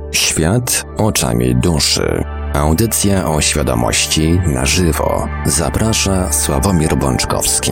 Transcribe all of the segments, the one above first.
Świat oczami duszy. Audycja o świadomości na żywo. Zaprasza Sławomir Bączkowski.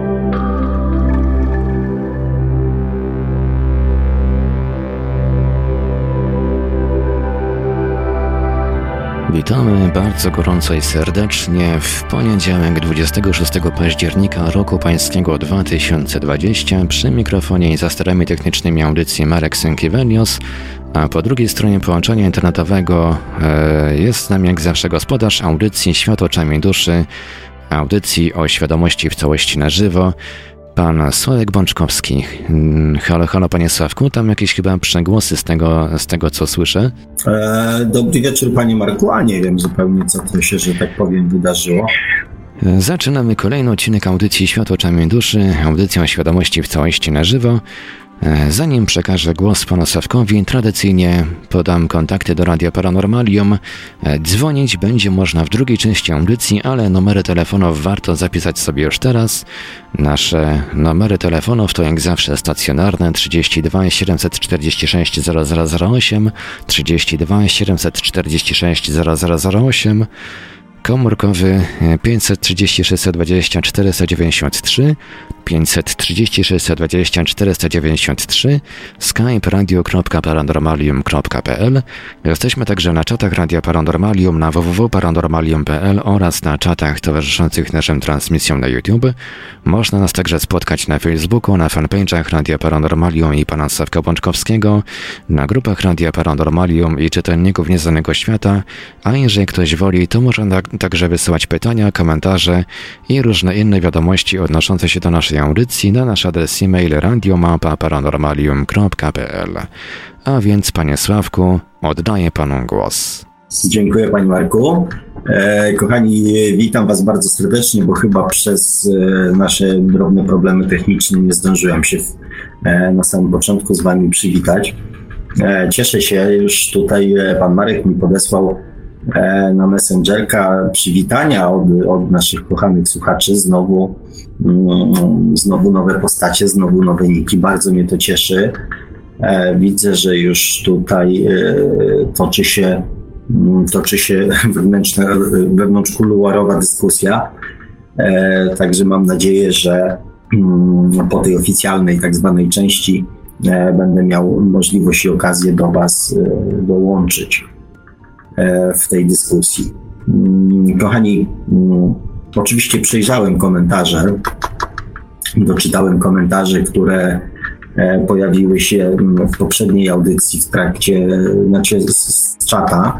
Witamy bardzo gorąco i serdecznie w poniedziałek 26 października roku pańskiego 2020 przy mikrofonie i za sterami technicznymi audycji Marek Sękiewelios, a po drugiej stronie połączenia internetowego jest z nami jak zawsze gospodarz audycji Świat oczami duszy, audycji o świadomości w całości na żywo, pan Sławek Bączkowski. Halo, halo panie Sławku, tam jakieś chyba przegłosy z tego co słyszę. Dobry wieczór panie Marku, a nie wiem zupełnie co to się, że tak powiem, wydarzyło. Zaczynamy kolejny odcinek audycji Świat oczami duszy, audycja o świadomości w całości na żywo. Zanim przekażę głos panu Sławkowi, tradycyjnie podam kontakty do Radia Paranormalium. Dzwonić będzie można w drugiej części audycji, ale numery telefonów warto zapisać sobie już teraz. Nasze numery telefonów to jak zawsze stacjonarne 32 746 0008, 32 746 0008, komórkowy 530 620 493, 530 620 493, skype radio.paranormalium.pl. Jesteśmy także na czatach Radia Paranormalium na www.paranormalium.pl oraz na czatach towarzyszących naszym transmisjom na YouTube. Można nas także spotkać na Facebooku, na fanpage'ach Radia Paranormalium i pana Sławka Bączkowskiego, na grupach Radia Paranormalium i czytelników Nieznanego Świata, a jeżeli ktoś woli, to można także wysyłać pytania, komentarze i różne inne wiadomości odnoszące się do naszej audycji na nasz adres e-mail radiomapa.paranormalium.pl. A więc, panie Sławku, oddaję panu głos. Dziękuję panie Marku. Kochani, witam was bardzo serdecznie, bo chyba przez nasze drobne problemy techniczne nie zdążyłem się na samym początku z wami przywitać. Cieszę się, już tutaj pan Marek mi podesłał na Messengerka przywitania od naszych kochanych słuchaczy. Znowu nowe postacie, znowu nowe niki. Bardzo mnie to cieszy. Widzę, że już tutaj toczy się wewnątrzkuluarowa dyskusja. Także mam nadzieję, że po tej oficjalnej tak zwanej części będę miał możliwość i okazję do was dołączyć w tej dyskusji. Kochani, oczywiście przejrzałem komentarze, doczytałem komentarze, które pojawiły się w poprzedniej audycji w trakcie, z czata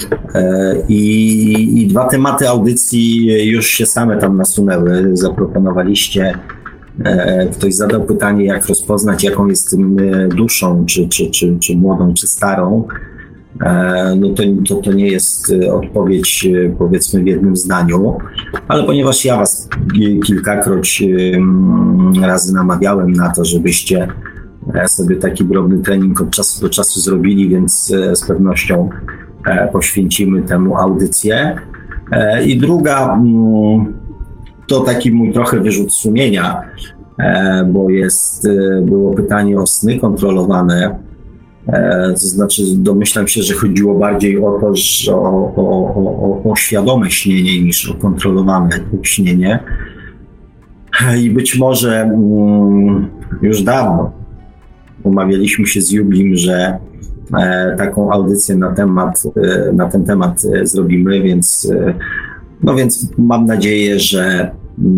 i dwa tematy audycji już się same tam nasunęły. Zaproponowaliście, ktoś zadał pytanie, jak rozpoznać, jaką jestem duszą, czy młodą, czy starą. No to nie jest odpowiedź, powiedzmy, w jednym zdaniu, ale ponieważ ja was kilkakroć razy namawiałem na to, żebyście sobie taki drobny trening od czasu do czasu zrobili, więc z pewnością poświęcimy temu audycję. I druga to taki mój trochę wyrzut sumienia, bo było pytanie o sny kontrolowane. To znaczy domyślam się, że chodziło bardziej o to, że o świadome śnienie niż o kontrolowane śnienie. I być może już dawno umawialiśmy się z Jublim, że taką audycję na ten temat zrobimy, więc mam nadzieję, że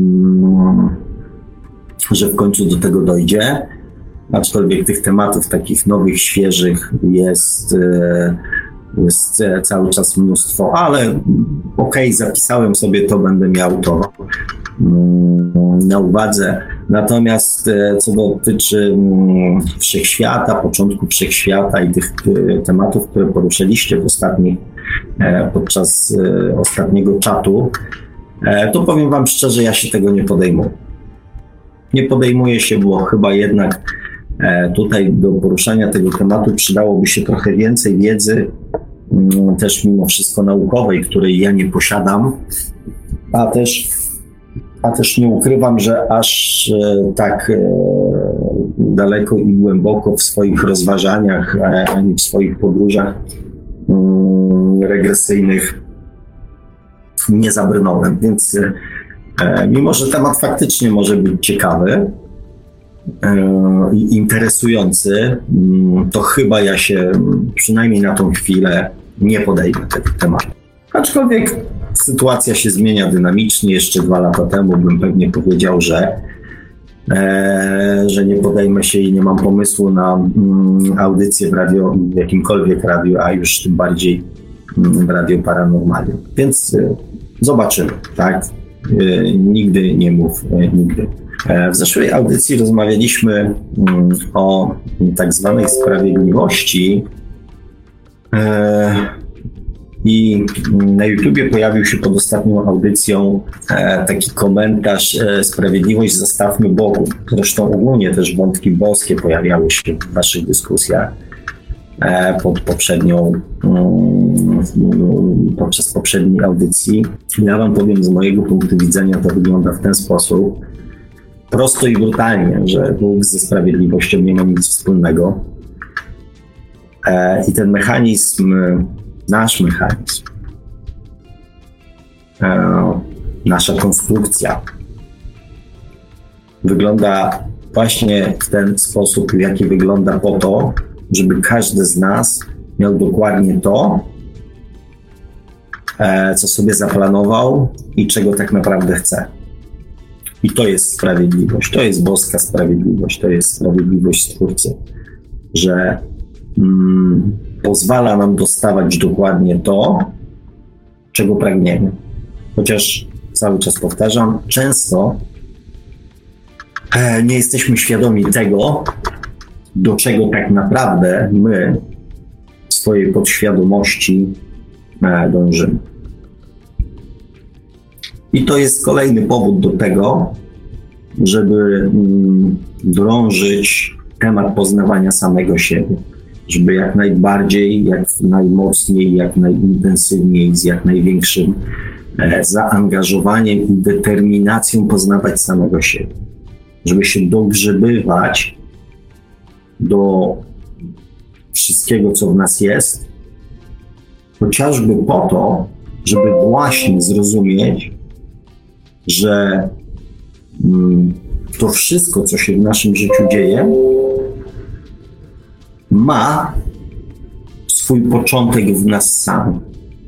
w końcu do tego dojdzie. Aczkolwiek tych tematów takich nowych, świeżych jest cały czas mnóstwo, ale okej, zapisałem sobie to, będę miał to na uwadze. Natomiast co dotyczy wszechświata, początku wszechświata i tych tematów, które poruszyliście podczas ostatniego czatu, to powiem wam szczerze, ja się tego nie podejmuję. Nie podejmuję się, bo chyba jednak tutaj do poruszania tego tematu przydałoby się trochę więcej wiedzy, też mimo wszystko naukowej, której ja nie posiadam, a też nie ukrywam, że aż tak daleko i głęboko w swoich rozważaniach, ani w swoich podróżach regresyjnych nie zabrnąłem, więc mimo, że temat faktycznie może być ciekawy i interesujący, to chyba ja się przynajmniej na tą chwilę nie podejmę tego tematu. Aczkolwiek sytuacja się zmienia dynamicznie. Jeszcze 2 lata temu bym pewnie powiedział, że nie podejmę się i nie mam pomysłu na audycję w jakimkolwiek radiu, a już tym bardziej w Radio Paranormalium. Więc zobaczymy, tak? Nigdy nie mów nigdy. W zeszłej audycji rozmawialiśmy o tak zwanej sprawiedliwości i na YouTubie pojawił się pod ostatnią audycją taki komentarz: sprawiedliwość zostawmy Bogu. Zresztą ogólnie też wątki boskie pojawiały się w waszych dyskusjach podczas poprzedniej audycji. Ja wam powiem, z mojego punktu widzenia to wygląda w ten sposób, prosto i brutalnie, że Bóg ze sprawiedliwością nie ma nic wspólnego. I ten mechanizm, nasz mechanizm, nasza konstrukcja wygląda właśnie w ten sposób, w jaki wygląda po to, żeby każdy z nas miał dokładnie to, co sobie zaplanował i czego tak naprawdę chce. I to jest sprawiedliwość, to jest boska sprawiedliwość, to jest sprawiedliwość Stwórcy, że pozwala nam dostawać dokładnie to, czego pragniemy. Chociaż cały czas powtarzam, często nie jesteśmy świadomi tego, do czego tak naprawdę my w swojej podświadomości dążymy. I to jest kolejny powód do tego, żeby drążyć temat poznawania samego siebie. Żeby jak najbardziej, jak najmocniej, jak najintensywniej, z jak największym zaangażowaniem i determinacją poznawać samego siebie. Żeby się dogrzebywać do wszystkiego, co w nas jest, chociażby po to, żeby właśnie zrozumieć, że to wszystko, co się w naszym życiu dzieje, ma swój początek w nas samych.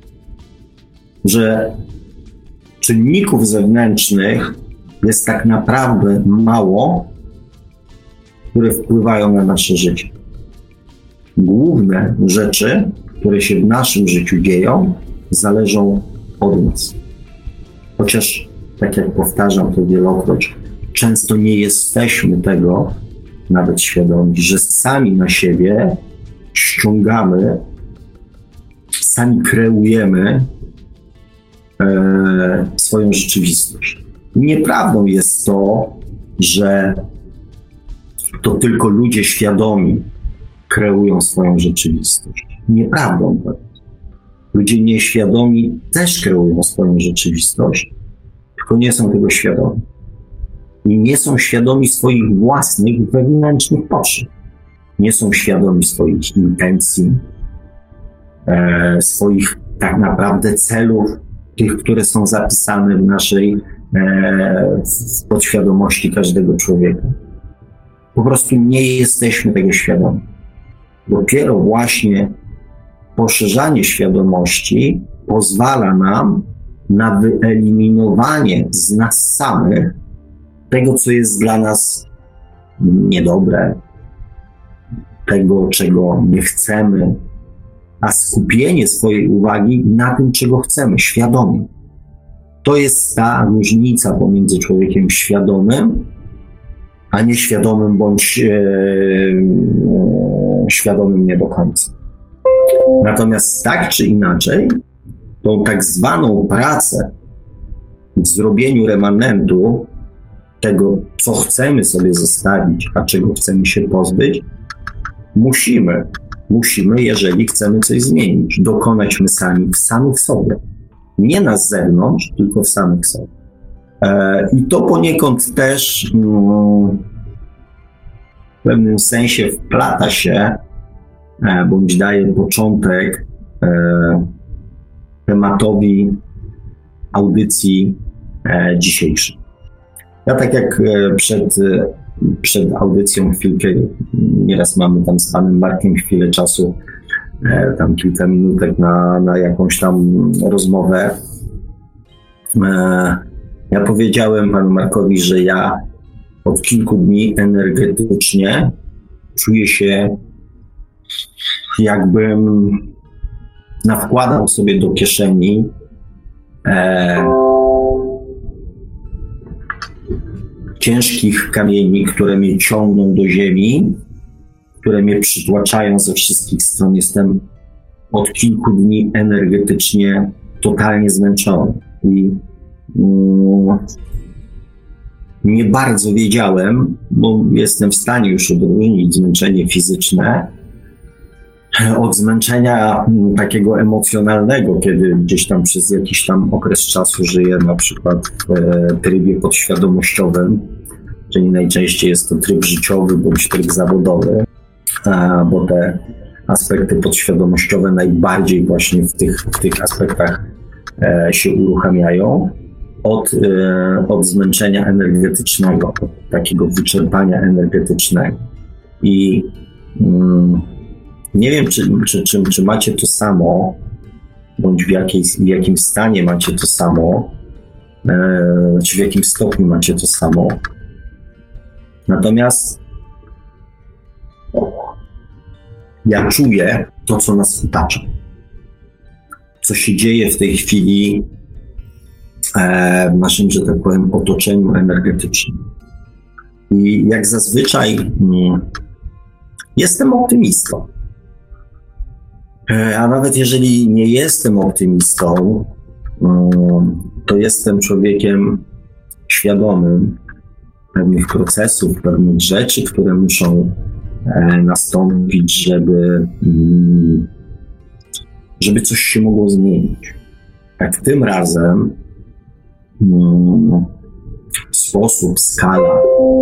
Że czynników zewnętrznych jest tak naprawdę mało, które wpływają na nasze życie. Główne rzeczy, które się w naszym życiu dzieją, zależą od nas. Chociaż, tak jak powtarzam to wielokroć, często nie jesteśmy tego nawet świadomi, że sami na siebie ściągamy, sami kreujemy swoją rzeczywistość. Nieprawdą jest to, że to tylko ludzie świadomi kreują swoją rzeczywistość. Nieprawdą to jest. Ludzie nieświadomi też kreują swoją rzeczywistość, tylko nie są tego świadomi. I nie są świadomi swoich własnych wewnętrznych potrzeb. Nie są świadomi swoich intencji, swoich tak naprawdę celów, tych, które są zapisane w naszej w podświadomości każdego człowieka. Po prostu nie jesteśmy tego świadomi. Dopiero właśnie poszerzanie świadomości pozwala nam na wyeliminowanie z nas samych tego, co jest dla nas niedobre, tego, czego nie chcemy, a skupienie swojej uwagi na tym, czego chcemy, świadomie. To jest ta różnica pomiędzy człowiekiem świadomym, a nieświadomym bądź świadomym nie do końca. Natomiast tak czy inaczej, tą tak zwaną pracę w zrobieniu remanentu tego, co chcemy sobie zostawić, a czego chcemy się pozbyć, musimy, jeżeli chcemy coś zmienić, dokonać my sami, w samych sobie. Nie na zewnątrz, tylko w samych sobie. I to poniekąd też w pewnym sensie wplata się, bądź daje początek tematowi audycji dzisiejszej. Ja tak jak przed audycją chwilkę, nieraz mamy tam z panem Markiem chwilę czasu, tam kilka minutek na jakąś tam rozmowę. Ja powiedziałem panu Markowi, że ja od kilku dni energetycznie czuję się, jakbym nawkładał sobie do kieszeni ciężkich kamieni, które mnie ciągną do ziemi, które mnie przytłaczają ze wszystkich stron. Jestem od kilku dni energetycznie totalnie zmęczony i nie bardzo wiedziałem, bo jestem w stanie już odróżnić zmęczenie fizyczne od zmęczenia takiego emocjonalnego, kiedy gdzieś tam przez jakiś tam okres czasu żyję na przykład w trybie podświadomościowym, czyli najczęściej jest to tryb życiowy bądź tryb zawodowy, bo te aspekty podświadomościowe najbardziej właśnie w tych aspektach się uruchamiają od zmęczenia energetycznego, od takiego wyczerpania energetycznego. I nie wiem, czy macie to samo, bądź w jakim stanie macie to samo, czy w jakim stopniu macie to samo. Natomiast ja czuję to, co nas otacza. Co się dzieje w tej chwili w naszym, że tak powiem, otoczeniu energetycznym. I jak zazwyczaj jestem optymistą. A nawet jeżeli nie jestem optymistą, to jestem człowiekiem świadomym pewnych procesów, pewnych rzeczy, które muszą nastąpić, żeby coś się mogło zmienić. Tak tym razem sposób, skala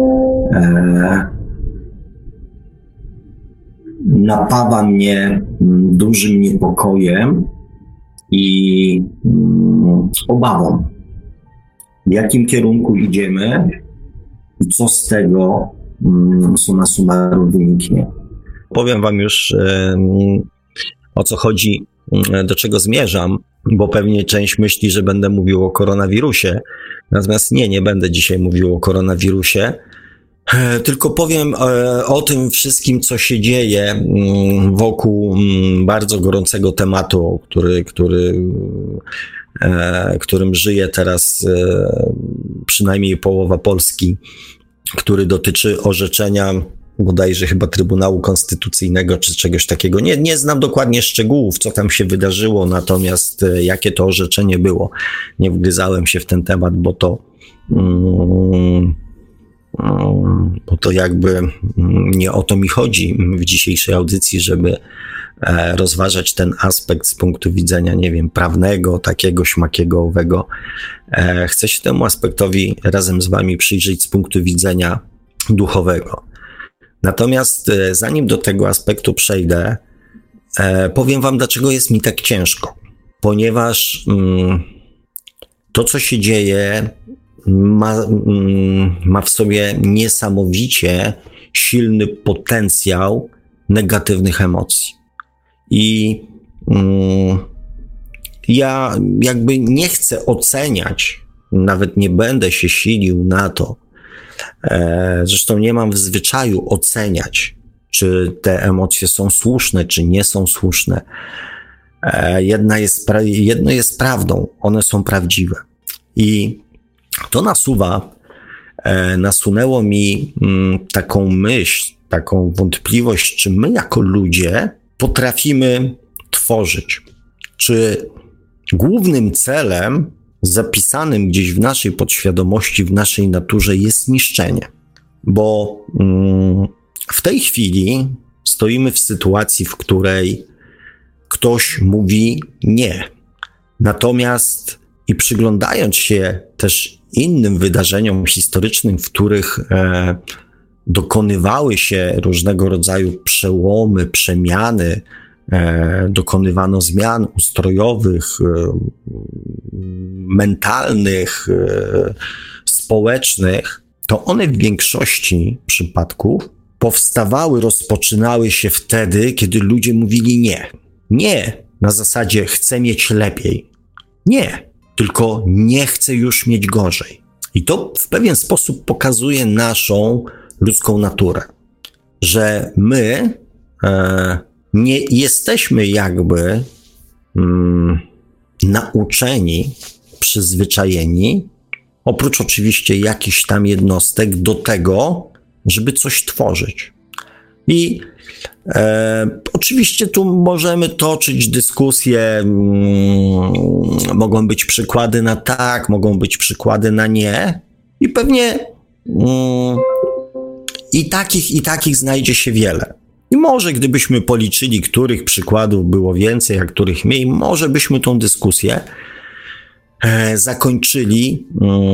napawa mnie dużym niepokojem i obawą, w jakim kierunku idziemy i co z tego summa summarum wyniknie. Powiem wam już, o co chodzi, do czego zmierzam, bo pewnie część myśli, że będę mówił o koronawirusie. Natomiast nie będę dzisiaj mówił o koronawirusie, tylko powiem o tym wszystkim, co się dzieje wokół bardzo gorącego tematu, którym żyje teraz przynajmniej połowa Polski, który dotyczy orzeczenia bodajże chyba Trybunału Konstytucyjnego czy czegoś takiego. Nie znam dokładnie szczegółów, co tam się wydarzyło, natomiast jakie to orzeczenie było. Nie wgryzałem się w ten temat, bo to jakby nie o to mi chodzi w dzisiejszej audycji, żeby rozważać ten aspekt z punktu widzenia, nie wiem, prawnego, takiego, śmakiego, owego. Chcę się temu aspektowi razem z wami przyjrzeć z punktu widzenia duchowego. Natomiast zanim do tego aspektu przejdę, powiem wam, dlaczego jest mi tak ciężko. Ponieważ to, co się dzieje, ma w sobie niesamowicie silny potencjał negatywnych emocji. I ja jakby nie chcę oceniać, nawet nie będę się silił na to, zresztą nie mam w zwyczaju oceniać, czy te emocje są słuszne, czy nie są słuszne. Jedno jest prawdą, one są prawdziwe. I to nasunęło mi taką myśl, taką wątpliwość, czy my jako ludzie potrafimy tworzyć. Czy głównym celem zapisanym gdzieś w naszej podświadomości, w naszej naturze jest niszczenie. Bo w tej chwili stoimy w sytuacji, w której ktoś mówi nie. Natomiast i przyglądając się też innym wydarzeniom historycznym, w których dokonywały się różnego rodzaju przełomy, przemiany dokonywano zmian ustrojowych, mentalnych, społecznych, to one w większości przypadków rozpoczynały się wtedy, kiedy ludzie mówili nie. Nie na zasadzie chcę mieć lepiej. Nie, tylko nie chcę już mieć gorzej. I to w pewien sposób pokazuje naszą ludzką naturę, że my nie jesteśmy jakby nauczeni, przyzwyczajeni, oprócz oczywiście jakichś tam jednostek, do tego, żeby coś tworzyć. I oczywiście tu możemy toczyć dyskusje, mogą być przykłady na tak, mogą być przykłady na nie i pewnie i takich znajdzie się wiele. I może gdybyśmy policzyli, których przykładów było więcej, a których mniej, może byśmy tą dyskusję zakończyli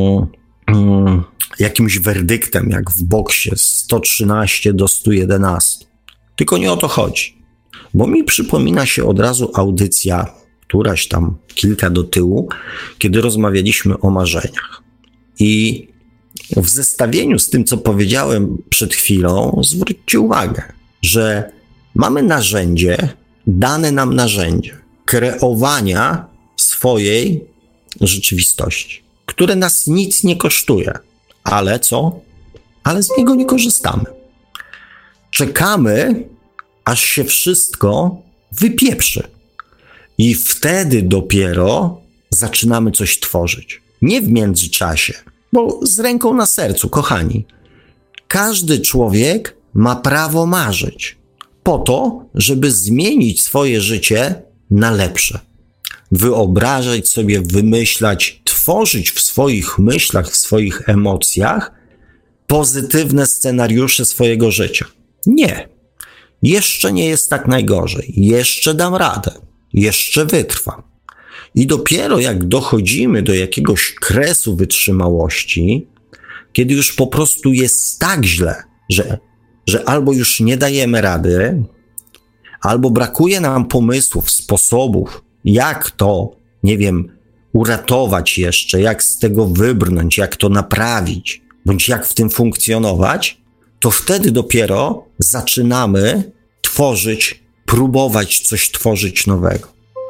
jakimś werdyktem, jak w boksie 113 do 111. Tylko nie o to chodzi. Bo mi przypomina się od razu audycja, któraś tam kilka do tyłu, kiedy rozmawialiśmy o marzeniach. I w zestawieniu z tym, co powiedziałem przed chwilą, zwróćcie uwagę, że mamy narzędzie, dane nam narzędzie kreowania swojej rzeczywistości, które nas nic nie kosztuje. Ale co? Ale z niego nie korzystamy. Czekamy, aż się wszystko wypieprzy. I wtedy dopiero zaczynamy coś tworzyć. Nie w międzyczasie, bo z ręką na sercu, kochani. Każdy człowiek ma prawo marzyć po to, żeby zmienić swoje życie na lepsze. Wyobrażać sobie, wymyślać, tworzyć w swoich myślach, w swoich emocjach pozytywne scenariusze swojego życia. Nie. Jeszcze nie jest tak najgorzej. Jeszcze dam radę. Jeszcze wytrwam. I dopiero jak dochodzimy do jakiegoś kresu wytrzymałości, kiedy już po prostu jest tak źle, że albo już nie dajemy rady, albo brakuje nam pomysłów, sposobów, jak to, nie wiem, uratować jeszcze, jak z tego wybrnąć, jak to naprawić, bądź jak w tym funkcjonować, to wtedy dopiero zaczynamy tworzyć, próbować coś tworzyć nowego.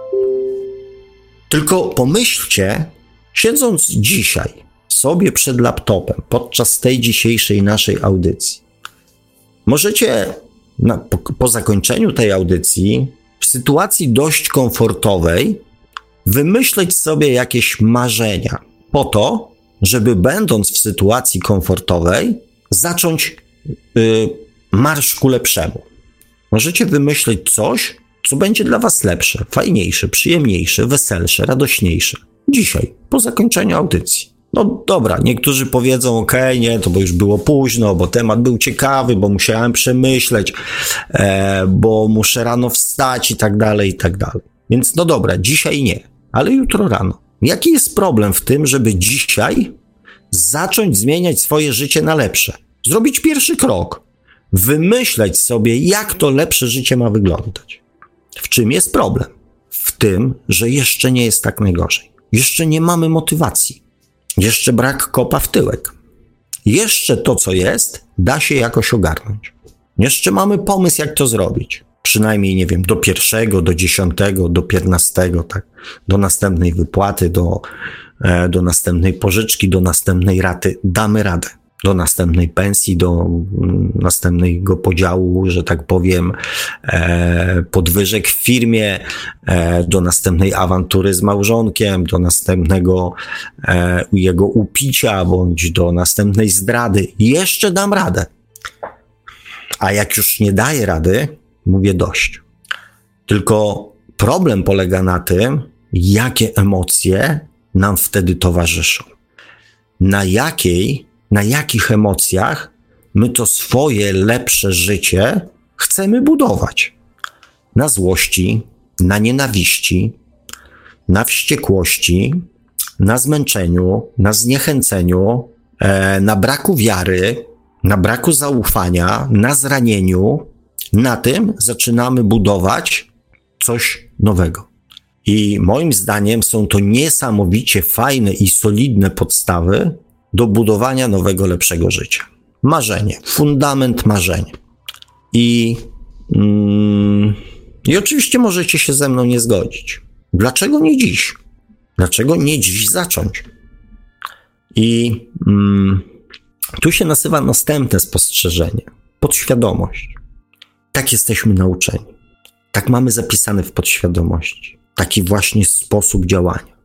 Tylko pomyślcie, siedząc dzisiaj sobie przed laptopem, podczas tej dzisiejszej naszej audycji, możecie po zakończeniu tej audycji w sytuacji dość komfortowej wymyśleć sobie jakieś marzenia po to, żeby będąc w sytuacji komfortowej zacząć marsz ku lepszemu. Możecie wymyśleć coś, co będzie dla was lepsze, fajniejsze, przyjemniejsze, weselsze, radośniejsze. Dzisiaj, po zakończeniu audycji. No dobra, niektórzy powiedzą, okej, nie, to bo już było późno, bo temat był ciekawy, bo musiałem przemyśleć, bo muszę rano wstać i tak dalej, i tak dalej. Więc no dobra, dzisiaj nie, ale jutro rano. Jaki jest problem w tym, żeby dzisiaj zacząć zmieniać swoje życie na lepsze? Zrobić pierwszy krok. Wymyśleć sobie, jak to lepsze życie ma wyglądać. W czym jest problem? W tym, że jeszcze nie jest tak najgorzej. Jeszcze nie mamy motywacji. Jeszcze brak kopa w tyłek. Jeszcze to, co jest, da się jakoś ogarnąć. Jeszcze mamy pomysł, jak to zrobić. Przynajmniej, nie wiem, do 1, do 10, do 15, tak? Do następnej wypłaty, do następnej pożyczki, do następnej raty. Damy radę. Do następnej pensji, do następnego podziału, że tak powiem, podwyżek w firmie, do następnej awantury z małżonkiem, do następnego jego upicia, bądź do następnej zdrady. Jeszcze dam radę. A jak już nie daję rady, mówię dość. Tylko problem polega na tym, jakie emocje nam wtedy towarzyszą. Na jakich emocjach my to swoje lepsze życie chcemy budować. Na złości, na nienawiści, na wściekłości, na zmęczeniu, na zniechęceniu, na braku wiary, na braku zaufania, na zranieniu. Na tym zaczynamy budować coś nowego. I moim zdaniem są to niesamowicie fajne i solidne podstawy do budowania nowego, lepszego życia. Marzenie, fundament marzenia. I oczywiście możecie się ze mną nie zgodzić. Dlaczego nie dziś? Dlaczego nie dziś zacząć? I tu się nasuwa następne spostrzeżenie. Podświadomość. Tak jesteśmy nauczeni. Tak mamy zapisane w podświadomości. Taki właśnie sposób działania.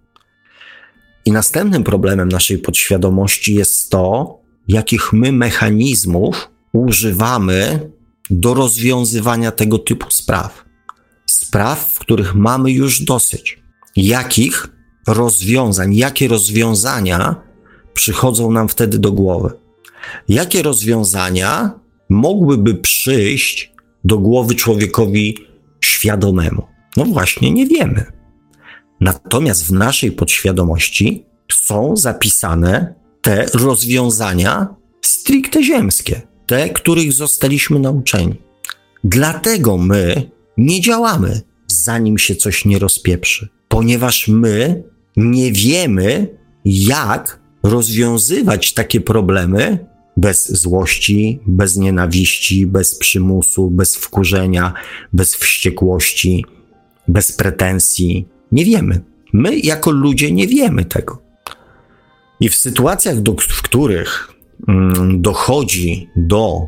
I następnym problemem naszej podświadomości jest to, jakich my mechanizmów używamy do rozwiązywania tego typu spraw. Spraw, w których mamy już dosyć. Jakich rozwiązań, jakie rozwiązania przychodzą nam wtedy do głowy? Jakie rozwiązania mogłyby przyjść do głowy człowiekowi świadomemu? No właśnie, nie wiemy. Natomiast w naszej podświadomości są zapisane te rozwiązania stricte ziemskie, te, których zostaliśmy nauczeni. Dlatego my nie działamy, zanim się coś nie rozpieprzy, ponieważ my nie wiemy, jak rozwiązywać takie problemy bez złości, bez nienawiści, bez przymusu, bez wkurzenia, bez wściekłości, bez pretensji. Nie wiemy. My jako ludzie nie wiemy tego. I w sytuacjach, w których dochodzi do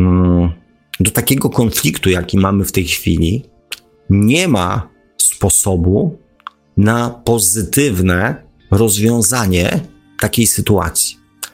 takiego konfliktu, jaki mamy w tej chwili, nie ma sposobu na pozytywne rozwiązanie takiej sytuacji.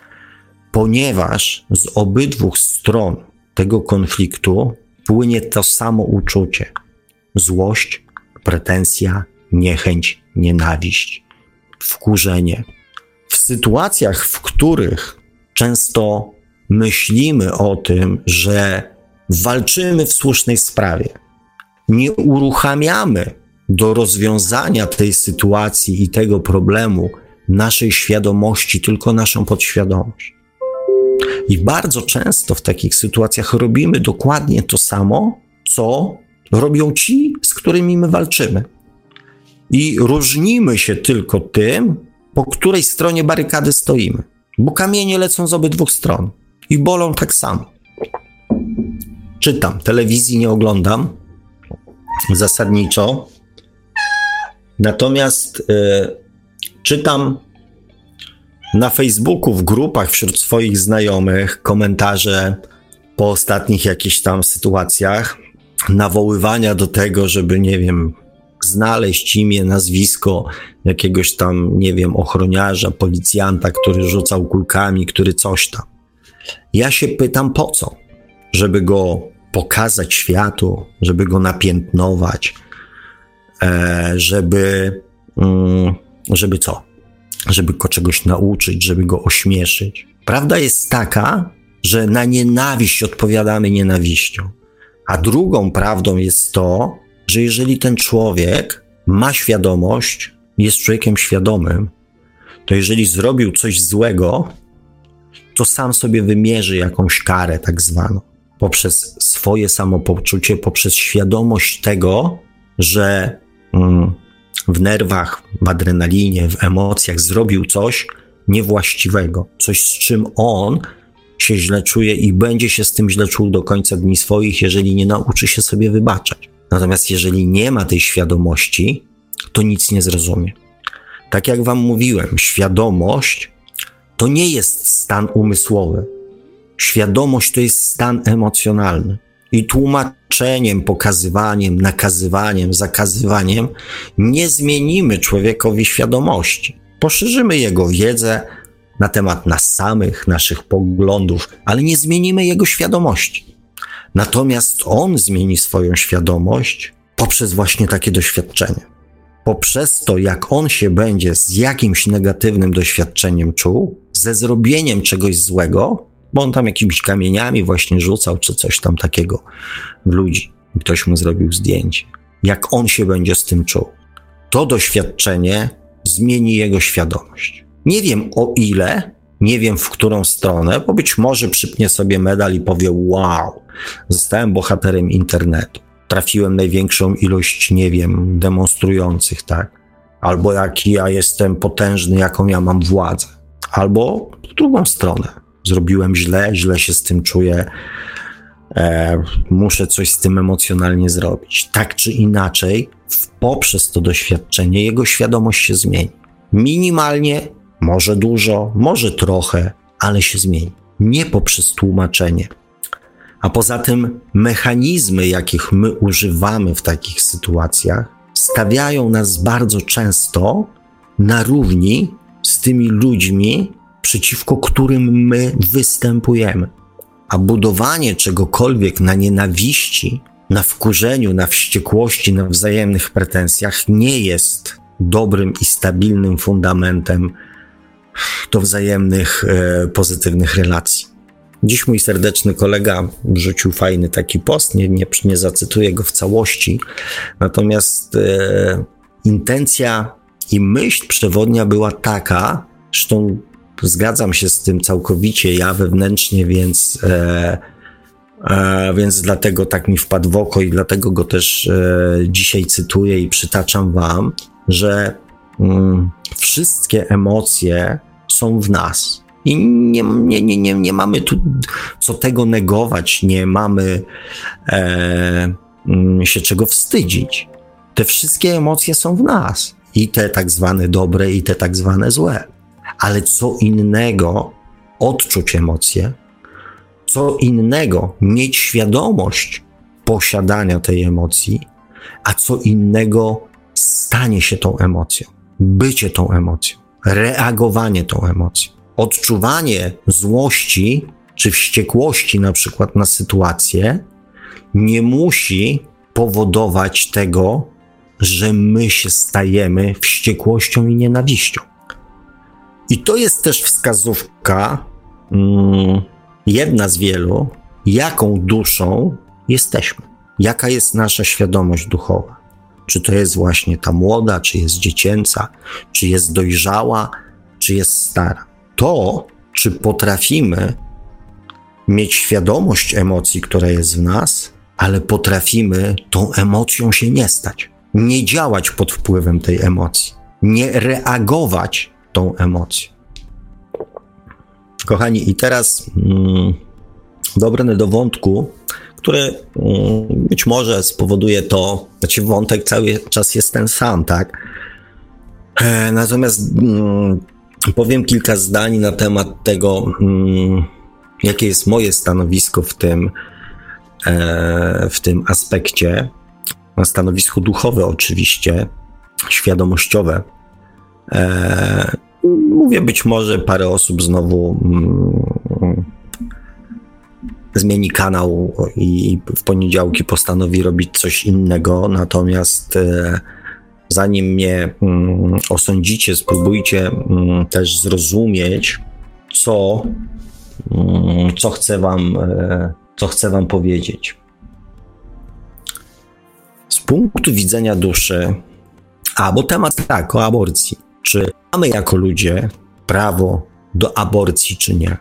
Ponieważ z obydwu stron tego konfliktu płynie to samo uczucie. Złość, pretensja, niechęć, nienawiść, wkurzenie. W sytuacjach, w których często myślimy o tym, że walczymy w słusznej sprawie, nie uruchamiamy do rozwiązania tej sytuacji i tego problemu naszej świadomości, tylko naszą podświadomość. I bardzo często w takich sytuacjach robimy dokładnie to samo, co robią ci, z którymi my walczymy. I różnimy się tylko tym, po której stronie barykady stoimy. Bo kamienie lecą z obydwu stron i bolą tak samo. Czytam, telewizji nie oglądam zasadniczo. Natomiast czytam na Facebooku, w grupach wśród swoich znajomych komentarze po ostatnich jakichś tam sytuacjach, nawoływania do tego, żeby, nie wiem, znaleźć imię, nazwisko jakiegoś tam, nie wiem, ochroniarza, policjanta, który rzucał kulkami, który coś tam. Ja się pytam, po co? Żeby go pokazać światu, żeby go napiętnować, żeby co? Żeby go czegoś nauczyć, żeby go ośmieszyć. Prawda jest taka, że na nienawiść odpowiadamy nienawiścią. A drugą prawdą jest to, że jeżeli ten człowiek ma świadomość, jest człowiekiem świadomym, to jeżeli zrobił coś złego, to sam sobie wymierzy jakąś karę tak zwaną. Poprzez swoje samopoczucie, poprzez świadomość tego, że w nerwach, w adrenalinie, w emocjach zrobił coś niewłaściwego, coś, z czym on się źle czuje i będzie się z tym źle czuł do końca dni swoich, jeżeli nie nauczy się sobie wybaczać. Natomiast jeżeli nie ma tej świadomości, to nic nie zrozumie. Tak jak wam mówiłem, świadomość to nie jest stan umysłowy. Świadomość to jest stan emocjonalny. I tłumaczeniem, pokazywaniem, nakazywaniem, zakazywaniem nie zmienimy człowiekowi świadomości. Poszerzymy jego wiedzę na temat nas samych, naszych poglądów, ale nie zmienimy jego świadomości. Natomiast on zmieni swoją świadomość poprzez właśnie takie doświadczenie. Poprzez to, jak on się będzie z jakimś negatywnym doświadczeniem czuł, ze zrobieniem czegoś złego, bo on tam jakimiś kamieniami właśnie rzucał, czy coś tam takiego w ludzi. Ktoś mu zrobił zdjęcie. Jak on się będzie z tym czuł, to doświadczenie zmieni jego świadomość. Nie wiem o ile, nie wiem w którą stronę, bo być może przypnie sobie medal i powie: wow, zostałem bohaterem internetu. trafiłem największą ilość, nie wiem, demonstrujących, tak? Albo jaki ja jestem potężny, jaką ja mam władzę. Albo w drugą stronę. Zrobiłem źle się z tym czuję, muszę coś z tym emocjonalnie zrobić. Tak czy inaczej, poprzez to doświadczenie jego świadomość się zmieni. Minimalnie, może dużo, może trochę, ale się zmieni. Nie poprzez tłumaczenie. A poza tym mechanizmy, jakich my używamy w takich sytuacjach, stawiają nas bardzo często na równi z tymi ludźmi, przeciwko którym my występujemy. A budowanie czegokolwiek na nienawiści, na wkurzeniu, na wściekłości, na wzajemnych pretensjach nie jest dobrym i stabilnym fundamentem do wzajemnych, pozytywnych relacji. Dziś mój serdeczny kolega wrzucił fajny taki post, nie zacytuję go w całości, natomiast intencja i myśl przewodnia była taka, zresztą zgadzam się z tym całkowicie ja wewnętrznie, więc dlatego tak mi wpadł w oko i dlatego go też dzisiaj cytuję i przytaczam wam, że wszystkie emocje są w nas i nie mamy tu co tego negować, nie mamy się czego wstydzić. Te wszystkie emocje są w nas i te tak zwane dobre i te tak zwane złe. Ale co innego odczuć emocje, co innego mieć świadomość posiadania tej emocji, a co innego stanie się tą emocją, bycie tą emocją, reagowanie tą emocją. Odczuwanie złości czy wściekłości na przykład na sytuację nie musi powodować tego, że my się stajemy wściekłością i nienawiścią. I to jest też wskazówka, jedna z wielu, jaką duszą jesteśmy. Jaka jest nasza świadomość duchowa. Czy to jest właśnie ta młoda, czy jest dziecięca, czy jest dojrzała, czy jest stara. To, czy potrafimy mieć świadomość emocji, która jest w nas, ale potrafimy tą emocją się nie stać. Nie działać pod wpływem tej emocji. Nie reagować tą emocją. Kochani, i teraz dobrnę do wątku, który być może spowoduje to, znaczy wątek cały czas jest ten sam, tak? Natomiast powiem kilka zdań na temat tego, jakie jest moje stanowisko w tym aspekcie. Na stanowisku duchowe oczywiście, świadomościowe. Mówię, być może parę osób znowu zmieni kanał i w poniedziałki postanowi robić coś innego, natomiast zanim mnie osądzicie, spróbujcie też zrozumieć, co chcę wam powiedzieć. Z punktu widzenia duszy, bo temat tak, o aborcji. Czy mamy jako ludzie prawo do aborcji, czy nie?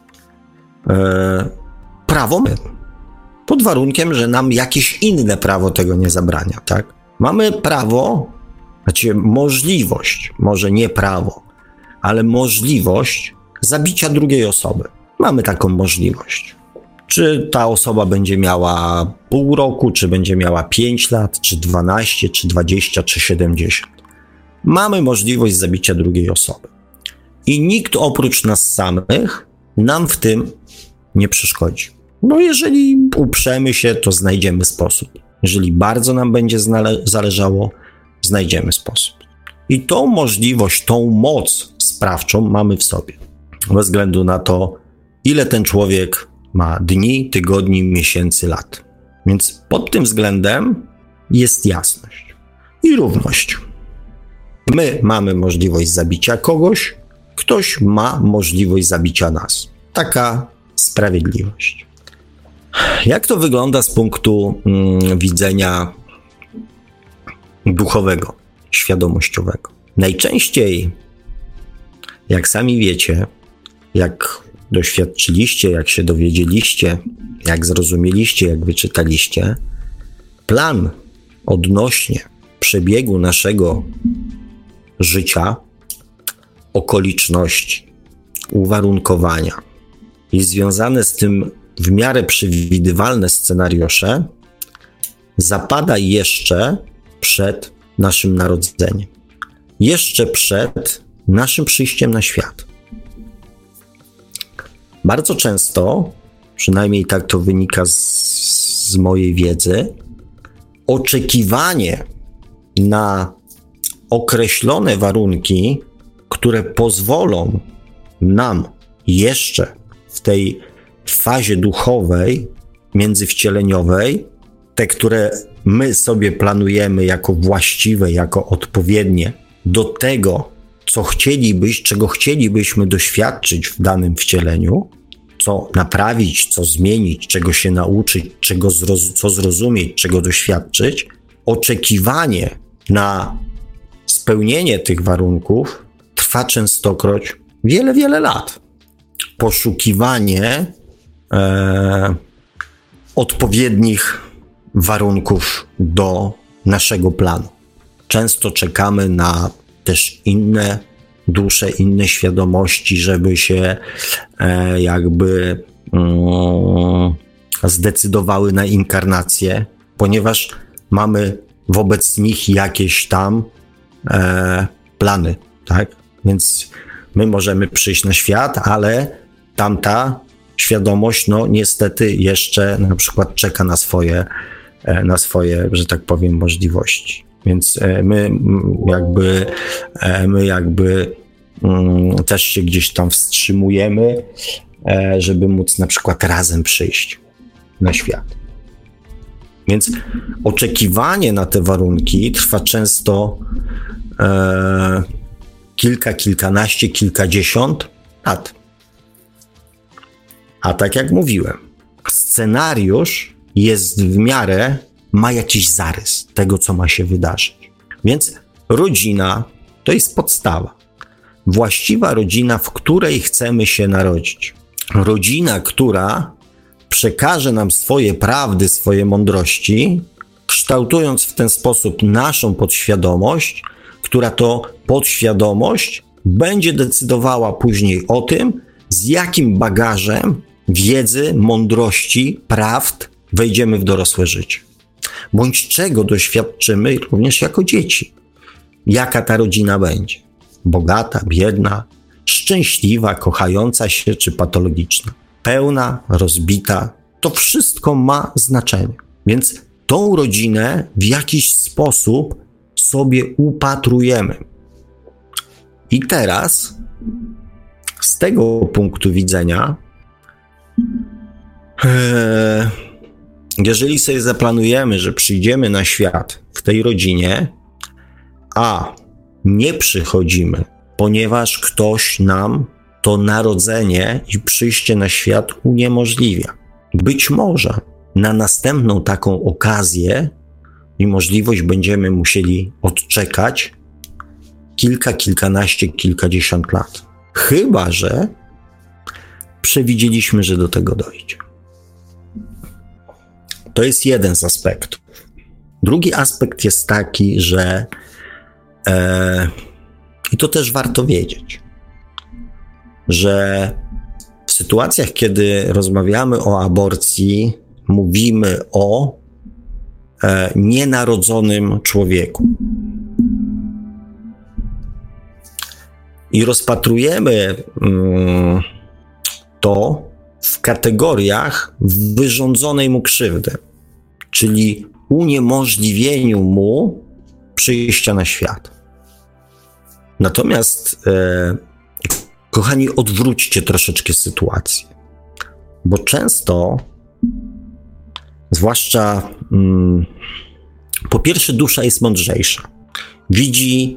Prawo my. Pod warunkiem, że nam jakieś inne prawo tego nie zabrania, tak? Mamy prawo, znaczy możliwość, może nie prawo, ale możliwość zabicia drugiej osoby. Mamy taką możliwość. Czy ta osoba będzie miała pół roku, czy będzie miała 5 lat, czy 12, czy 20, czy 70. Mamy możliwość zabicia drugiej osoby. I nikt oprócz nas samych nam w tym nie przeszkodzi. Bo jeżeli uprzemy się, to znajdziemy sposób. Jeżeli bardzo nam będzie zależało, znajdziemy sposób. I tą możliwość, tą moc sprawczą mamy w sobie. Bez względu na to, ile ten człowiek ma dni, tygodni, miesięcy, lat. Więc pod tym względem jest jasność i równość. My mamy możliwość zabicia kogoś, ktoś ma możliwość zabicia nas. Taka sprawiedliwość. Jak to wygląda z punktu widzenia duchowego, świadomościowego? Najczęściej, jak sami wiecie, jak doświadczyliście, jak się dowiedzieliście, jak zrozumieliście, jak wyczytaliście, plan odnośnie przebiegu naszego życia, okoliczności, uwarunkowania i związane z tym w miarę przewidywalne scenariusze zapada jeszcze przed naszym narodzeniem, jeszcze przed naszym przyjściem na świat. Bardzo często, przynajmniej tak to wynika z mojej wiedzy, oczekiwanie na określone warunki, które pozwolą nam jeszcze w tej fazie duchowej, międzywcieleniowej, te, które my sobie planujemy jako właściwe, jako odpowiednie do tego, czego chcielibyśmy doświadczyć w danym wcieleniu, co naprawić, co zmienić, czego się nauczyć, co zrozumieć, czego doświadczyć, oczekiwanie na spełnienie tych warunków trwa częstokroć wiele, wiele lat. Poszukiwanie odpowiednich warunków do naszego planu. Często czekamy na też inne dusze, inne świadomości, żeby się zdecydowały na inkarnację, ponieważ mamy wobec nich jakieś tam plany, tak? Więc my możemy przyjść na świat, ale tamta świadomość, no niestety jeszcze na przykład czeka na swoje, że tak powiem, możliwości. Więc my też się gdzieś tam wstrzymujemy, żeby móc na przykład razem przyjść na świat. Więc oczekiwanie na te warunki trwa często kilkanaście, kilkadziesiąt lat. A tak jak mówiłem, scenariusz jest w miarę, ma jakiś zarys tego, co ma się wydarzyć. Więc rodzina to jest podstawa. Właściwa rodzina, w której chcemy się narodzić. Rodzina, która przekaże nam swoje prawdy, swoje mądrości, kształtując w ten sposób naszą podświadomość, która to podświadomość będzie decydowała później o tym, z jakim bagażem wiedzy, mądrości, prawd wejdziemy w dorosłe życie. Bądź czego doświadczymy również jako dzieci. Jaka ta rodzina będzie? Bogata, biedna, szczęśliwa, kochająca się czy patologiczna? Pełna, rozbita. To wszystko ma znaczenie. Więc tą rodzinę w jakiś sposób sobie upatrujemy. I teraz z tego punktu widzenia jeżeli sobie zaplanujemy, że przyjdziemy na świat w tej rodzinie, a nie przychodzimy, ponieważ ktoś nam to narodzenie i przyjście na świat uniemożliwia. Być może na następną taką okazję i możliwość będziemy musieli odczekać kilkanaście, kilkadziesiąt lat. Chyba że przewidzieliśmy, że do tego dojdzie. To jest jeden z aspektów. Drugi aspekt jest taki, że i to też warto wiedzieć, że w sytuacjach, kiedy rozmawiamy o aborcji, mówimy o nienarodzonym człowieku. I rozpatrujemy to w kategoriach wyrządzonej mu krzywdy, czyli uniemożliwieniu mu przyjścia na świat. Natomiast, kochani, odwróćcie troszeczkę sytuację, bo często, zwłaszcza po pierwsze, dusza jest mądrzejsza. Widzi,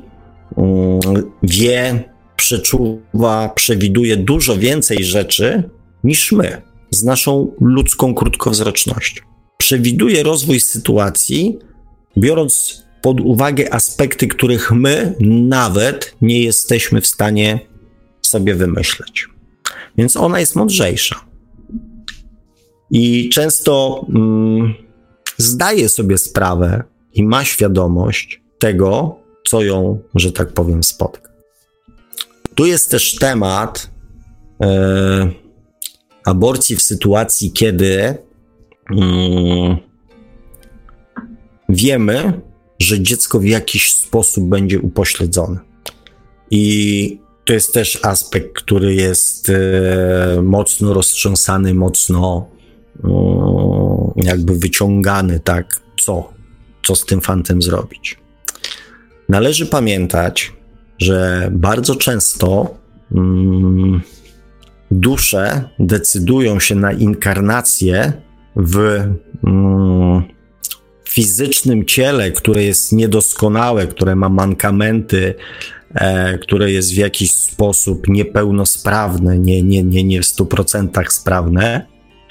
wie, przeczuwa, przewiduje dużo więcej rzeczy niż my, z naszą ludzką krótkowzrocznością. Przewiduje rozwój sytuacji, biorąc pod uwagę aspekty, których my nawet nie jesteśmy w stanie sobie wymyśleć. Więc ona jest mądrzejsza. I często zdaje sobie sprawę i ma świadomość tego, co ją, że tak powiem, spotka. Tu jest też temat aborcji w sytuacji, kiedy wiemy, że dziecko w jakiś sposób będzie upośledzone. I to jest też aspekt, który jest mocno roztrząsany, mocno jakby wyciągany, tak, co z tym fantem zrobić. Należy pamiętać, że bardzo często dusze decydują się na inkarnację w fizycznym ciele, które jest niedoskonałe, które ma mankamenty, które jest w jakiś sposób niepełnosprawne, nie w 100% sprawne,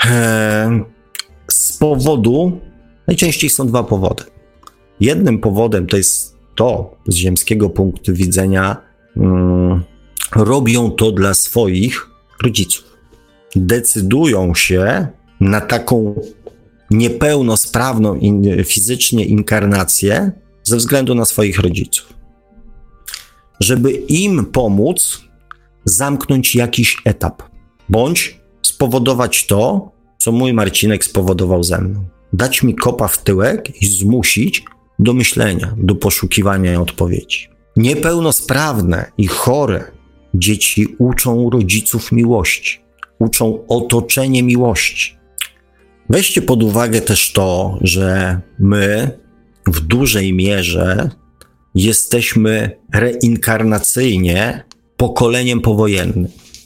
z powodu, najczęściej są dwa powody. Jednym powodem to jest to, z ziemskiego punktu widzenia, robią to dla swoich rodziców. Decydują się na taką niepełnosprawną fizycznie inkarnację ze względu na swoich rodziców. Żeby im pomóc zamknąć jakiś etap, bądź spowodować to, co mój Marcinek spowodował ze mną. Dać mi kopa w tyłek i zmusić do myślenia, do poszukiwania odpowiedzi. Niepełnosprawne i chore dzieci uczą rodziców miłości, uczą otoczenie miłości. Weźcie pod uwagę też to, że my w dużej mierze jesteśmy reinkarnacyjnie pokoleniem powojennym.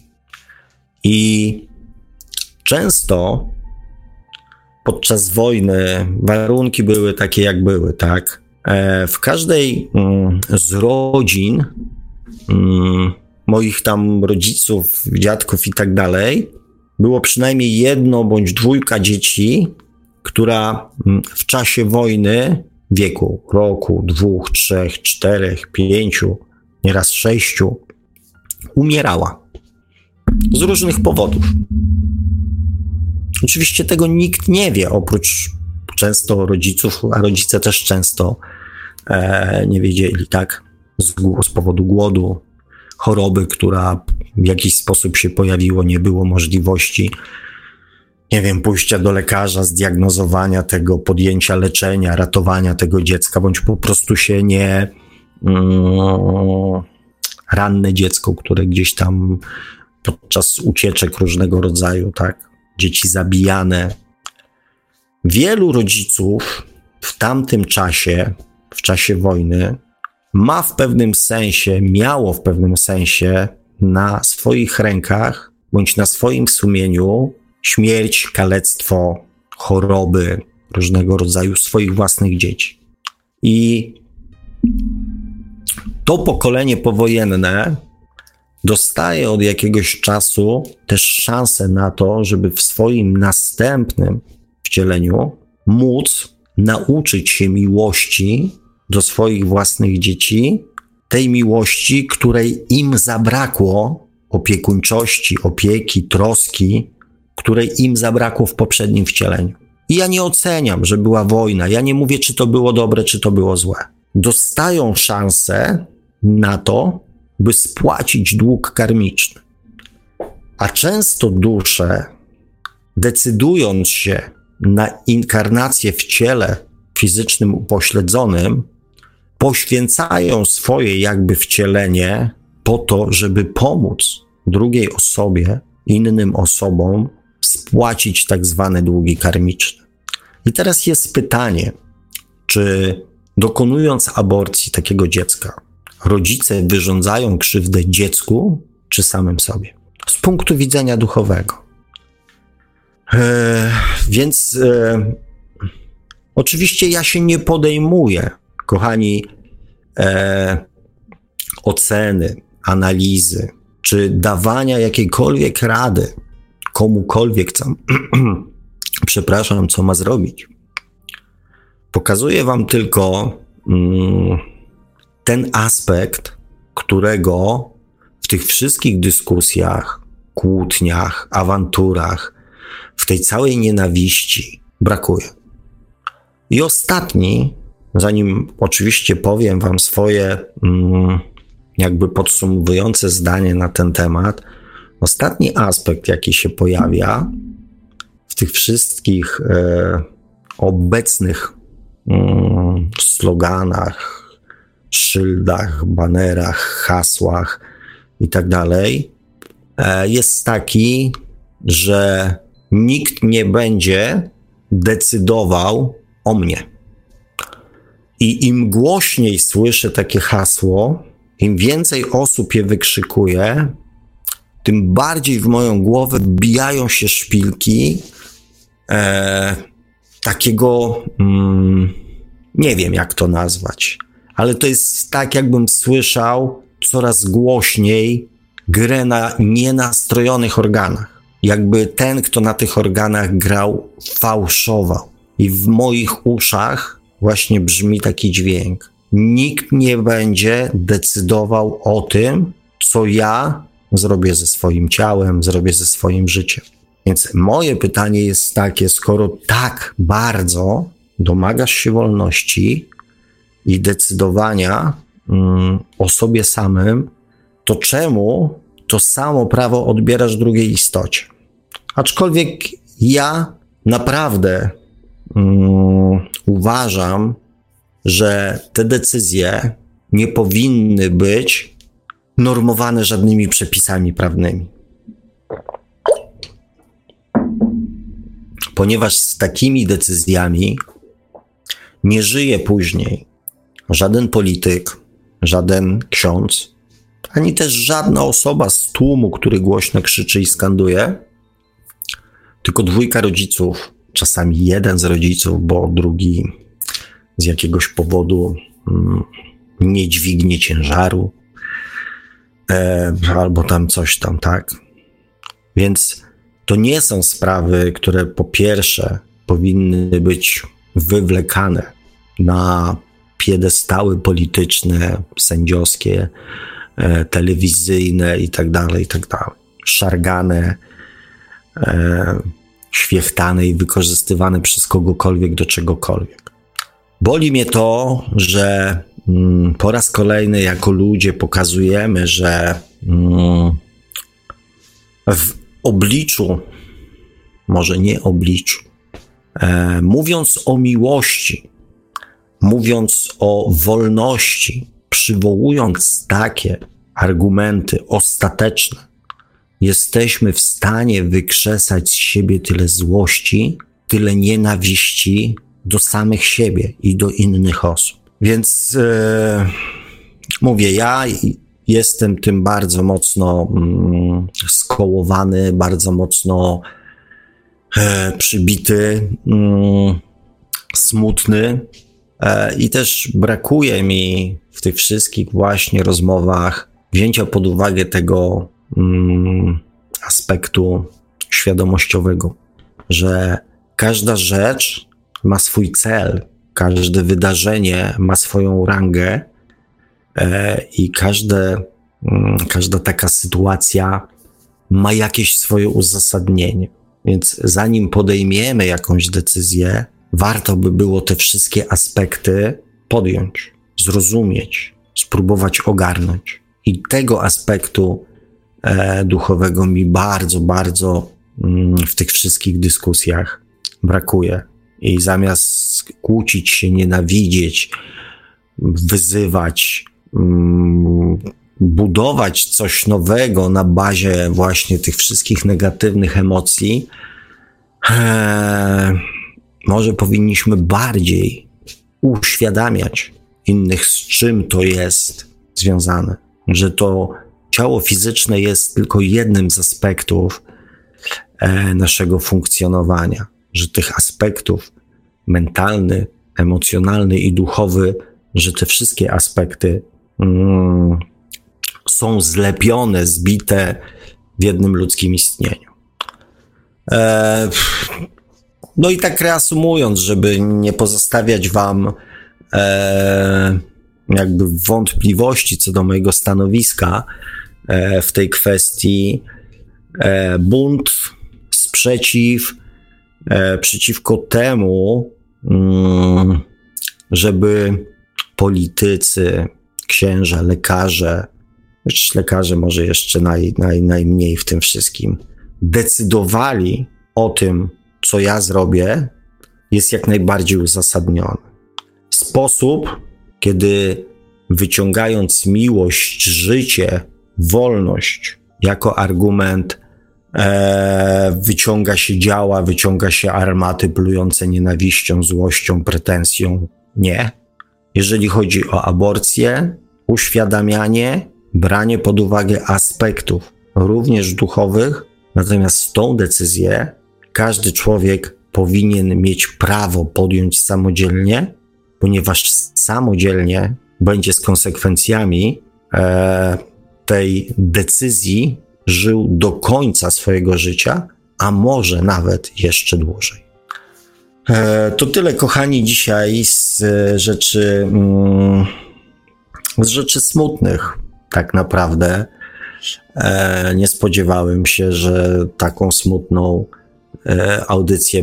I często podczas wojny warunki były takie, jak były, tak? W każdej z rodzin moich tam rodziców, dziadków i tak dalej było przynajmniej jedno bądź dwójka dzieci, która w czasie wojny wieku roku, 2, 3, 4, 5, nieraz 6 umierała z różnych powodów. Oczywiście tego nikt nie wie, oprócz często rodziców, a rodzice też często nie wiedzieli, tak? Z powodu głodu, choroby, która w jakiś sposób się pojawiło, nie było możliwości, nie wiem, pójścia do lekarza, zdiagnozowania tego, podjęcia leczenia, ratowania tego dziecka, bądź po prostu się nie ranne dziecko, które gdzieś tam podczas ucieczek różnego rodzaju, tak, dzieci zabijane. Wielu rodziców w tamtym czasie, w czasie wojny, miało w pewnym sensie na swoich rękach, bądź na swoim sumieniu śmierć, kalectwo, choroby różnego rodzaju swoich własnych dzieci. I to pokolenie powojenne dostaje od jakiegoś czasu też szansę na to, żeby w swoim następnym wcieleniu móc nauczyć się miłości do swoich własnych dzieci, tej miłości, której im zabrakło, opiekuńczości, opieki, troski, której im zabrakło w poprzednim wcieleniu. I ja nie oceniam, że była wojna, ja nie mówię, czy to było dobre, czy to było złe. Dostają szansę na to, by spłacić dług karmiczny. A często dusze, decydując się na inkarnację w ciele fizycznym upośledzonym, poświęcają swoje jakby wcielenie po to, żeby pomóc drugiej osobie, innym osobom spłacić tak zwane długi karmiczne. I teraz jest pytanie, czy dokonując aborcji takiego dziecka, rodzice wyrządzają krzywdę dziecku, czy samym sobie? Z punktu widzenia duchowego. Więc oczywiście ja się nie podejmuję, kochani, oceny, analizy, czy dawania jakiejkolwiek rady komukolwiek, co ma zrobić. Pokazuję wam tylko ten aspekt, którego w tych wszystkich dyskusjach, kłótniach, awanturach, w tej całej nienawiści brakuje. I ostatni, zanim oczywiście powiem wam swoje jakby podsumowujące zdanie na ten temat, ostatni aspekt, jaki się pojawia w tych wszystkich obecnych sloganach, szyldach, banerach, hasłach i tak dalej, jest taki, że nikt nie będzie decydował o mnie. I im głośniej słyszę takie hasło, im więcej osób je wykrzykuje, tym bardziej w moją głowę wbijają się szpilki takiego, nie wiem jak to nazwać, ale to jest tak, jakbym słyszał coraz głośniej grę na nienastrojonych organach. Jakby ten, kto na tych organach grał, fałszował. I w moich uszach właśnie brzmi taki dźwięk. Nikt nie będzie decydował o tym, co ja zrobię ze swoim ciałem, zrobię ze swoim życiem. Więc moje pytanie jest takie, skoro tak bardzo domagasz się wolności i decydowania o sobie samym, to czemu to samo prawo odbierasz drugiej istocie? Aczkolwiek ja naprawdę uważam, że te decyzje nie powinny być normowane żadnymi przepisami prawnymi. Ponieważ z takimi decyzjami nie żyje później żaden polityk, żaden ksiądz, ani też żadna osoba z tłumu, który głośno krzyczy i skanduje, tylko dwójka rodziców, czasami jeden z rodziców, bo drugi z jakiegoś powodu nie dźwignie ciężaru, albo tam coś tam, tak? Więc to nie są sprawy, które po pierwsze powinny być wywlekane na piedestały polityczne, sędziowskie, telewizyjne i tak dalej, szargane, świechtane i wykorzystywane przez kogokolwiek do czegokolwiek. Boli mnie to, że po raz kolejny jako ludzie pokazujemy, że w obliczu, może nie obliczu, mówiąc o miłości, mówiąc o wolności, przywołując takie argumenty ostateczne, jesteśmy w stanie wykrzesać z siebie tyle złości, tyle nienawiści do samych siebie i do innych osób. Więc mówię, ja jestem tym bardzo mocno skołowany, bardzo mocno przybity, smutny i też brakuje mi w tych wszystkich właśnie rozmowach wzięcia pod uwagę tego aspektu świadomościowego, że każda rzecz ma swój cel, każde wydarzenie ma swoją rangę i każda taka sytuacja ma jakieś swoje uzasadnienie. Więc zanim podejmiemy jakąś decyzję, warto by było te wszystkie aspekty podjąć, zrozumieć, spróbować ogarnąć. I tego aspektu duchowego mi bardzo, bardzo w tych wszystkich dyskusjach brakuje. I zamiast kłócić się, nienawidzieć, wyzywać, budować coś nowego na bazie właśnie tych wszystkich negatywnych emocji, może powinniśmy bardziej uświadamiać innych, z czym to jest związane. Że to ciało fizyczne jest tylko jednym z aspektów naszego funkcjonowania. Że tych aspektów mentalny, emocjonalny i duchowy, że te wszystkie aspekty są zlepione, zbite w jednym ludzkim istnieniu. No i tak reasumując, żeby nie pozostawiać wam jakby wątpliwości co do mojego stanowiska w tej kwestii, bunt, sprzeciw przeciwko temu, żeby politycy, księża, lekarze może jeszcze najmniej w tym wszystkim, decydowali o tym, co ja zrobię, jest jak najbardziej uzasadniony. Sposób, kiedy wyciągając miłość, życie, wolność jako argument, wyciąga się działa, wyciąga się armaty plujące nienawiścią, złością, pretensją. Nie. Jeżeli chodzi o aborcję, uświadamianie, branie pod uwagę aspektów również duchowych, natomiast tą decyzję każdy człowiek powinien mieć prawo podjąć samodzielnie, ponieważ samodzielnie będzie z konsekwencjami tej decyzji żył do końca swojego życia, a może nawet jeszcze dłużej. To tyle, kochani, dzisiaj z rzeczy smutnych. Tak naprawdę nie spodziewałem się, że taką smutną audycję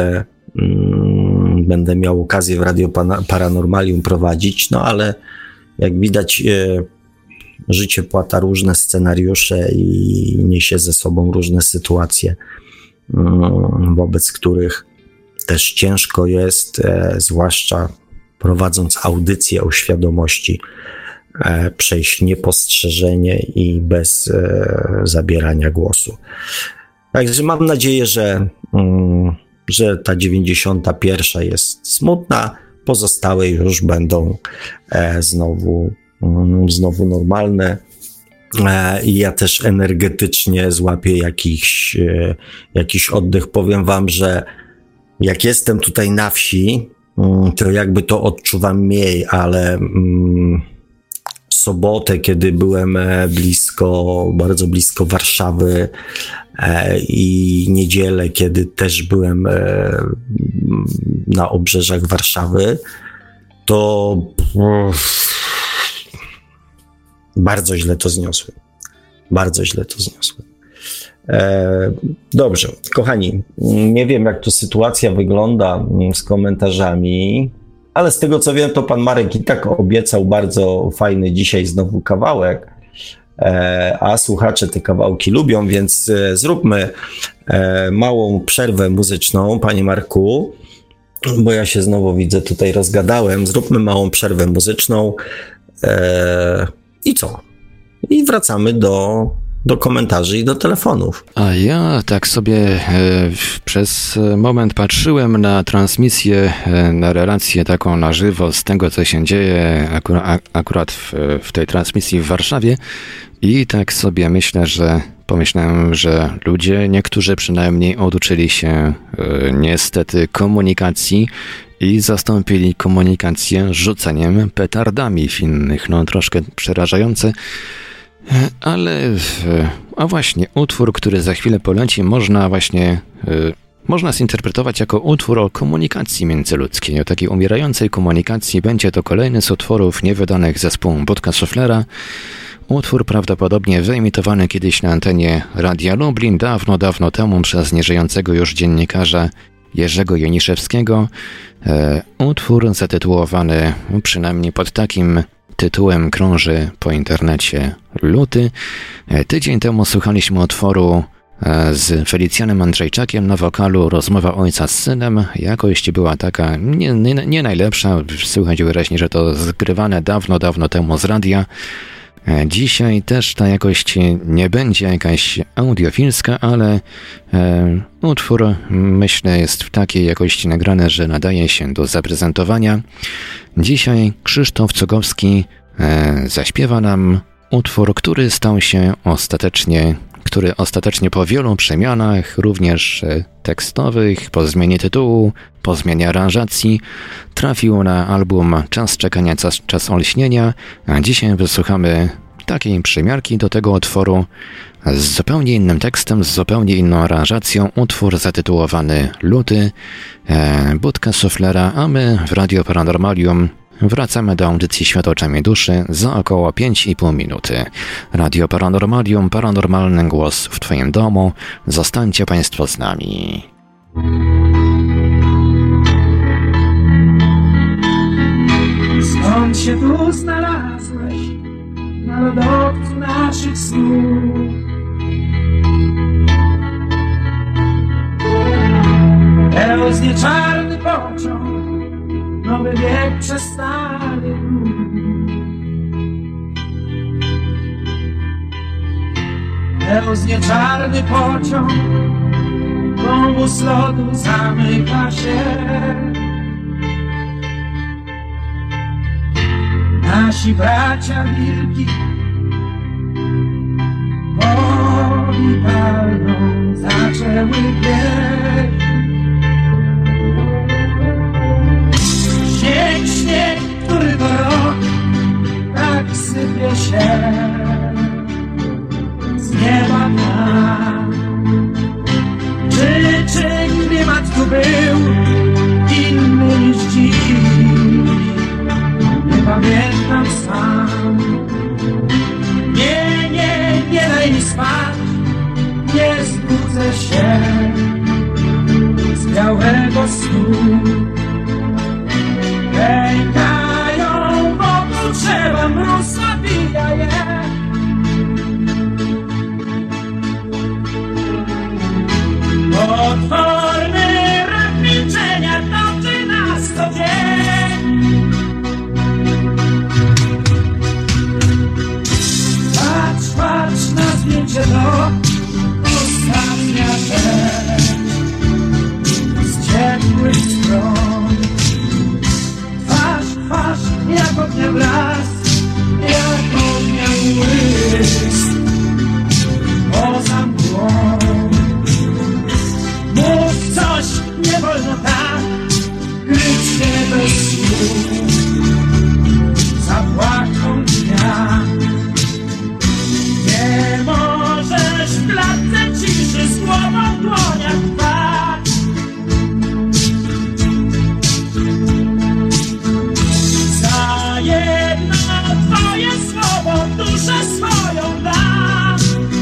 będę miał okazję w Radio Paranormalium prowadzić, no ale jak widać życie płata różne scenariusze i niesie ze sobą różne sytuacje, wobec których też ciężko jest, zwłaszcza prowadząc audycję o świadomości, przejść niepostrzeżenie i bez zabierania głosu. Także mam nadzieję, że ta 91. jest smutna, pozostałe już będą znowu normalne i ja też energetycznie złapię jakiś oddech. Powiem wam, że jak jestem tutaj na wsi, to jakby to odczuwam mniej, ale w sobotę, kiedy byłem bardzo blisko Warszawy, i niedzielę, kiedy też byłem na obrzeżach Warszawy, to bardzo źle to zniosłem. Dobrze, kochani, nie wiem, jak tu sytuacja wygląda z komentarzami, ale z tego co wiem, to pan Marek i tak obiecał bardzo fajny dzisiaj znowu kawałek, a słuchacze te kawałki lubią, więc zróbmy małą przerwę muzyczną, panie Marku, bo ja się znowu widzę tutaj rozgadałem. Zróbmy małą przerwę muzyczną i co? I wracamy do komentarzy i do telefonów. A ja tak sobie przez moment patrzyłem na transmisję, na relację taką na żywo z tego, co się dzieje akurat w tej transmisji w Warszawie i tak sobie pomyślałem, że ludzie, niektórzy przynajmniej oduczyli się niestety komunikacji i zastąpili komunikację rzucaniem petardami w innych, troszkę przerażające. Ale, a właśnie, utwór, który za chwilę poleci, można zinterpretować jako utwór o komunikacji międzyludzkiej, o takiej umierającej komunikacji. Będzie to kolejny z utworów niewydanych zespołu Budka Szuflera. Utwór prawdopodobnie wyemitowany kiedyś na antenie Radia Lublin dawno temu przez nieżyjącego już dziennikarza Jerzego Joniszewskiego. Utwór zatytułowany, przynajmniej pod takim tytułem krąży po internecie, Luty. Tydzień temu słuchaliśmy utworu z Felicjanem Andrzejczakiem na wokalu, rozmowa ojca z synem. Jakość była taka nie najlepsza, słychać wyraźnie, że to zgrywane dawno temu z radia. Dzisiaj też ta jakość nie będzie jakaś audiofilska, ale utwór, myślę, jest w takiej jakości nagrany, że nadaje się do zaprezentowania. Dzisiaj Krzysztof Cugowski zaśpiewa nam utwór, który ostatecznie po wielu przemianach, również tekstowych, po zmianie tytułu, po zmianie aranżacji, trafił na album Czas czekania, czas olśnienia, a dzisiaj wysłuchamy takiej przymiarki do tego utworu z zupełnie innym tekstem, z zupełnie inną aranżacją, utwór zatytułowany Luty, Budka Szuflera, a my w Radio Paranormalium wracamy do audycji Świat oczami duszy za około 5,5 minuty. Radio Paranormalium, paranormalny głos w twoim domu. Zostańcie państwo z nami. się tu znalazłeś, na lodowcu naszych snów. Pełznie czarny pociąg, nowy wiek przez stary dół. Pełznie czarny pociąg, wąwóz lodu zamyka się. Nasi bracia wilki powoli palną zaczęły bieg. Śnieg, śnieg, który to rok tak sypie się z nieba nam. Czy klimat tu był inny niż dziś? Nie pamiętam sam. Nie daj mi spać, nie zbudzę się z białego snu. Pękają wokół drzewa, mróz zabija je. Potworny rok milczenia toczy nas co dzień. Patrz na zdjęcie, to ostatnia rzecz z ciepłych stron. Twarz jak ognia blask, jak ognia błysk poza mgłą. Mów coś, nie wolno tak kryć się bez słów. Zapłakał dnia. Nie możesz w klatce ciszy z głową w dłoniach trwać. Za jedno twoje słowo duszę swoją dam.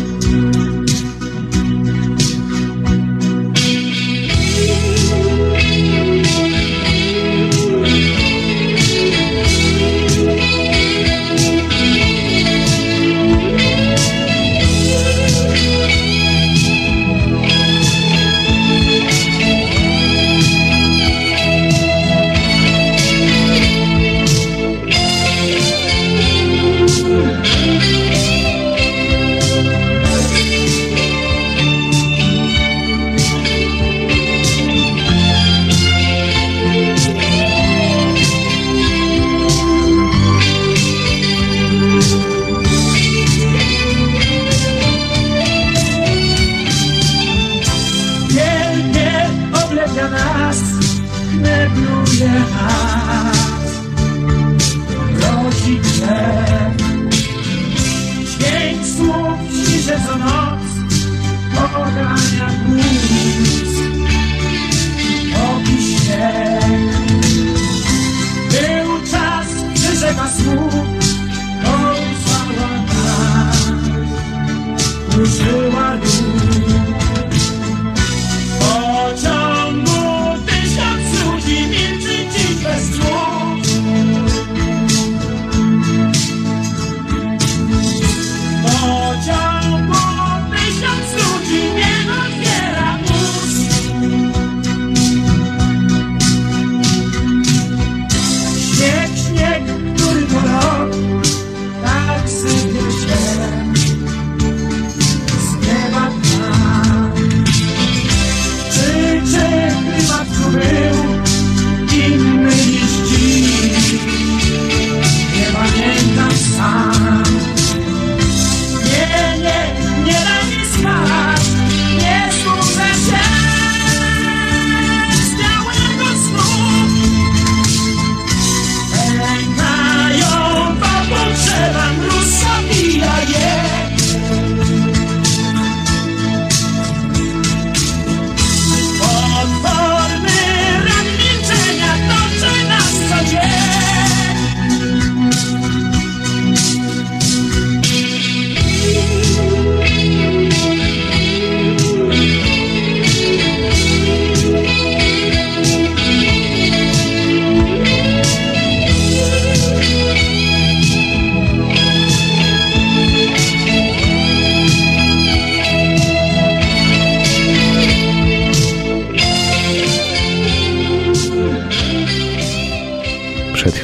Knebluje nas, rodzi grzew. Dźwięk słów w ciszy co noc pogania głos. Ogi śnieg. Był czas, przyrzeka słów, kołysała nas, użyła dół. Bez słów. Pociągu 1000 ludzi nie otwiera ust. Śnieg, który to rok tak sypie się z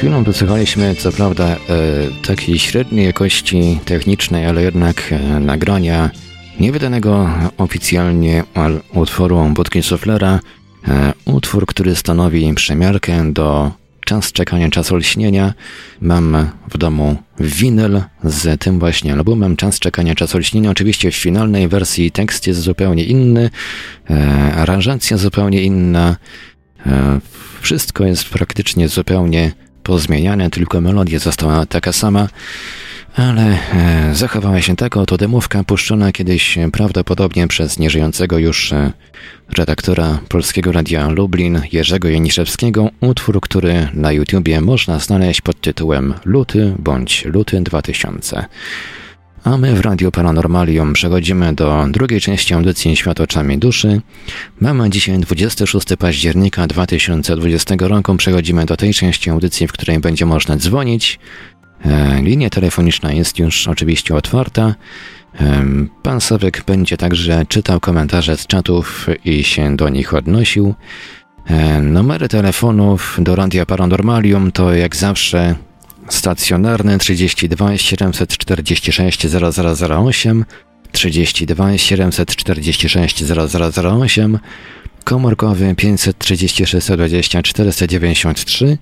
chwilą wysłuchaliśmy, co prawda, takiej średniej jakości technicznej, ale jednak nagrania niewydanego oficjalnie utworu Budki Suflera. Utwór, który stanowi przymiarkę do Czas czekania, czas olśnienia. Mam w domu winyl z tym właśnie albumem Czas czekania, czas olśnienia. Oczywiście w finalnej wersji tekst jest zupełnie inny, aranżacja zupełnie inna. Wszystko jest praktycznie zupełnie pozmieniane, tylko melodia została taka sama, ale zachowała się taka oto demówka puszczona kiedyś prawdopodobnie przez nieżyjącego już redaktora Polskiego Radia Lublin Jerzego Janiszewskiego, utwór, który na YouTubie można znaleźć pod tytułem Luty bądź Luty 2000. A my w Radiu Paranormalium przechodzimy do drugiej części audycji Świat oczami duszy. Mamy dzisiaj 26 października 2020 roku. Przechodzimy do tej części audycji, w której będzie można dzwonić. Linia telefoniczna jest już oczywiście otwarta. Pan Sławek będzie także czytał komentarze z czatów i się do nich odnosił. Numery telefonów do Radia Paranormalium to jak zawsze stacjonarny 32 746 0008, 32 746 0008, komórkowy 536 20 493,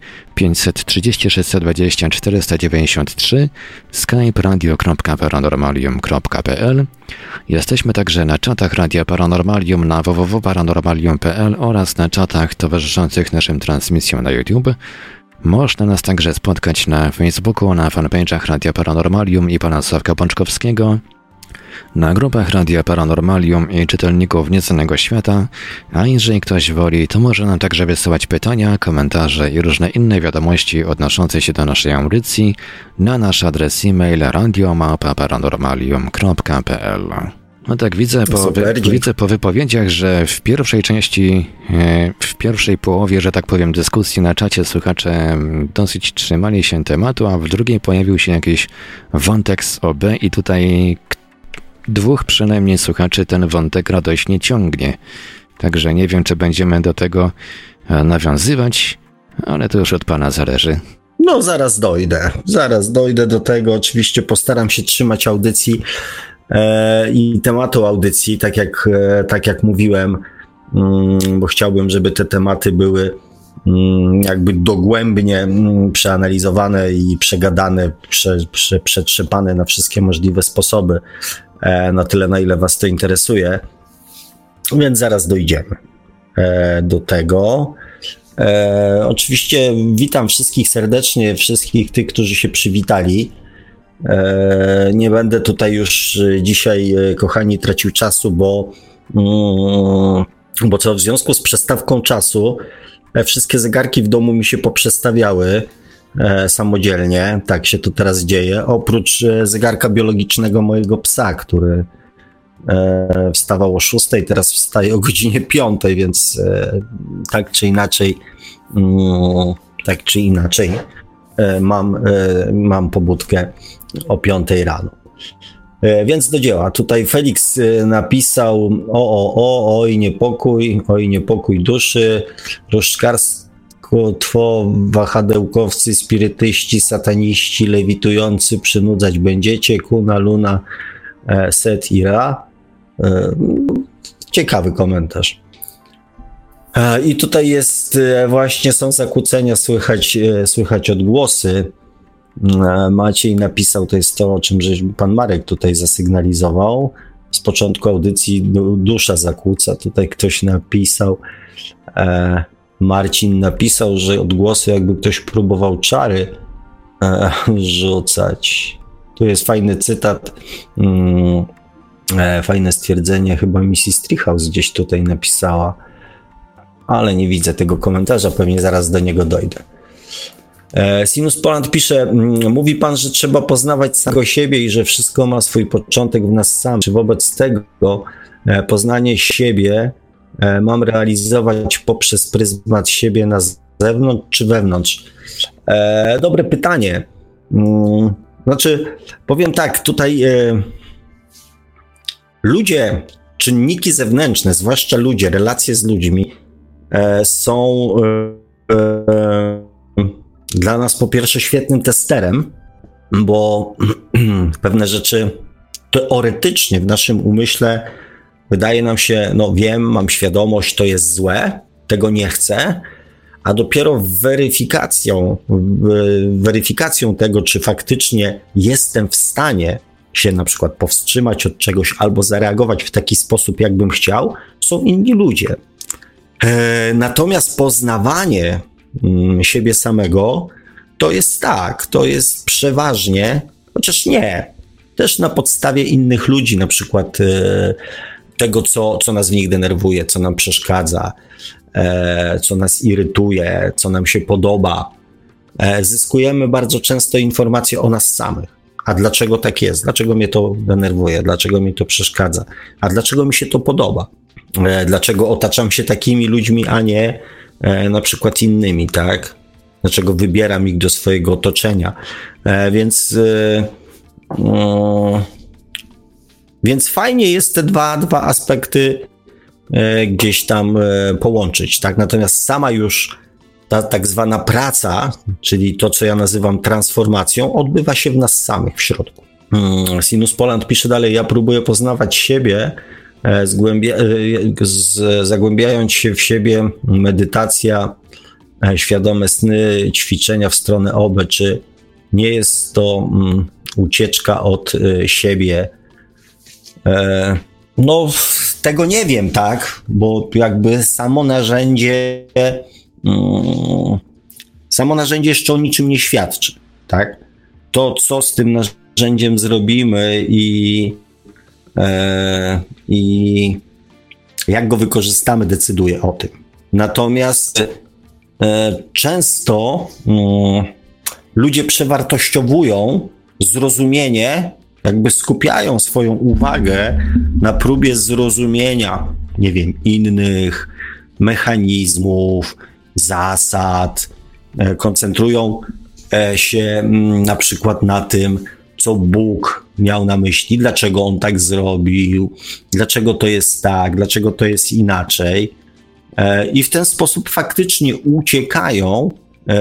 536 20 493, skype radio.paranormalium.pl. Jesteśmy także na czatach Radia Paranormalium na www.paranormalium.pl oraz na czatach towarzyszących naszym transmisjom na YouTube. Można nas także spotkać na Facebooku, na fanpage'ach Radia Paranormalium i pana Sławka Pączkowskiego, na grupach Radia Paranormalium i czytelników Nieznanego Świata, a jeżeli ktoś woli, to może nam także wysyłać pytania, komentarze i różne inne wiadomości odnoszące się do naszej audycji na nasz adres e-mail radio@paranormalium.pl. No tak, widzę po wypowiedziach, że w pierwszej części, w pierwszej połowie, że tak powiem, dyskusji na czacie słuchacze dosyć trzymali się tematu, a w drugiej pojawił się jakiś wątek z OB i tutaj dwóch przynajmniej słuchaczy ten wątek radośnie ciągnie. Także nie wiem, czy będziemy do tego nawiązywać, ale to już od pana zależy. No, zaraz dojdę do tego. Oczywiście postaram się trzymać audycji i tematu audycji, tak jak mówiłem, bo chciałbym, żeby te tematy były jakby dogłębnie przeanalizowane i przegadane, przetrzepane na wszystkie możliwe sposoby, na tyle, na ile was to interesuje. Więc zaraz dojdziemy do tego. Oczywiście witam wszystkich serdecznie, wszystkich tych, którzy się przywitali. Nie będę tutaj już dzisiaj, kochani, tracił czasu, bo co w związku z przestawką czasu wszystkie zegarki w domu mi się poprzestawiały samodzielnie. Tak się to teraz dzieje. Oprócz zegarka biologicznego mojego psa, który wstawał o 6, teraz wstaje o godzinie 5, więc tak czy inaczej mam pobudkę o 5 rano. Więc do dzieła. Tutaj Felix napisał oj niepokój duszy, różdżkarstwo, wahadełkowcy, spirytyści, sataniści, lewitujący, przynudzać będziecie, kuna, luna, set i ra. Ciekawy komentarz. I tutaj jest właśnie, są zakłócenia, słychać odgłosy. Maciej napisał, to jest to, o czym pan Marek tutaj zasygnalizował. Z początku audycji dusza zakłóca. Tutaj ktoś napisał, Marcin napisał, że odgłosy, jakby ktoś próbował czary rzucać. Tu jest fajny cytat, fajne stwierdzenie, chyba Mrs. Treehouse gdzieś tutaj napisała, ale nie widzę tego komentarza, pewnie zaraz do niego dojdę. Sinus Poland pisze, mówi pan, że trzeba poznawać samego siebie i że wszystko ma swój początek w nas samych. Czy wobec tego poznanie siebie mam realizować poprzez pryzmat siebie na zewnątrz czy wewnątrz? Dobre pytanie. Znaczy, powiem tak, tutaj ludzie, czynniki zewnętrzne, zwłaszcza ludzie, relacje z ludźmi są dla nas po pierwsze świetnym testerem, bo pewne rzeczy teoretycznie w naszym umyśle wydaje nam się, no wiem, mam świadomość, to jest złe, tego nie chcę, a dopiero weryfikacją tego, czy faktycznie jestem w stanie się na przykład powstrzymać od czegoś albo zareagować w taki sposób, jakbym chciał, są inni ludzie. Natomiast poznawanie siebie samego to jest tak, to jest przeważnie, chociaż nie, też na podstawie innych ludzi, na przykład tego, co nas w nich denerwuje, co nam przeszkadza, co nas irytuje, co nam się podoba. Zyskujemy bardzo często informacje o nas samych. A dlaczego tak jest? Dlaczego mnie to denerwuje? Dlaczego mi to przeszkadza? A dlaczego mi się to podoba? Dlaczego otaczam się takimi ludźmi, a nie na przykład innymi, tak? Dlaczego wybieram ich do swojego otoczenia? Więc fajnie jest te dwa aspekty gdzieś tam połączyć, tak? Natomiast sama już ta tak zwana praca, czyli to, co ja nazywam transformacją, odbywa się w nas samych w środku. Sinus Poland pisze dalej, ja próbuję poznawać siebie, zagłębiając się w siebie, medytacja, świadome sny, ćwiczenia w stronę OB, czy nie jest to ucieczka od siebie? No, tego nie wiem, tak, bo jakby samo narzędzie jeszcze o niczym nie świadczy, tak? To, co z tym narzędziem zrobimy i jak go wykorzystamy, decyduje o tym. Natomiast często ludzie przewartościowują zrozumienie, jakby skupiają swoją uwagę na próbie zrozumienia, nie wiem, innych mechanizmów, zasad, koncentrują się na przykład na tym, co Bóg miał na myśli, dlaczego on tak zrobił, dlaczego to jest tak, dlaczego to jest inaczej. I w ten sposób faktycznie uciekają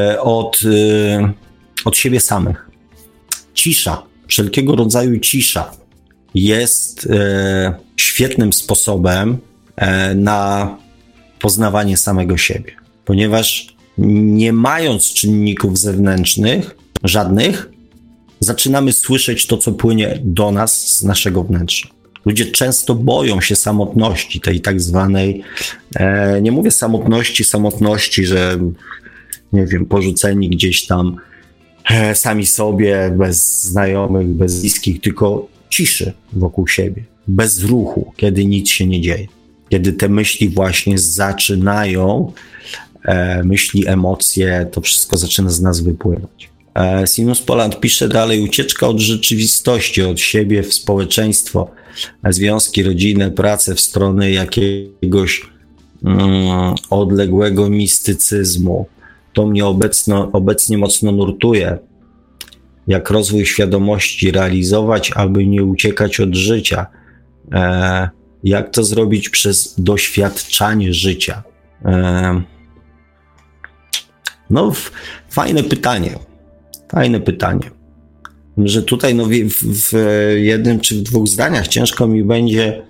od siebie samych. Cisza, wszelkiego rodzaju cisza jest świetnym sposobem na poznawanie samego siebie, ponieważ nie mając czynników zewnętrznych, żadnych, zaczynamy słyszeć to, co płynie do nas z naszego wnętrza. Ludzie często boją się samotności, tej tak zwanej, nie mówię samotności, że nie wiem, porzuceni gdzieś tam sami sobie, bez znajomych, bez bliskich, tylko ciszy wokół siebie, bez ruchu, kiedy nic się nie dzieje. Kiedy te myśli właśnie zaczynają, myśli, emocje, to wszystko zaczyna z nas wypływać. Sinus Poland pisze dalej, ucieczka od rzeczywistości, od siebie w społeczeństwo, związki rodzinne, pracę w stronę jakiegoś odległego mistycyzmu. To mnie obecnie mocno nurtuje. Jak rozwój świadomości realizować, aby nie uciekać od życia. Jak to zrobić przez doświadczanie życia? No, fajne pytanie. Że tutaj no, w jednym czy w dwóch zdaniach ciężko mi będzie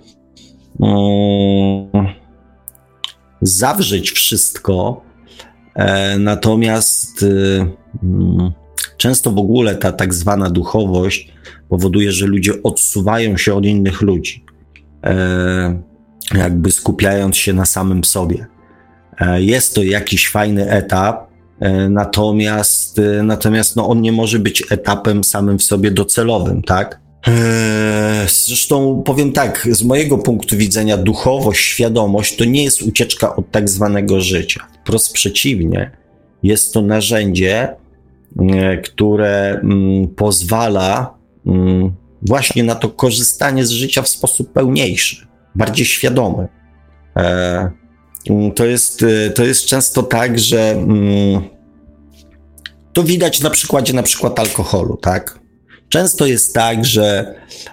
zawrzeć wszystko, natomiast często w ogóle ta tak zwana duchowość powoduje, że ludzie odsuwają się od innych ludzi, jakby skupiając się na samym sobie. Jest to jakiś fajny etap, natomiast no, on nie może być etapem samym w sobie docelowym, tak? Zresztą powiem tak, z mojego punktu widzenia duchowość, świadomość to nie jest ucieczka od tak zwanego życia. Wprost przeciwnie, jest to narzędzie, które pozwala właśnie na to korzystanie z życia w sposób pełniejszy, bardziej świadomy. To jest często tak, że to widać na przykładzie na przykład alkoholu, tak? Często jest tak, że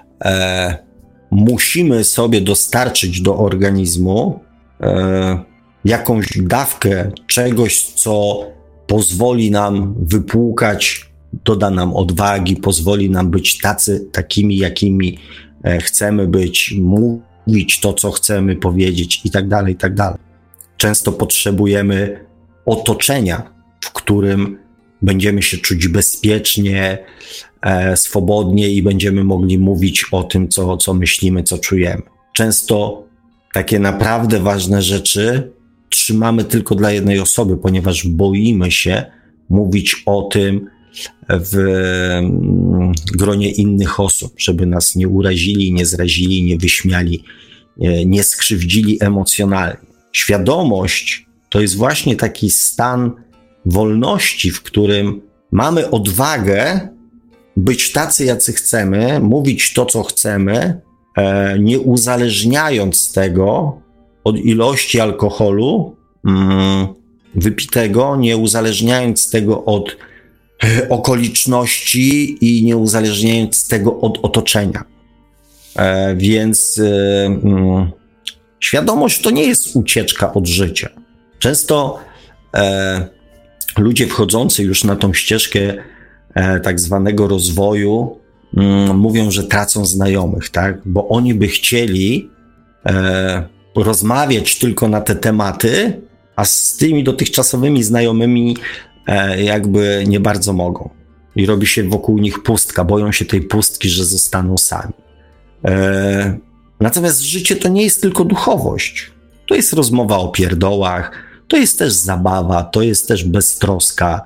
musimy sobie dostarczyć do organizmu jakąś dawkę czegoś, co pozwoli nam wypłukać, doda nam odwagi, pozwoli nam być takimi, jakimi chcemy być, mówić to, co chcemy powiedzieć i tak dalej, i tak dalej. Często potrzebujemy otoczenia, w którym będziemy się czuć bezpiecznie, swobodnie i będziemy mogli mówić o tym, co myślimy, co czujemy. Często takie naprawdę ważne rzeczy trzymamy tylko dla jednej osoby, ponieważ boimy się mówić o tym w gronie innych osób, żeby nas nie urazili, nie zrazili, nie wyśmiali, nie skrzywdzili emocjonalnie. Świadomość to jest właśnie taki stan wolności, w którym mamy odwagę być tacy, jacy chcemy, mówić to, co chcemy, nie uzależniając tego od ilości alkoholu wypitego, nie uzależniając tego od okoliczności i nie uzależniając tego od otoczenia. Więc świadomość to nie jest ucieczka od życia. Często ludzie wchodzący już na tą ścieżkę tak zwanego rozwoju mówią, że tracą znajomych, tak? Bo oni by chcieli rozmawiać tylko na te tematy, a z tymi dotychczasowymi znajomymi jakby nie bardzo mogą. I robi się wokół nich pustka, boją się tej pustki, że zostaną sami. Natomiast życie to nie jest tylko duchowość. To jest rozmowa o pierdołach, to jest też zabawa, to jest też beztroska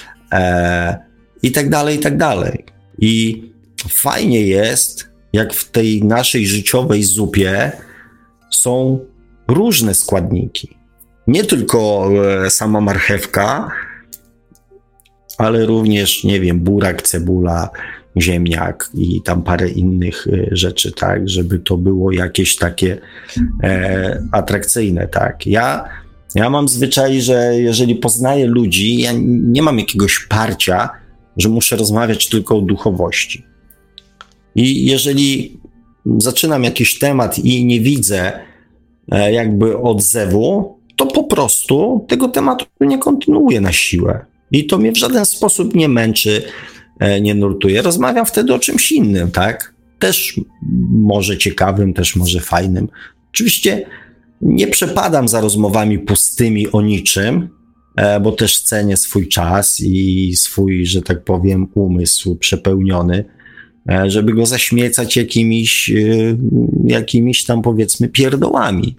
i tak dalej, i tak dalej. I fajnie jest, jak w tej naszej życiowej zupie są różne składniki. Nie tylko sama marchewka, ale również, nie wiem, burak, cebula, ziemniak i tam parę innych rzeczy, tak, żeby to było jakieś takie atrakcyjne, tak. Ja mam zwyczaj, że jeżeli poznaję ludzi, ja nie mam jakiegoś parcia, że muszę rozmawiać tylko o duchowości. I jeżeli zaczynam jakiś temat i nie widzę jakby odzewu, to po prostu tego tematu nie kontynuuję na siłę. I to mnie w żaden sposób nie męczy, nie nurtuje. Rozmawiam wtedy o czymś innym, tak? Też może ciekawym, też może fajnym. Oczywiście nie przepadam za rozmowami pustymi o niczym, bo też cenię swój czas i swój, że tak powiem, umysł przepełniony, żeby go zaśmiecać jakimiś tam, powiedzmy, pierdołami.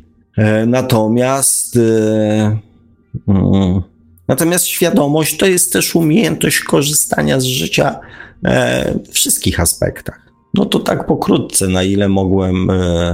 Natomiast świadomość to jest też umiejętność korzystania z życia w wszystkich aspektach. No to tak pokrótce, na ile mogłem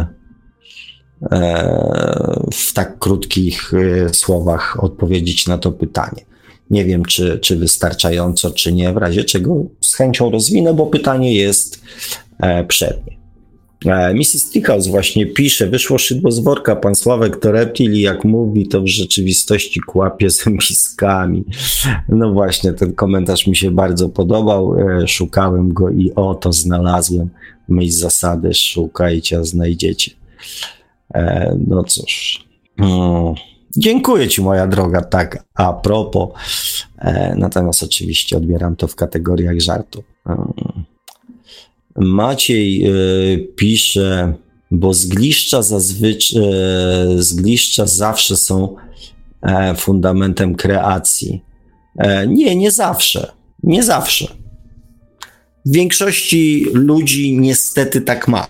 w tak krótkich słowach odpowiedzieć na to pytanie. Nie wiem, czy wystarczająco, czy nie, w razie czego z chęcią rozwinę, bo pytanie jest przednie. Mrs. Strickhouse właśnie pisze, wyszło szydło z worka, pan Sławek to reptil i jak mówi, to w rzeczywistości kłapie zębiskami. No właśnie, ten komentarz mi się bardzo podobał, szukałem go i oto znalazłem. Myśl zasady, szukajcie, a znajdziecie. No cóż, dziękuję ci, moja droga, tak a propos, natomiast oczywiście odbieram to w kategoriach żartu. Maciej pisze, bo zgliszcza zawsze są fundamentem kreacji. Nie zawsze. Nie zawsze. W większości ludzi niestety tak ma.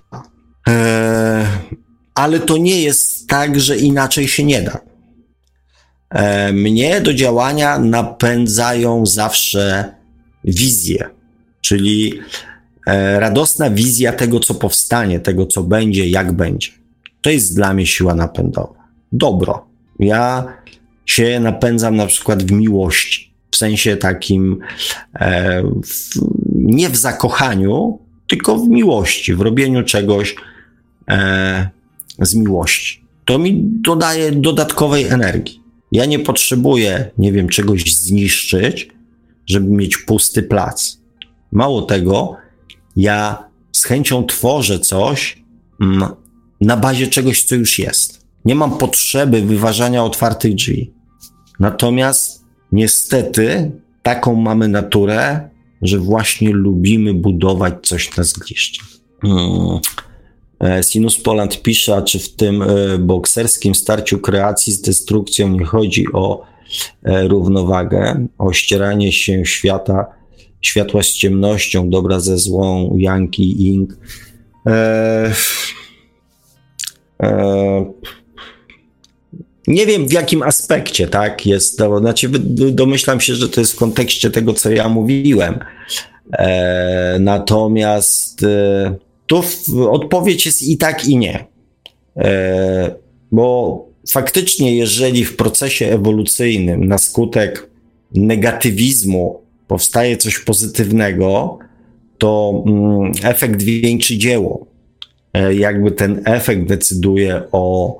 Ale to nie jest tak, że inaczej się nie da. Mnie do działania napędzają zawsze wizje, czyli radosna wizja tego, co powstanie, tego, co będzie, jak będzie. To jest dla mnie siła napędowa. Dobro. Ja się napędzam na przykład w miłości. W sensie takim nie w zakochaniu, tylko w miłości, w robieniu czegoś z miłości. To mi dodaje dodatkowej energii. Ja nie potrzebuję, nie wiem, czegoś zniszczyć, żeby mieć pusty plac. Mało tego, ja z chęcią tworzę coś na bazie czegoś, co już jest. Nie mam potrzeby wyważania otwartych drzwi. Natomiast niestety taką mamy naturę, że właśnie lubimy budować coś na zgliszczu. Sinus Poland pisze, a czy w tym bokserskim starciu kreacji z destrukcją nie chodzi o równowagę, o ścieranie się światła z ciemnością, dobra ze złą, yang i ying. Nie wiem w jakim aspekcie, tak, jest to, znaczy domyślam się, że to jest w kontekście tego, co ja mówiłem. Natomiast tu odpowiedź jest i tak, i nie. Bo faktycznie, jeżeli w procesie ewolucyjnym na skutek negatywizmu powstaje coś pozytywnego, to efekt wieńczy dzieło. Jakby ten efekt decyduje o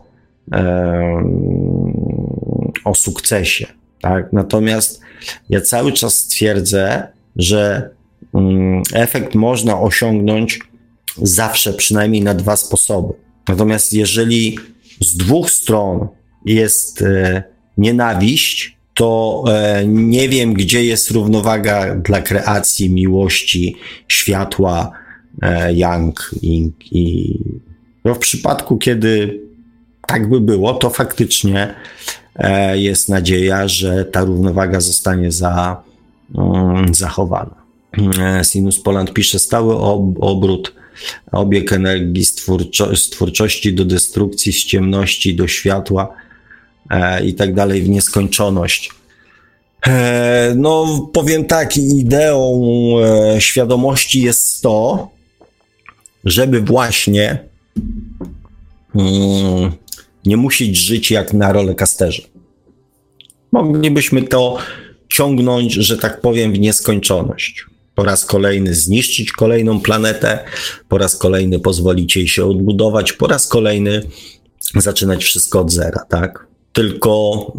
sukcesie. Tak? Natomiast ja cały czas twierdzę, że efekt można osiągnąć zawsze przynajmniej na 2 sposoby. Natomiast jeżeli z 2 stron jest nienawiść, to nie wiem, gdzie jest równowaga dla kreacji, miłości, światła, yang, ying i no w przypadku, kiedy tak by było, to faktycznie jest nadzieja, że ta równowaga zostanie zachowana. Sinus Poland pisze, stały obrót, obieg energii z twórczości do destrukcji, z ciemności do światła i tak dalej w nieskończoność. No powiem tak, ideą świadomości jest to, żeby właśnie nie musieć żyć jak na rollercoasterze. Moglibyśmy to ciągnąć, że tak powiem, w nieskończoność. Po raz kolejny zniszczyć kolejną planetę, po raz kolejny pozwolić jej się odbudować, po raz kolejny zaczynać wszystko od zera, tak? Tylko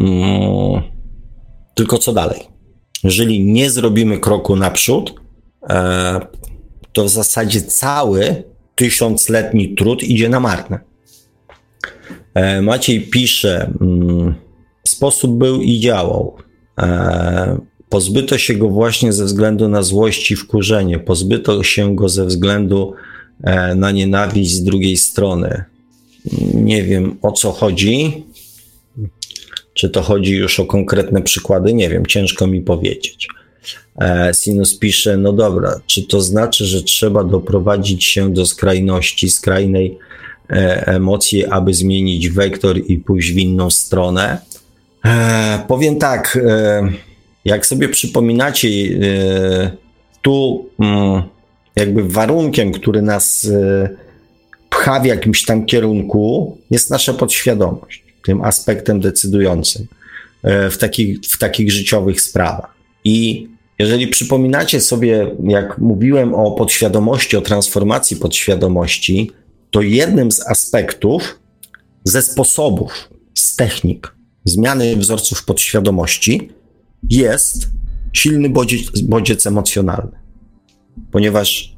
co dalej? Jeżeli nie zrobimy kroku naprzód, to w zasadzie cały 1000-letni trud idzie na marne. Maciej pisze, sposób był i działał. Pozbyto się go właśnie ze względu na złość i wkurzenie. Pozbyto się go ze względu na nienawiść z drugiej strony. Nie wiem, o co chodzi. Czy to chodzi już o konkretne przykłady? Nie wiem, ciężko mi powiedzieć. Sinus pisze, no dobra, czy to znaczy, że trzeba doprowadzić się do skrajności, skrajnej emocji, aby zmienić wektor i pójść w inną stronę? Powiem tak, jak sobie przypominacie, tu jakby warunkiem, który nas pcha w jakimś tam kierunku, jest nasza podświadomość, tym aspektem decydującym w takich życiowych sprawach. I jeżeli przypominacie sobie, jak mówiłem o podświadomości, o transformacji podświadomości, to jednym z aspektów, ze sposobów, z technik zmiany wzorców podświadomości jest silny bodziec emocjonalny. Ponieważ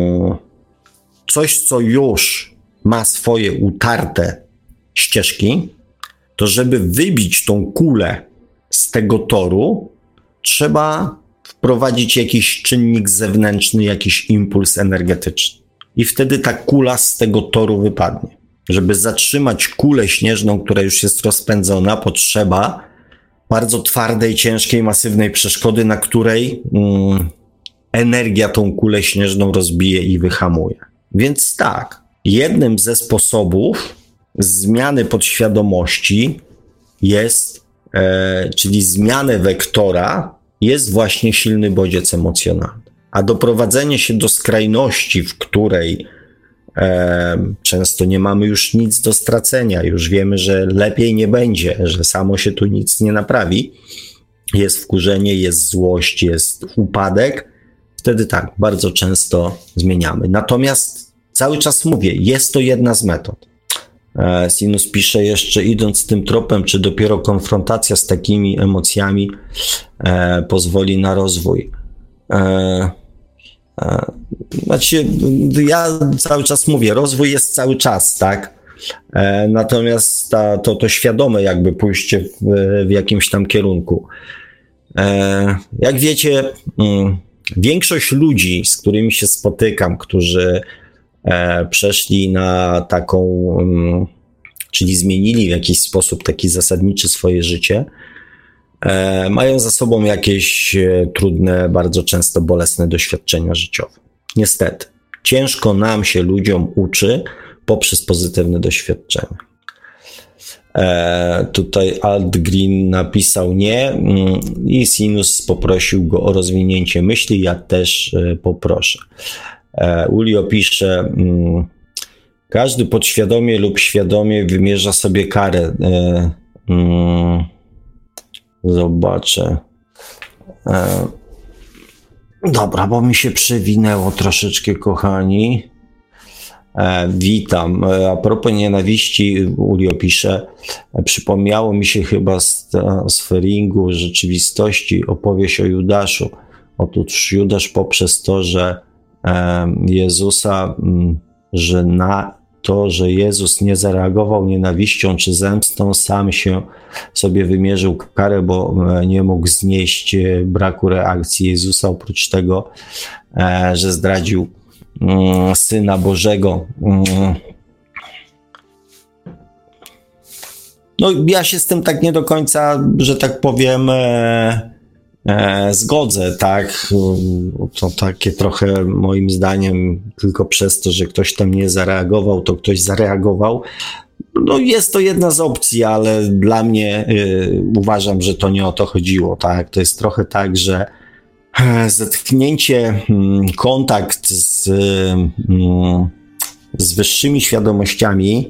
coś, co już ma swoje utarte ścieżki, to żeby wybić tą kulę z tego toru, trzeba wprowadzić jakiś czynnik zewnętrzny, jakiś impuls energetyczny. I wtedy ta kula z tego toru wypadnie. Żeby zatrzymać kulę śnieżną, która już jest rozpędzona, potrzeba bardzo twardej, ciężkiej, masywnej przeszkody, na której energia tą kulę śnieżną rozbije i wyhamuje. Więc tak, jednym ze sposobów zmiany podświadomości jest, czyli zmiany wektora, jest właśnie silny bodziec emocjonalny. A doprowadzenie się do skrajności, w której często nie mamy już nic do stracenia, już wiemy, że lepiej nie będzie, że samo się tu nic nie naprawi, jest wkurzenie, jest złość, jest upadek, wtedy tak, bardzo często zmieniamy. Natomiast cały czas mówię, jest to jedna z metod. Sinus pisze jeszcze, idąc tym tropem, czy dopiero konfrontacja z takimi emocjami pozwoli na rozwój. Znaczy, ja cały czas mówię, rozwój jest cały czas, tak? Natomiast to świadome jakby pójście w jakimś tam kierunku. Jak wiecie, większość ludzi, z którymi się spotykam, którzy przeszli na taką, czyli zmienili w jakiś sposób taki zasadniczy swoje życie, mają za sobą jakieś trudne, bardzo często bolesne doświadczenia życiowe. Niestety, ciężko nam się ludziom uczy poprzez pozytywne doświadczenia. Tutaj Alt Green napisał nie i Sinus poprosił go o rozwinięcie myśli, ja też poproszę. Ulio pisze, każdy podświadomie lub świadomie wymierza sobie karę. Zobaczę. Dobra, bo mi się przewinęło troszeczkę, kochani. Witam. A propos nienawiści, Ulio pisze, przypomniało mi się chyba z Feringu rzeczywistości opowieść o Judaszu. Otóż Judasz poprzez to, że Jezusa, że na to, że Jezus nie zareagował nienawiścią czy zemstą, sam się sobie wymierzył karę, bo nie mógł znieść braku reakcji Jezusa, oprócz tego, że zdradził Syna Bożego. No ja się z tym tak nie do końca, że tak powiem, zgodzę, tak. To takie trochę moim zdaniem tylko przez to, że ktoś tam nie zareagował, to ktoś zareagował. No jest to jedna z opcji, ale dla mnie uważam, że to nie o to chodziło, tak. To jest trochę tak, że zetknięcie, kontakt z wyższymi świadomościami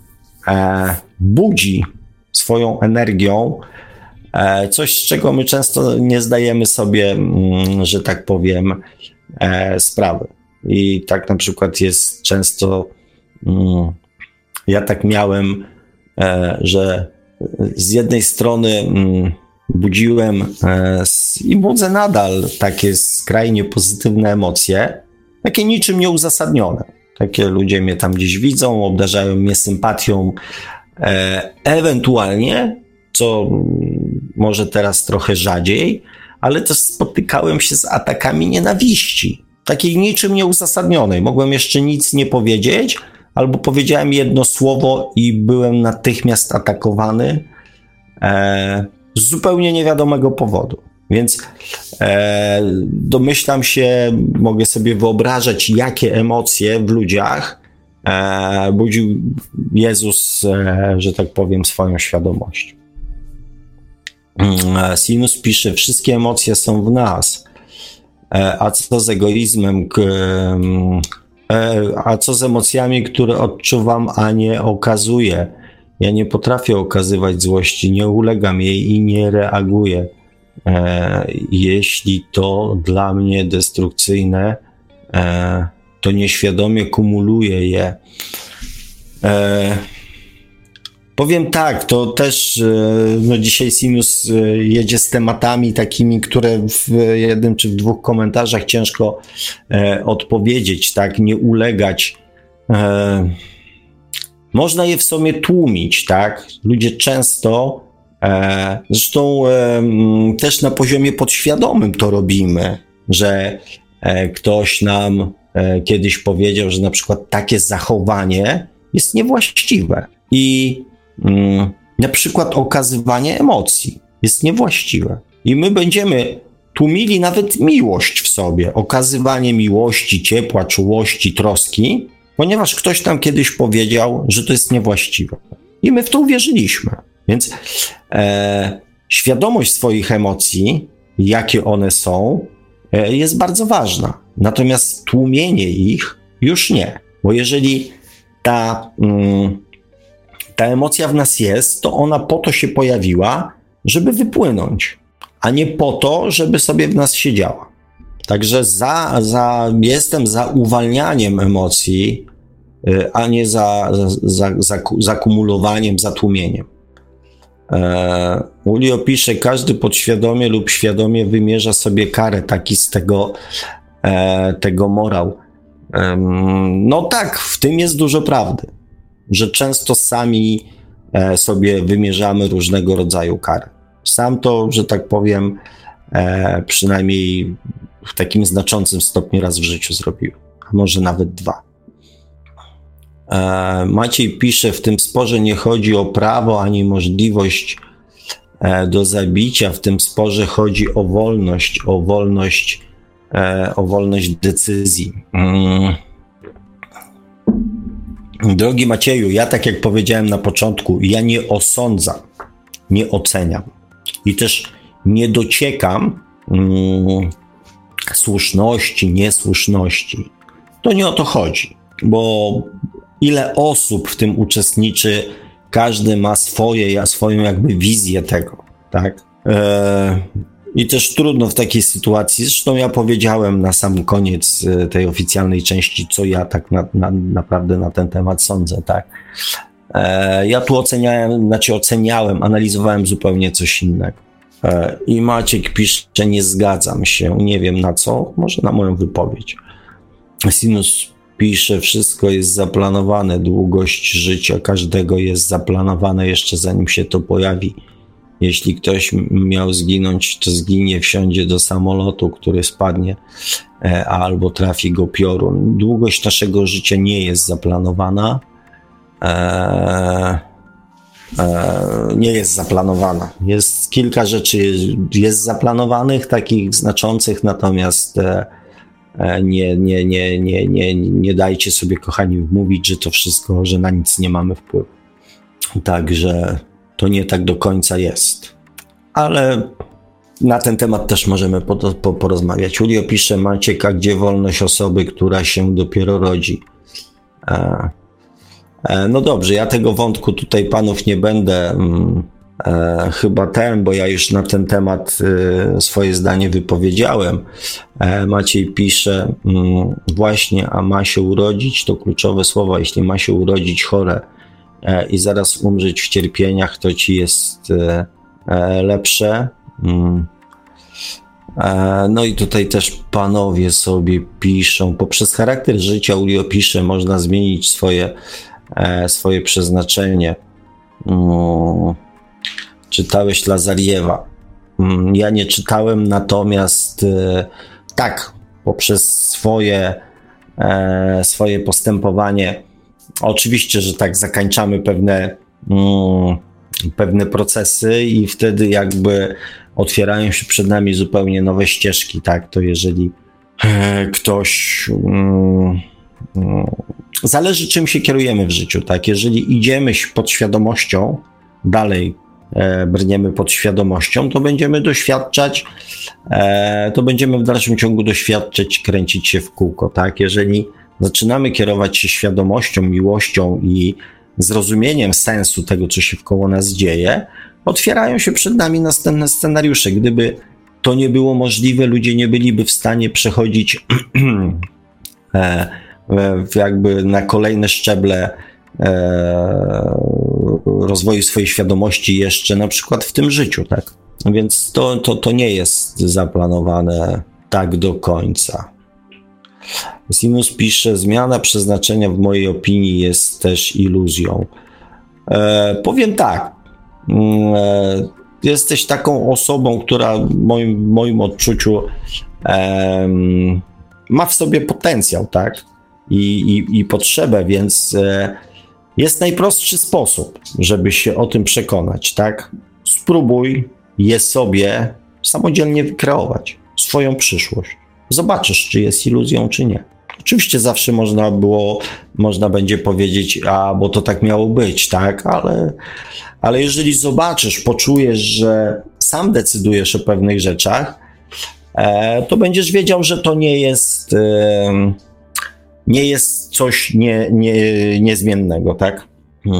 budzi swoją energią coś, z czego my często nie zdajemy sobie, że tak powiem, sprawy. I tak na przykład jest często, ja tak miałem, że z jednej strony budziłem i budzę nadal takie skrajnie pozytywne emocje, takie niczym nieuzasadnione. Takie ludzie mnie tam gdzieś widzą, obdarzają mnie sympatią, ewentualnie, co może teraz trochę rzadziej, ale też spotykałem się z atakami nienawiści, takiej niczym nieuzasadnionej. Mogłem jeszcze nic nie powiedzieć, albo powiedziałem jedno słowo i byłem natychmiast atakowany z zupełnie niewiadomego powodu. Więc domyślam się, mogę sobie wyobrażać, jakie emocje w ludziach budził Jezus, że tak powiem, swoją świadomością. Sinus pisze, wszystkie emocje są w nas. A co z egoizmem? A co z emocjami, które odczuwam, a nie okazuję? Ja nie potrafię okazywać złości, nie ulegam jej i nie reaguję. Jeśli to dla mnie destrukcyjne, to nieświadomie kumuluję je. Powiem tak, to też no dzisiaj Sinus jedzie z tematami takimi, które w jednym czy w dwóch komentarzach ciężko odpowiedzieć, tak, nie ulegać. Można je w sobie tłumić, tak? Ludzie często, zresztą też na poziomie podświadomym to robimy, że ktoś nam kiedyś powiedział, że na przykład takie zachowanie jest niewłaściwe i na przykład okazywanie emocji jest niewłaściwe. I my będziemy tłumili nawet miłość w sobie, okazywanie miłości, ciepła, czułości, troski, ponieważ ktoś tam kiedyś powiedział, że to jest niewłaściwe. I my w to uwierzyliśmy. Więc świadomość swoich emocji, jakie one są, jest bardzo ważna. Natomiast tłumienie ich już nie. Bo jeżeli ta emocja w nas jest, to ona po to się pojawiła, żeby wypłynąć, a nie po to, żeby sobie w nas siedziała. Także jestem za uwalnianiem emocji, a nie za kumulowaniem, za tłumieniem. Ulio pisze, każdy podświadomie lub świadomie wymierza sobie karę, taki z tego morał. No tak, w tym jest dużo prawdy, że często sami sobie wymierzamy różnego rodzaju kary. Sam to, że tak powiem, przynajmniej w takim znaczącym stopniu raz w życiu zrobiłem, a może nawet 2. Maciej pisze, w tym sporze nie chodzi o prawo ani możliwość do zabicia, w tym sporze chodzi o wolność decyzji. Drogi Macieju, ja tak jak powiedziałem na początku, ja nie osądzam, nie oceniam i też nie dociekam słuszności, niesłuszności. To nie o to chodzi, bo ile osób w tym uczestniczy, każdy ma swoją jakby wizję tego, tak? I też trudno w takiej sytuacji, zresztą ja powiedziałem na sam koniec tej oficjalnej części, co ja tak naprawdę na ten temat sądzę, tak? Ja tu oceniałem, analizowałem zupełnie coś innego. I Maciek pisze, że nie zgadzam się, nie wiem na co, może na moją wypowiedź. Sinus pisze, wszystko jest zaplanowane, długość życia każdego jest zaplanowana jeszcze zanim się to pojawi. Jeśli ktoś miał zginąć, to zginie, wsiądzie do samolotu, który spadnie, albo trafi go piorun. Długość naszego życia nie jest zaplanowana. Nie jest zaplanowana. Jest kilka rzeczy jest zaplanowanych, takich znaczących, natomiast nie dajcie sobie, kochani, mówić, że to wszystko, że na nic nie mamy wpływu. Także to nie tak do końca jest. Ale na ten temat też możemy porozmawiać. Julio pisze, Maciek, a gdzie wolność osoby, która się dopiero rodzi? No dobrze, ja tego wątku tutaj panów nie będę bo ja już na ten temat swoje zdanie wypowiedziałem. Maciej pisze, właśnie, a ma się urodzić, to kluczowe słowa, jeśli ma się urodzić chore i zaraz umrzeć w cierpieniach, to ci jest lepsze. No i tutaj też panowie sobie piszą, poprzez charakter życia, Julio pisze, można zmienić swoje przeznaczenie. Czytałeś Lazariewa? Ja nie czytałem, natomiast tak, poprzez swoje postępowanie, oczywiście, że tak, zakańczamy pewne procesy i wtedy jakby otwierają się przed nami zupełnie nowe ścieżki, tak, to jeżeli ktoś zależy, czym się kierujemy w życiu, tak, jeżeli idziemy podświadomością, dalej brniemy podświadomością, to będziemy w dalszym ciągu doświadczać, kręcić się w kółko, tak, jeżeli zaczynamy kierować się świadomością, miłością i zrozumieniem sensu tego, co się wkoło nas dzieje, otwierają się przed nami następne scenariusze. Gdyby to nie było możliwe, ludzie nie byliby w stanie przechodzić jakby na kolejne szczeble rozwoju swojej świadomości jeszcze na przykład w tym życiu, tak? Więc to nie jest zaplanowane tak do końca. Sinus pisze, zmiana przeznaczenia w mojej opinii jest też iluzją. Powiem tak, jesteś taką osobą, która w moim odczuciu ma w sobie potencjał, tak? I potrzebę, więc jest najprostszy sposób, żeby się o tym przekonać, tak? Spróbuj je sobie samodzielnie wykreować, swoją przyszłość. Zobaczysz, czy jest iluzją, czy nie. Oczywiście zawsze można będzie powiedzieć, bo to tak miało być, tak? Ale jeżeli zobaczysz, poczujesz, że sam decydujesz o pewnych rzeczach, to będziesz wiedział, że to nie jest coś niezmiennego, tak?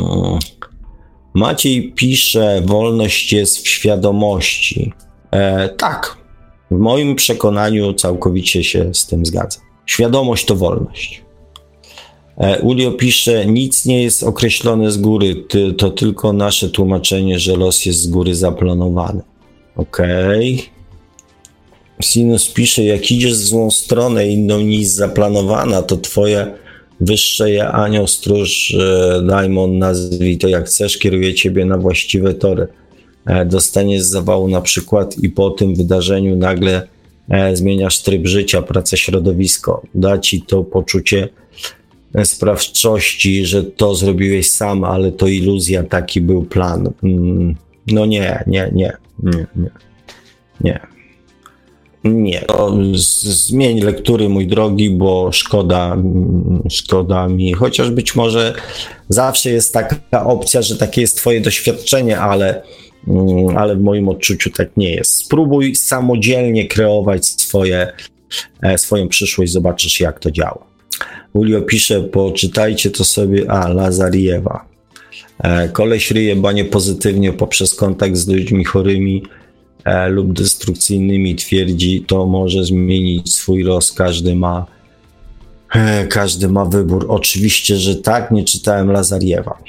Maciej pisze, wolność jest w świadomości. Tak, w moim przekonaniu całkowicie się z tym zgadzam. Świadomość to wolność. Julio pisze, nic nie jest określone z góry, to tylko nasze tłumaczenie, że los jest z góry zaplanowany. Okej. Sinus pisze, jak idziesz w złą stronę, inną niż zaplanowana, to twoje wyższe ja, anioł, stróż, daimon, nazwij to jak chcesz, kieruje ciebie na właściwe tory. dostaniesz zawału na przykład i po tym wydarzeniu nagle zmieniasz tryb życia, pracę, środowisko. Da ci to poczucie sprawczości, że to zrobiłeś sam, ale to iluzja, taki był plan. No nie. Nie, to zmień lektury, mój drogi, bo szkoda mi, chociaż być może zawsze jest taka opcja, że takie jest twoje doświadczenie, ale w moim odczuciu tak nie jest. Spróbuj samodzielnie kreować swoją przyszłość, zobaczysz, jak to działa. Julio pisze, poczytajcie to sobie, Lazariewa. Koleś ryje banie pozytywnie poprzez kontakt z ludźmi chorymi lub destrukcyjnymi, twierdzi, to może zmienić swój los, każdy ma wybór. Oczywiście, że tak, nie czytałem Lazariewa.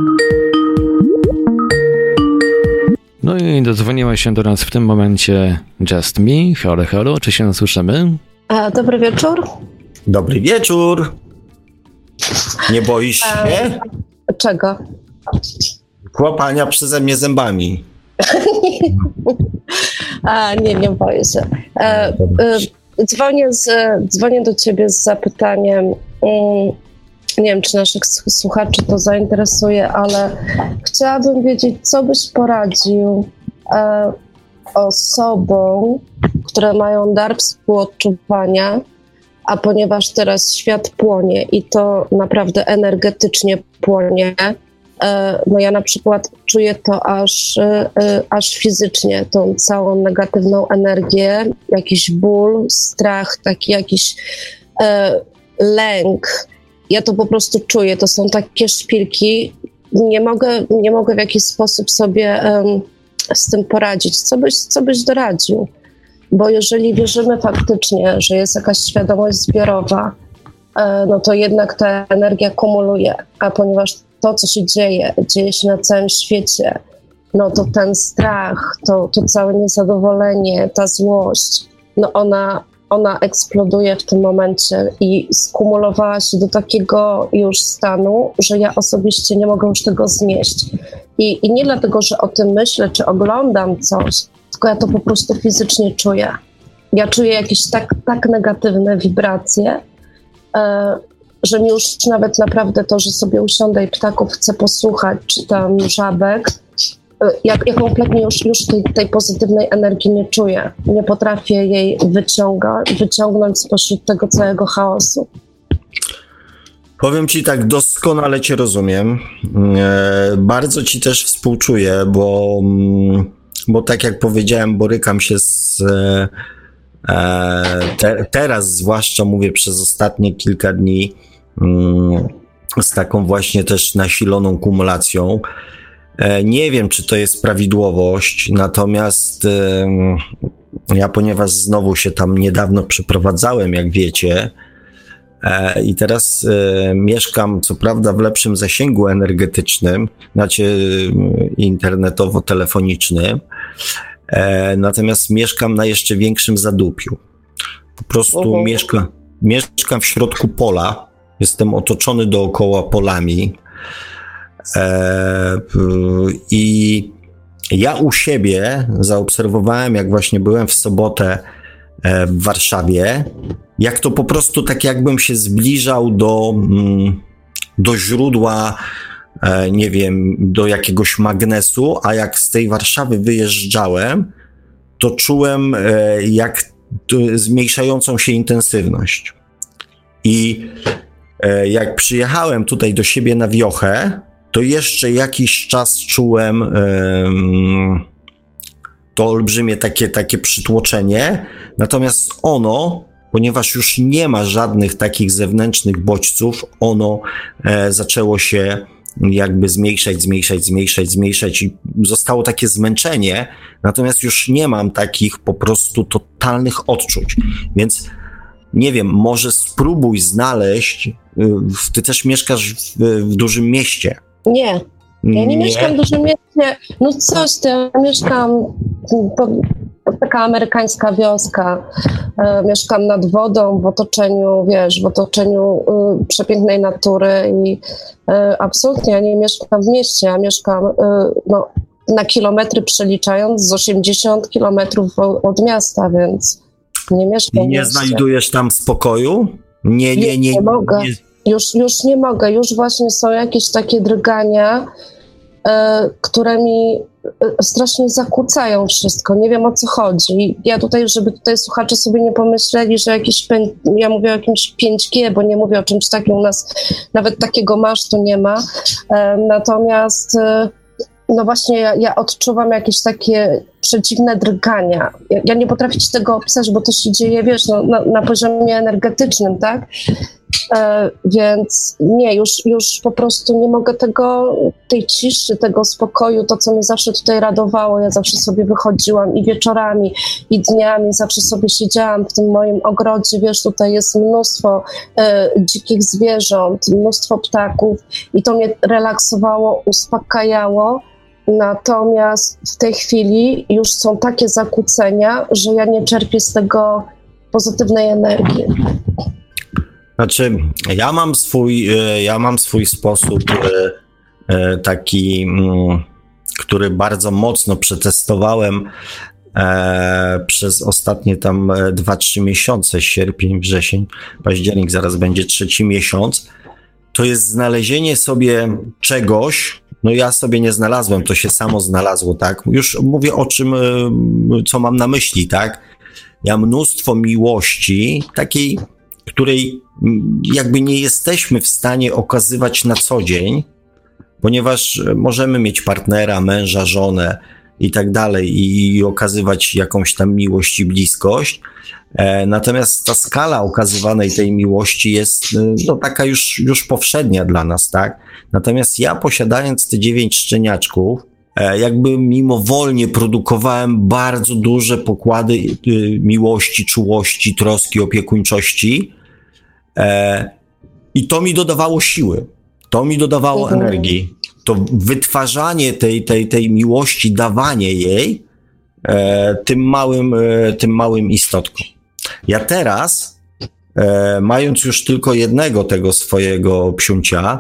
No i dodzwoniła się do nas w tym momencie Just Me. Halo, czy się słyszymy? Dobry wieczór. Dobry wieczór. Nie boisz się? Czego? Kłapania przeze mnie zębami. Nie boję się. Dzwonię do ciebie z zapytaniem, nie wiem, czy naszych słuchaczy to zainteresuje, ale chciałabym wiedzieć, co byś poradził osobom, które mają dar współodczuwania, a ponieważ teraz świat płonie i to naprawdę energetycznie płonie, no ja na przykład czuję to aż fizycznie, tą całą negatywną energię, jakiś ból, strach, taki jakiś lęk. Ja to po prostu czuję, to są takie szpilki. Nie mogę w jakiś sposób sobie z tym poradzić. Co byś doradził? Bo jeżeli wierzymy faktycznie, że jest jakaś świadomość zbiorowa, no to jednak ta energia kumuluje, a ponieważ to, co się dzieje się na całym świecie, no to ten strach, to całe niezadowolenie, ta złość, no ona eksploduje w tym momencie i skumulowała się do takiego już stanu, że ja osobiście nie mogę już tego znieść. I nie dlatego, że o tym myślę, czy oglądam coś, tylko ja to po prostu fizycznie czuję. Ja czuję jakieś tak negatywne wibracje, że mi już nawet naprawdę to, że sobie usiądę i ptaków chcę posłuchać, czy tam żabek, ja kompletnie już tej pozytywnej energii nie czuję. Nie potrafię jej wyciągnąć spośród tego całego chaosu. Powiem ci tak, doskonale cię rozumiem. Bardzo ci też współczuję, bo tak jak powiedziałem, borykam się teraz, zwłaszcza mówię przez ostatnie kilka dni, z taką właśnie też nasiloną kumulacją. Nie wiem, czy to jest prawidłowość, natomiast ja, ponieważ znowu się tam niedawno przeprowadzałem, jak wiecie, i teraz mieszkam, co prawda, w lepszym zasięgu energetycznym, znaczy internetowo-telefonicznym, natomiast mieszkam na jeszcze większym zadupiu. Po prostu mieszkam w środku pola, jestem otoczony dookoła polami i ja u siebie zaobserwowałem, jak właśnie byłem w sobotę w Warszawie, jak to po prostu tak jakbym się zbliżał do źródła, nie wiem, do jakiegoś magnesu, a jak z tej Warszawy wyjeżdżałem, to czułem jak zmniejszającą się intensywność. I jak przyjechałem tutaj do siebie na wiochę, to jeszcze jakiś czas czułem to olbrzymie takie przytłoczenie, natomiast ono, ponieważ już nie ma żadnych takich zewnętrznych bodźców, ono zaczęło się jakby zmniejszać i zostało takie zmęczenie, natomiast już nie mam takich po prostu totalnych odczuć, więc nie wiem, może spróbuj znaleźć, ty też mieszkasz w dużym mieście. Nie, ja nie mieszkam w dużym mieście, no coś ty, ja mieszkam, taka amerykańska wioska, mieszkam nad wodą, w otoczeniu, przepięknej natury i absolutnie ja nie mieszkam w mieście, ja mieszkam na kilometry przeliczając z 80 kilometrów od miasta, więc nie mieszkam. I nie znajdujesz tam spokoju? Nie mogę. Już nie mogę. Już właśnie są jakieś takie drgania, które mi strasznie zakłócają wszystko. Nie wiem, o co chodzi. Ja tutaj, żeby tutaj słuchacze sobie nie pomyśleli, że ja mówię o jakimś 5G, bo nie mówię o czymś takim. U nas nawet takiego masztu nie ma. Natomiast no właśnie ja odczuwam jakieś takie przedziwne drgania. Ja nie potrafię ci tego opisać, bo to się dzieje, wiesz, na poziomie energetycznym, tak? Więc nie, już po prostu nie mogę tej ciszy, tego spokoju, to co mnie zawsze tutaj radowało. Ja zawsze sobie wychodziłam i wieczorami, i dniami, zawsze sobie siedziałam w tym moim ogrodzie, wiesz, tutaj jest mnóstwo dzikich zwierząt, mnóstwo ptaków i to mnie relaksowało, uspokajało. Natomiast w tej chwili już są takie zakłócenia, że ja nie czerpię z tego pozytywnej energii. Znaczy, ja mam swój sposób taki, który bardzo mocno przetestowałem przez ostatnie tam 2-3 miesiące, sierpień, wrzesień, październik, zaraz będzie 3. miesiąc. To jest znalezienie sobie czegoś, no ja sobie nie znalazłem, to się samo znalazło, tak? Już mówię o czym, co mam na myśli, tak? Ja mnóstwo miłości, takiej, której jakby nie jesteśmy w stanie okazywać na co dzień, ponieważ możemy mieć partnera, męża, żonę i tak dalej i okazywać jakąś tam miłość i bliskość. Natomiast ta skala okazywanej tej miłości jest no, taka już powszednia dla nas, tak? Natomiast ja, posiadając te 9 szczeniaczków, jakby mimowolnie produkowałem bardzo duże pokłady miłości, czułości, troski, opiekuńczości i to mi dodawało siły, to mi dodawało energii. To wytwarzanie tej miłości, dawanie jej tym małym istotkom. Ja teraz, mając już tylko jednego tego swojego psiuncia,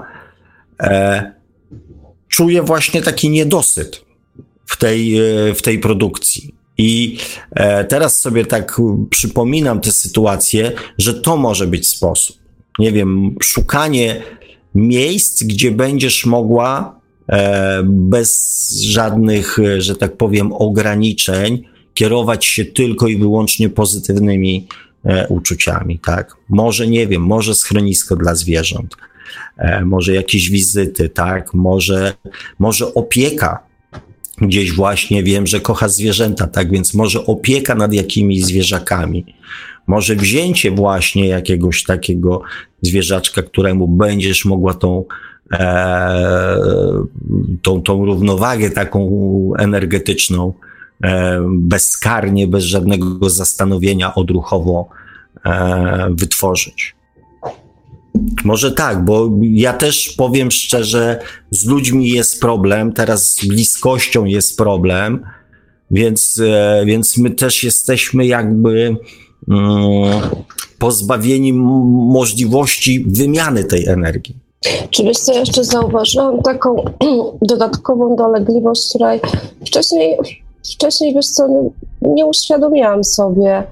czuję właśnie taki niedosyt w tej produkcji. I teraz sobie tak przypominam tę sytuację, że to może być sposób. Nie wiem, szukanie miejsc, gdzie będziesz mogła bez żadnych, że tak powiem, ograniczeń kierować się tylko i wyłącznie pozytywnymi uczuciami, tak? Może, nie wiem, może schronisko dla zwierząt, może jakieś wizyty, tak? Może opieka. Gdzieś właśnie wiem, że kocha zwierzęta, tak? Więc może opieka nad jakimiś zwierzakami. Może wzięcie właśnie jakiegoś takiego zwierzaczka, któremu będziesz mogła tą równowagę taką energetyczną bezkarnie, bez żadnego zastanowienia odruchowo wytworzyć. Może tak, bo ja też powiem szczerze, z ludźmi jest problem, teraz z bliskością jest problem, więc my też jesteśmy jakby pozbawieni możliwości wymiany tej energii. Czy wiesz co, jeszcze zauważyłam taką dodatkową dolegliwość, której wcześniej wiesz co, nie uświadomiłam sobie.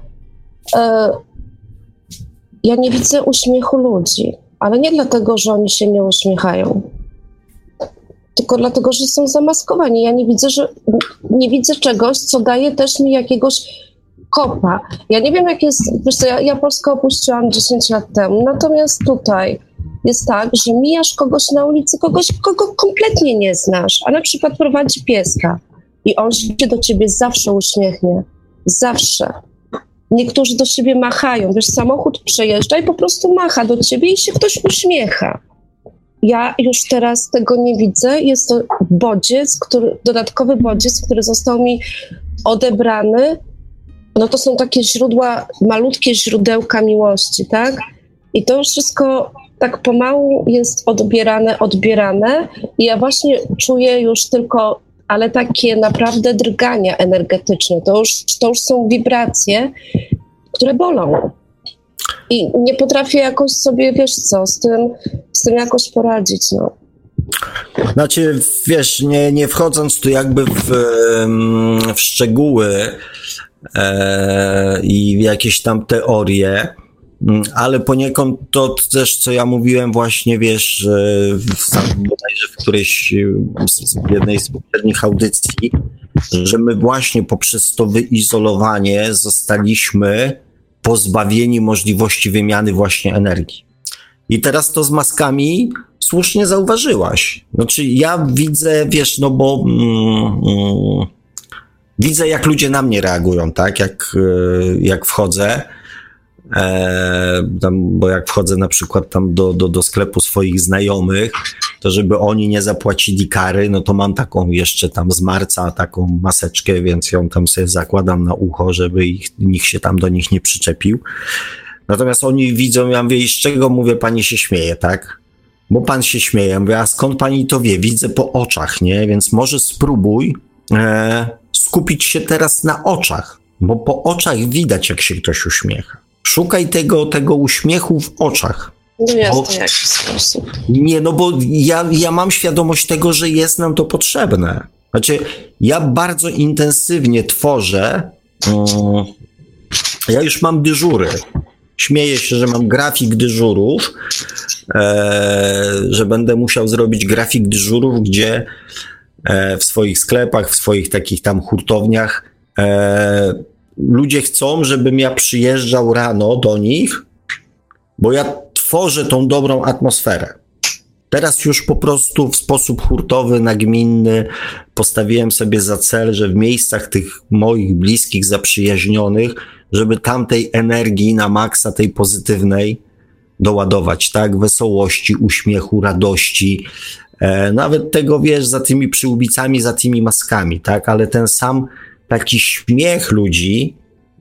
Ja nie widzę uśmiechu ludzi, ale nie dlatego, że oni się nie uśmiechają, tylko dlatego, że są zamaskowani. Ja nie widzę czegoś, co daje też mi jakiegoś kopa. Ja nie wiem, jak jest, wiesz co, ja Polskę opuściłam 10 lat temu, natomiast tutaj jest tak, że mijasz kogoś na ulicy, kogo kompletnie nie znasz, a na przykład prowadzi pieska i on się do ciebie zawsze uśmiechnie. Zawsze. Niektórzy do siebie machają, wiesz, samochód przejeżdża i po prostu macha do ciebie i się ktoś uśmiecha. Ja już teraz tego nie widzę. Jest to bodziec, dodatkowy bodziec, który został mi odebrany. No to są takie malutkie źródełka miłości, tak? I to już wszystko tak pomału jest odbierane i ja właśnie czuję już tylko, ale takie naprawdę drgania energetyczne. To już są wibracje, które bolą. I nie potrafię jakoś sobie, wiesz co, z tym jakoś poradzić, no. Znaczy, wiesz, nie wchodząc tu jakby w szczegóły i w jakieś tam teorie, ale poniekąd to też, co ja mówiłem właśnie, wiesz, bodajże w jednej z poprzednich audycji, że my właśnie poprzez to wyizolowanie zostaliśmy pozbawieni możliwości wymiany właśnie energii. I teraz to z maskami słusznie zauważyłaś. Znaczy ja widzę, wiesz, no bo widzę, jak ludzie na mnie reagują, tak? Jak wchodzę, bo jak wchodzę na przykład tam do sklepu swoich znajomych, to żeby oni nie zapłacili kary, no to mam taką jeszcze tam z marca taką maseczkę, więc ją tam sobie zakładam na ucho, żeby nikt się tam do nich nie przyczepił. Natomiast oni widzą, ja mówię, i z czego, mówię, pani się śmieje, tak? Bo pan się śmieje. Ja mówię, a skąd pani to wie? Widzę po oczach, nie? Więc może spróbuj skupić się teraz na oczach, bo po oczach widać, jak się ktoś uśmiecha. Szukaj tego uśmiechu w oczach. No jest to w jakiś sposób. Nie, no bo ja mam świadomość tego, że jest nam to potrzebne. Znaczy, ja bardzo intensywnie tworzę, ja już mam dyżury. Śmieję się, że mam grafik dyżurów, że będę musiał zrobić grafik dyżurów, gdzie w swoich sklepach, w swoich takich tam hurtowniach ludzie chcą, żebym ja przyjeżdżał rano do nich, bo ja tworzę tą dobrą atmosferę. Teraz już po prostu w sposób hurtowy, nagminny postawiłem sobie za cel, że w miejscach tych moich bliskich, zaprzyjaźnionych, żeby tamtej energii na maksa, tej pozytywnej doładować, tak? Wesołości, uśmiechu, radości, nawet tego, wiesz, za tymi przyłbicami, za tymi maskami, tak? Ale ten sam taki śmiech ludzi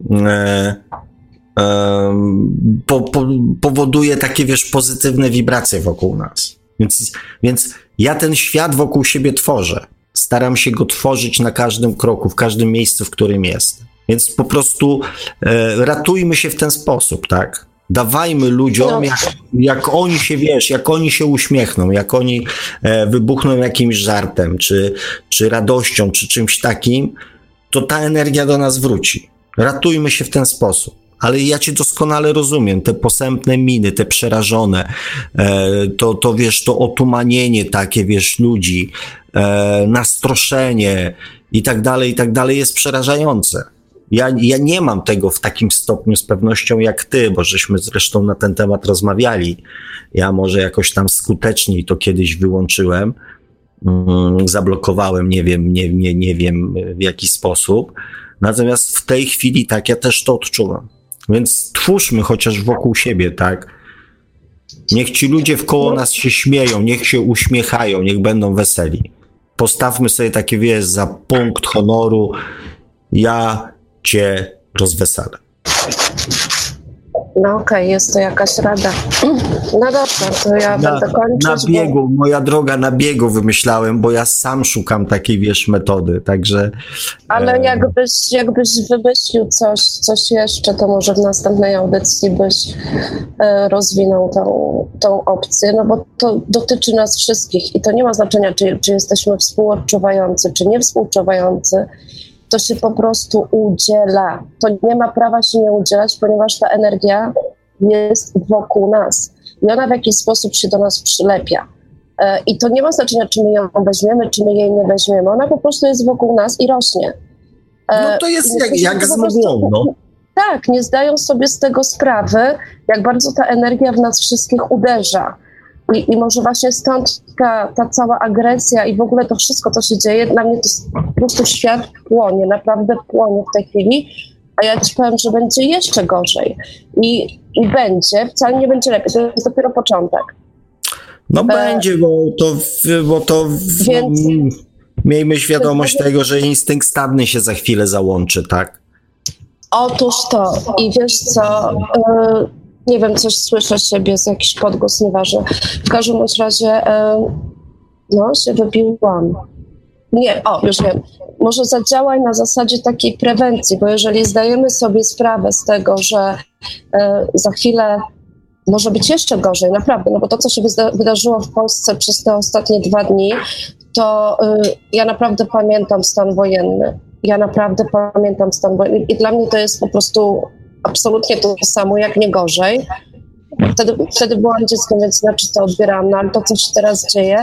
powoduje takie, wiesz, pozytywne wibracje wokół nas. Więc ja ten świat wokół siebie tworzę. Staram się go tworzyć na każdym kroku, w każdym miejscu, w którym jest. Więc po prostu ratujmy się w ten sposób, tak? Dawajmy ludziom, jak oni się, wiesz, jak oni się uśmiechną, jak oni wybuchną jakimś żartem, czy radością, czy czymś takim, to ta energia do nas wróci. Ratujmy się w ten sposób. Ale ja cię doskonale rozumiem, te posępne miny, te przerażone, to wiesz, to otumanienie takie, wiesz, ludzi, nastroszenie i tak dalej jest przerażające. Ja nie mam tego w takim stopniu z pewnością jak ty, bo żeśmy zresztą na ten temat rozmawiali. Ja może jakoś tam skuteczniej to kiedyś wyłączyłem, zablokowałem, nie wiem w jaki sposób. Natomiast w tej chwili tak, ja też to odczuwam. Więc twórzmy chociaż wokół siebie, tak? Niech ci ludzie wkoło nas się śmieją, niech się uśmiechają, niech będą weseli. Postawmy sobie takie, wiesz, za punkt honoru, ja cię rozweselę. No okej, jest to jakaś rada. No dobrze, to ja będę kończyć. Na biegu, moja droga, na biegu wymyślałem, bo ja sam szukam takiej, wiesz, metody, także... Ale jakbyś wymyślił coś jeszcze, to może w następnej audycji byś rozwinął tą opcję, no bo to dotyczy nas wszystkich i to nie ma znaczenia, czy jesteśmy współodczuwający, czy nie współczuwający. To się po prostu udziela. To nie ma prawa się nie udzielać, ponieważ ta energia jest wokół nas i ona w jakiś sposób się do nas przylepia. I to nie ma znaczenia, czy my ją weźmiemy, czy my jej nie weźmiemy. Ona po prostu jest wokół nas i rośnie. No to jest jak z mgłą, no. Tak, nie zdają sobie z tego sprawy, jak bardzo ta energia w nas wszystkich uderza. I może właśnie stąd ta cała agresja i w ogóle to wszystko, co się dzieje, dla mnie to jest po prostu świat płonie, naprawdę płonie w tej chwili, a ja ci powiem, że będzie jeszcze gorzej. I będzie, wcale nie będzie lepiej, to jest dopiero początek. No będzie, bo to więc, miejmy świadomość tego, że instynkt stadny się za chwilę załączy, tak? Otóż to. I wiesz co... nie wiem, coś słyszę siebie, jest jakiś podgłos, nieważne. W każdym razie, się wybiłam. Nie, już wiem. Może zadziałaj na zasadzie takiej prewencji, bo jeżeli zdajemy sobie sprawę z tego, że za chwilę może być jeszcze gorzej, naprawdę, no bo to, co się wydarzyło w Polsce przez te ostatnie 2 dni, to ja naprawdę pamiętam stan wojenny. I dla mnie to jest po prostu absolutnie to samo, jak nie gorzej. Wtedy byłam dzieckiem, więc inaczej to odbierałam, no ale to, co się teraz dzieje,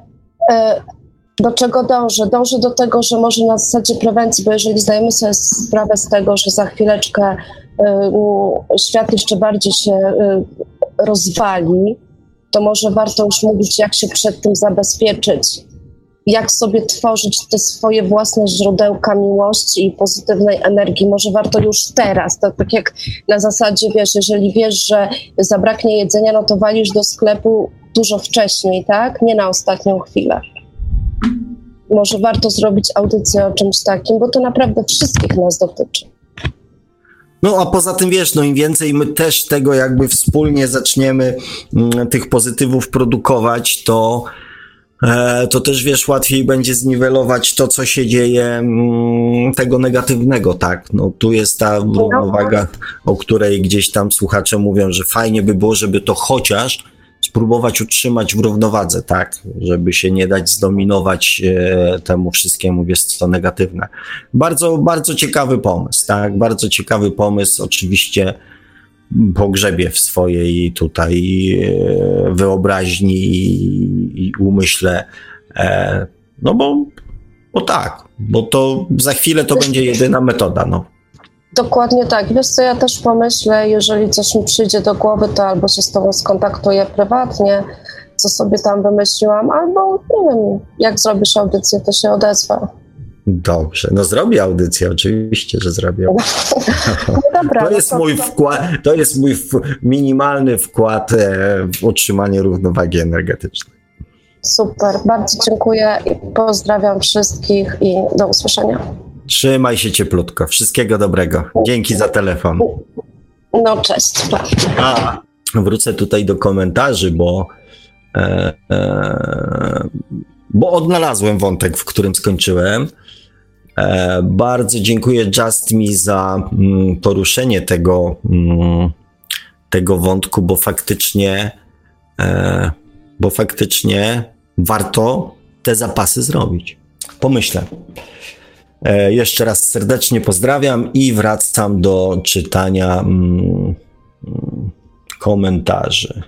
do czego dążę? Dążę do tego, że może na zasadzie prewencji, bo jeżeli zdajemy sobie sprawę z tego, że za chwileczkę świat jeszcze bardziej się rozwali, to może warto już mówić, jak się przed tym zabezpieczyć, jak sobie tworzyć te swoje własne źródełka miłości i pozytywnej energii. Może warto już teraz, to tak jak na zasadzie, wiesz, jeżeli wiesz, że zabraknie jedzenia, no to walisz do sklepu dużo wcześniej, tak? Nie na ostatnią chwilę. Może warto zrobić audycję o czymś takim, bo to naprawdę wszystkich nas dotyczy. No a poza tym, wiesz, no im więcej my też tego jakby wspólnie zaczniemy tych pozytywów produkować, to też, wiesz, łatwiej będzie zniwelować to, co się dzieje tego negatywnego, tak? No tu jest ta równowaga, o której gdzieś tam słuchacze mówią, że fajnie by było, żeby to chociaż spróbować utrzymać w równowadze, tak? Żeby się nie dać zdominować temu wszystkiemu, wiesz, co negatywne. Bardzo, bardzo ciekawy pomysł, tak? Bardzo ciekawy pomysł, oczywiście pogrzebie w swojej tutaj wyobraźni i umyśle, no bo tak, bo to za chwilę to będzie jedyna metoda, no. Dokładnie tak. Wiesz co, ja też pomyślę, jeżeli coś mi przyjdzie do głowy, to albo się z tobą skontaktuję prywatnie, co sobie tam wymyśliłam, albo nie wiem, jak zrobisz audycję, to się odezwę. Dobrze, no zrobię audycję, oczywiście, że zrobię. No dobra, to jest mój minimalny wkład w utrzymanie równowagi energetycznej. Super, bardzo dziękuję i pozdrawiam wszystkich i do usłyszenia. Trzymaj się cieplutko, wszystkiego dobrego. Dzięki za telefon. No cześć. Wrócę tutaj do komentarzy, bo odnalazłem wątek, w którym skończyłem. Bardzo dziękuję Just Me za poruszenie tego wątku, bo faktycznie warto te zapasy zrobić. Pomyślę. Jeszcze raz serdecznie pozdrawiam i wracam do czytania komentarzy.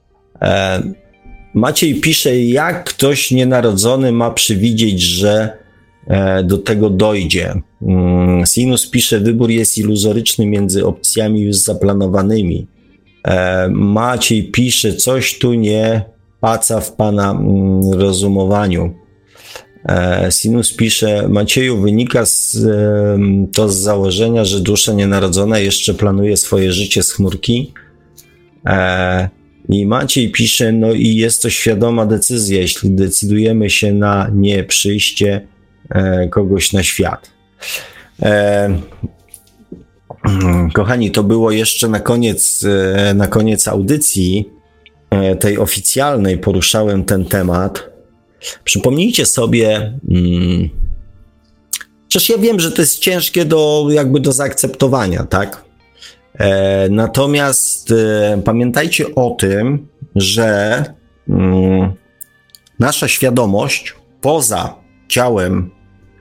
Maciej pisze, jak ktoś nienarodzony ma przewidzieć, że do tego dojdzie. Sinus pisze, wybór jest iluzoryczny między opcjami już zaplanowanymi. Maciej pisze, coś tu nie paca w pana rozumowaniu. Sinus pisze, Macieju, wynika to z założenia, że dusza nienarodzona jeszcze planuje swoje życie z chmurki. I Maciej pisze, no i jest to świadoma decyzja, jeśli decydujemy się na nie przyjście kogoś na świat. Kochani, to było jeszcze na koniec audycji tej oficjalnej poruszałem ten temat. Przypomnijcie sobie, przecież ja wiem, że to jest ciężkie do zaakceptowania, tak? Natomiast pamiętajcie o tym, że nasza świadomość poza ciałem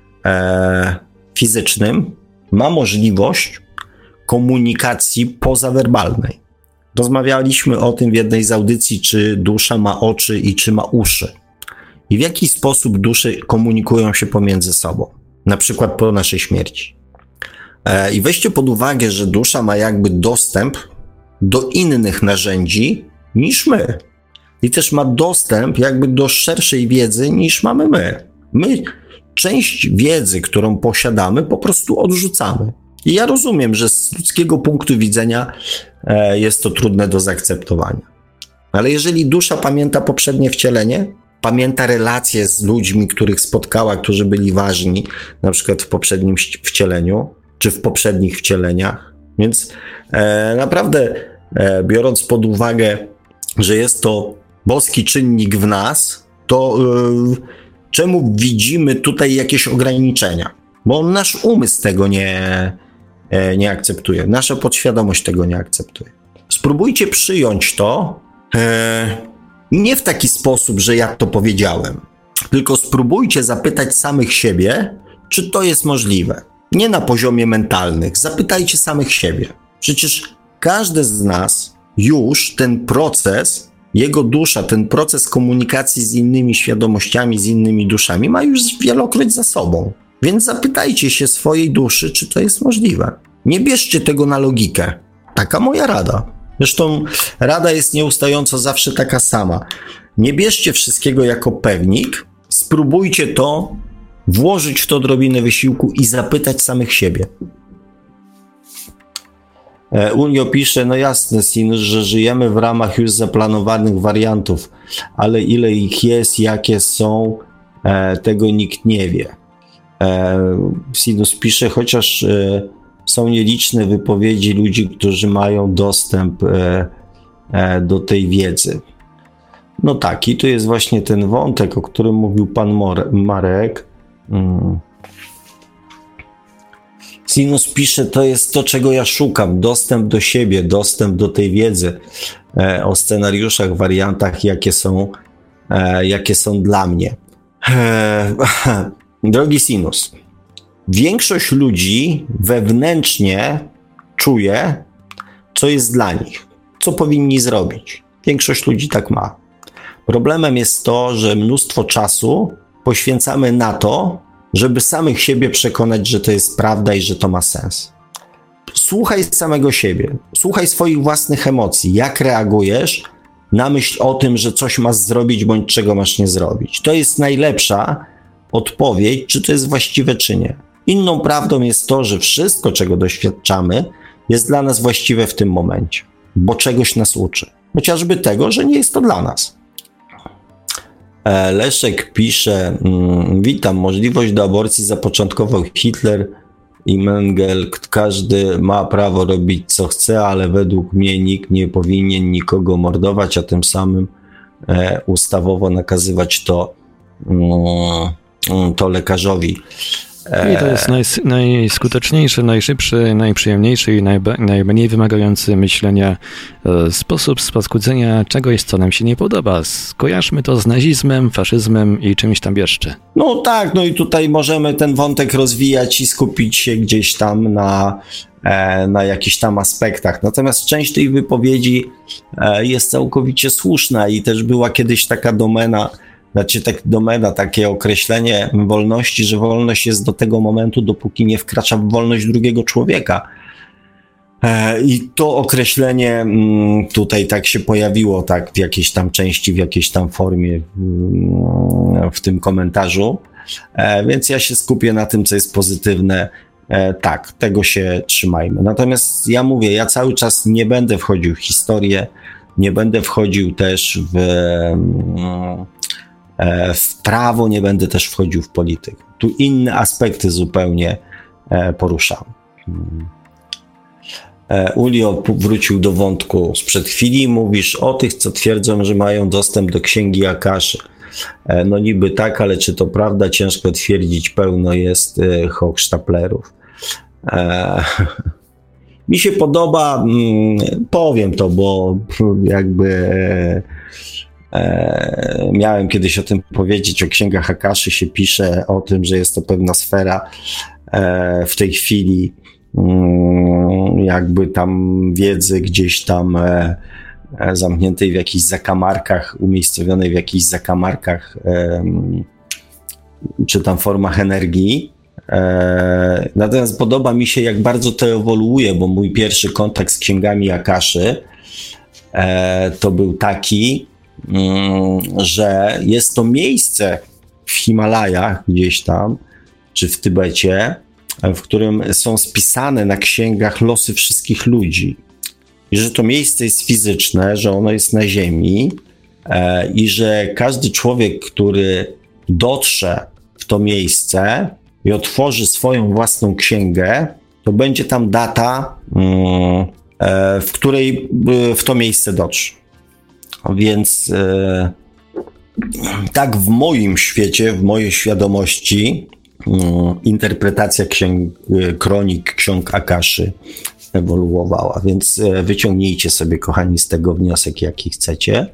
fizycznym ma możliwość komunikacji pozawerbalnej. Rozmawialiśmy o tym w jednej z audycji, czy dusza ma oczy i czy ma uszy. I w jaki sposób dusze komunikują się pomiędzy sobą, na przykład po naszej śmierci. I weźcie pod uwagę, że dusza ma jakby dostęp do innych narzędzi niż my. I też ma dostęp jakby do szerszej wiedzy niż mamy my. My część wiedzy, którą posiadamy, po prostu odrzucamy. I ja rozumiem, że z ludzkiego punktu widzenia jest to trudne do zaakceptowania. Ale jeżeli dusza pamięta poprzednie wcielenie, pamięta relacje z ludźmi, których spotkała, którzy byli ważni, na przykład w poprzednim wcieleniu, czy w poprzednich wcieleniach. Więc naprawdę biorąc pod uwagę, że jest to boski czynnik w nas, to czemu widzimy tutaj jakieś ograniczenia? Bo nasz umysł tego nie akceptuje, nasza podświadomość tego nie akceptuje. Spróbujcie przyjąć to nie w taki sposób, że ja to powiedziałem, tylko spróbujcie zapytać samych siebie, czy to jest możliwe. Nie na poziomie mentalnych, zapytajcie samych siebie. Przecież każdy z nas już ten proces, jego dusza, ten proces komunikacji z innymi świadomościami, z innymi duszami ma już wielokroć za sobą. Więc zapytajcie się swojej duszy, czy to jest możliwe. Nie bierzcie tego na logikę. Taka moja rada. Zresztą rada jest nieustająco zawsze taka sama. Nie bierzcie wszystkiego jako pewnik, spróbujcie to, włożyć w to odrobinę wysiłku i zapytać samych siebie. Unio pisze, no jasne, Sinus, że żyjemy w ramach już zaplanowanych wariantów, ale ile ich jest, jakie są, tego nikt nie wie. Sinus pisze, chociaż są nieliczne wypowiedzi ludzi, którzy mają dostęp do tej wiedzy. No tak, i tu jest właśnie ten wątek, o którym mówił pan Marek. Sinus pisze, to jest to, czego ja szukam, dostęp do siebie, dostęp do tej wiedzy o scenariuszach, wariantach, jakie są dla mnie. Drogi Sinus, większość ludzi wewnętrznie czuje, co jest dla nich, co powinni zrobić. Większość ludzi tak ma. Problemem jest to, że mnóstwo czasu poświęcamy na to, żeby samych siebie przekonać, że to jest prawda i że to ma sens. Słuchaj samego siebie, słuchaj swoich własnych emocji, jak reagujesz na myśl o tym, że coś masz zrobić bądź czego masz nie zrobić. To jest najlepsza odpowiedź, czy to jest właściwe, czy nie. Inną prawdą jest to, że wszystko, czego doświadczamy, jest dla nas właściwe w tym momencie, bo czegoś nas uczy. Chociażby tego, że nie jest to dla nas. Leszek pisze, witam, możliwość do aborcji zapoczątkował Hitler i Mengele. Każdy ma prawo robić co chce, ale według mnie nikt nie powinien nikogo mordować, a tym samym ustawowo nakazywać to lekarzowi. I to jest najskuteczniejszy, najszybszy, najprzyjemniejszy i najmniej wymagający myślenia sposób spaskudzenia czegoś, co nam się nie podoba. Skojarzmy to z nazizmem, faszyzmem i czymś tam jeszcze. No tak, no i tutaj możemy ten wątek rozwijać i skupić się gdzieś tam na jakichś tam aspektach. Natomiast część tej wypowiedzi jest całkowicie słuszna i też była kiedyś taka domena, takie określenie wolności, że wolność jest do tego momentu, dopóki nie wkracza w wolność drugiego człowieka. I to określenie tutaj tak się pojawiło, tak w jakiejś tam części, w jakiejś tam formie w tym komentarzu. Więc ja się skupię na tym, co jest pozytywne. Tak, tego się trzymajmy. Natomiast ja mówię, ja cały czas nie będę wchodził w historię, nie będę wchodził też w prawo, nie będę też wchodził w politykę. Tu inne aspekty zupełnie poruszam. Ulio wrócił do wątku sprzed chwili. Mówisz o tych, co twierdzą, że mają dostęp do księgi Akaszy. No niby tak, ale czy to prawda? Ciężko twierdzić, pełno jest hochsztaplerów. Mi się podoba, powiem to, bo jakby miałem kiedyś o tym powiedzieć, o księgach Akaszy się pisze o tym, że jest to pewna sfera w tej chwili jakby tam wiedzy gdzieś tam zamkniętej w jakichś zakamarkach, umiejscowionej w jakichś zakamarkach czy tam formach energii. Natomiast podoba mi się, jak bardzo to ewoluuje, bo mój pierwszy kontakt z księgami Akaszy to był taki, że jest to miejsce w Himalajach gdzieś tam, czy w Tybecie, w którym są spisane na księgach losy wszystkich ludzi. I że to miejsce jest fizyczne, że ono jest na ziemi i że każdy człowiek, który dotrze w to miejsce i otworzy swoją własną księgę, to będzie tam data, w której w to miejsce dotrze. Więc tak w moim świecie, w mojej świadomości interpretacja kronik, ksiąg Akaszy ewoluowała, więc wyciągnijcie sobie, kochani, z tego wniosek, jaki chcecie.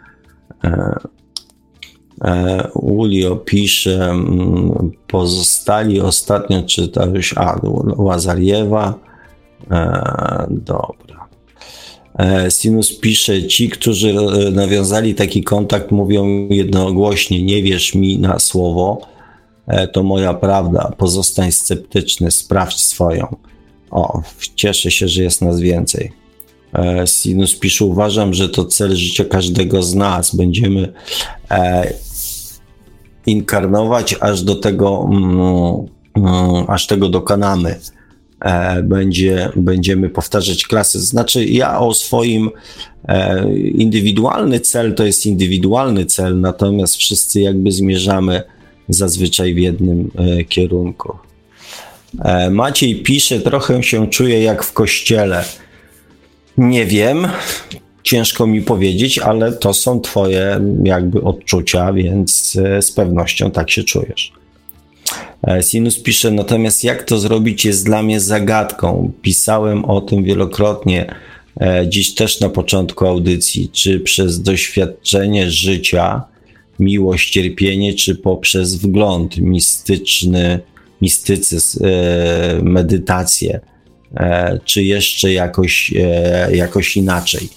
Ulio pisze, pozostali ostatnio czytałeś, Łazariewa. Dobra. Sinus pisze, ci, którzy nawiązali taki kontakt, mówią jednogłośnie, nie wierz mi na słowo, to moja prawda, pozostań sceptyczny, sprawdź swoją. Cieszę się, że jest nas więcej. Sinus pisze, uważam, że to cel życia każdego z nas. Będziemy inkarnować, aż tego dokonamy. Będziemy powtarzać klasy. Znaczy, ja o swoim indywidualny cel to jest indywidualny cel, natomiast wszyscy jakby zmierzamy zazwyczaj w jednym kierunku. Maciej pisze, trochę się czuję jak w kościele. Nie wiem, ciężko mi powiedzieć, ale to są twoje jakby odczucia, więc z pewnością tak się czujesz. Sinus pisze, natomiast jak to zrobić jest dla mnie zagadką. Pisałem o tym wielokrotnie, dziś też na początku audycji, czy przez doświadczenie życia, miłość, cierpienie, czy poprzez wgląd mistycyzm, medytację, czy jeszcze jakoś inaczej.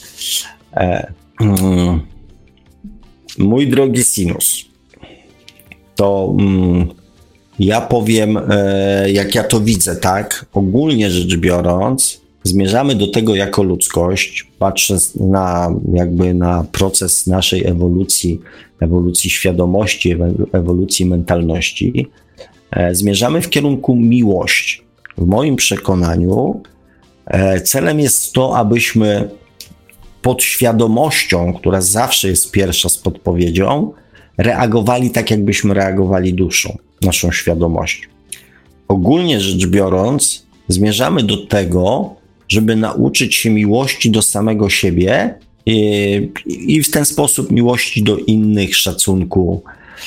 Mój drogi Sinus, to ja powiem, jak ja to widzę, tak? Ogólnie rzecz biorąc, zmierzamy do tego jako ludzkość, patrząc na proces naszej ewolucji świadomości, ewolucji mentalności, zmierzamy w kierunku miłości. W moim przekonaniu celem jest to, abyśmy podświadomością, która zawsze jest pierwsza z podpowiedzią, reagowali tak, jakbyśmy reagowali duszą, naszą świadomością. Ogólnie rzecz biorąc, zmierzamy do tego, żeby nauczyć się miłości do samego siebie i w ten sposób miłości do innych, szacunku,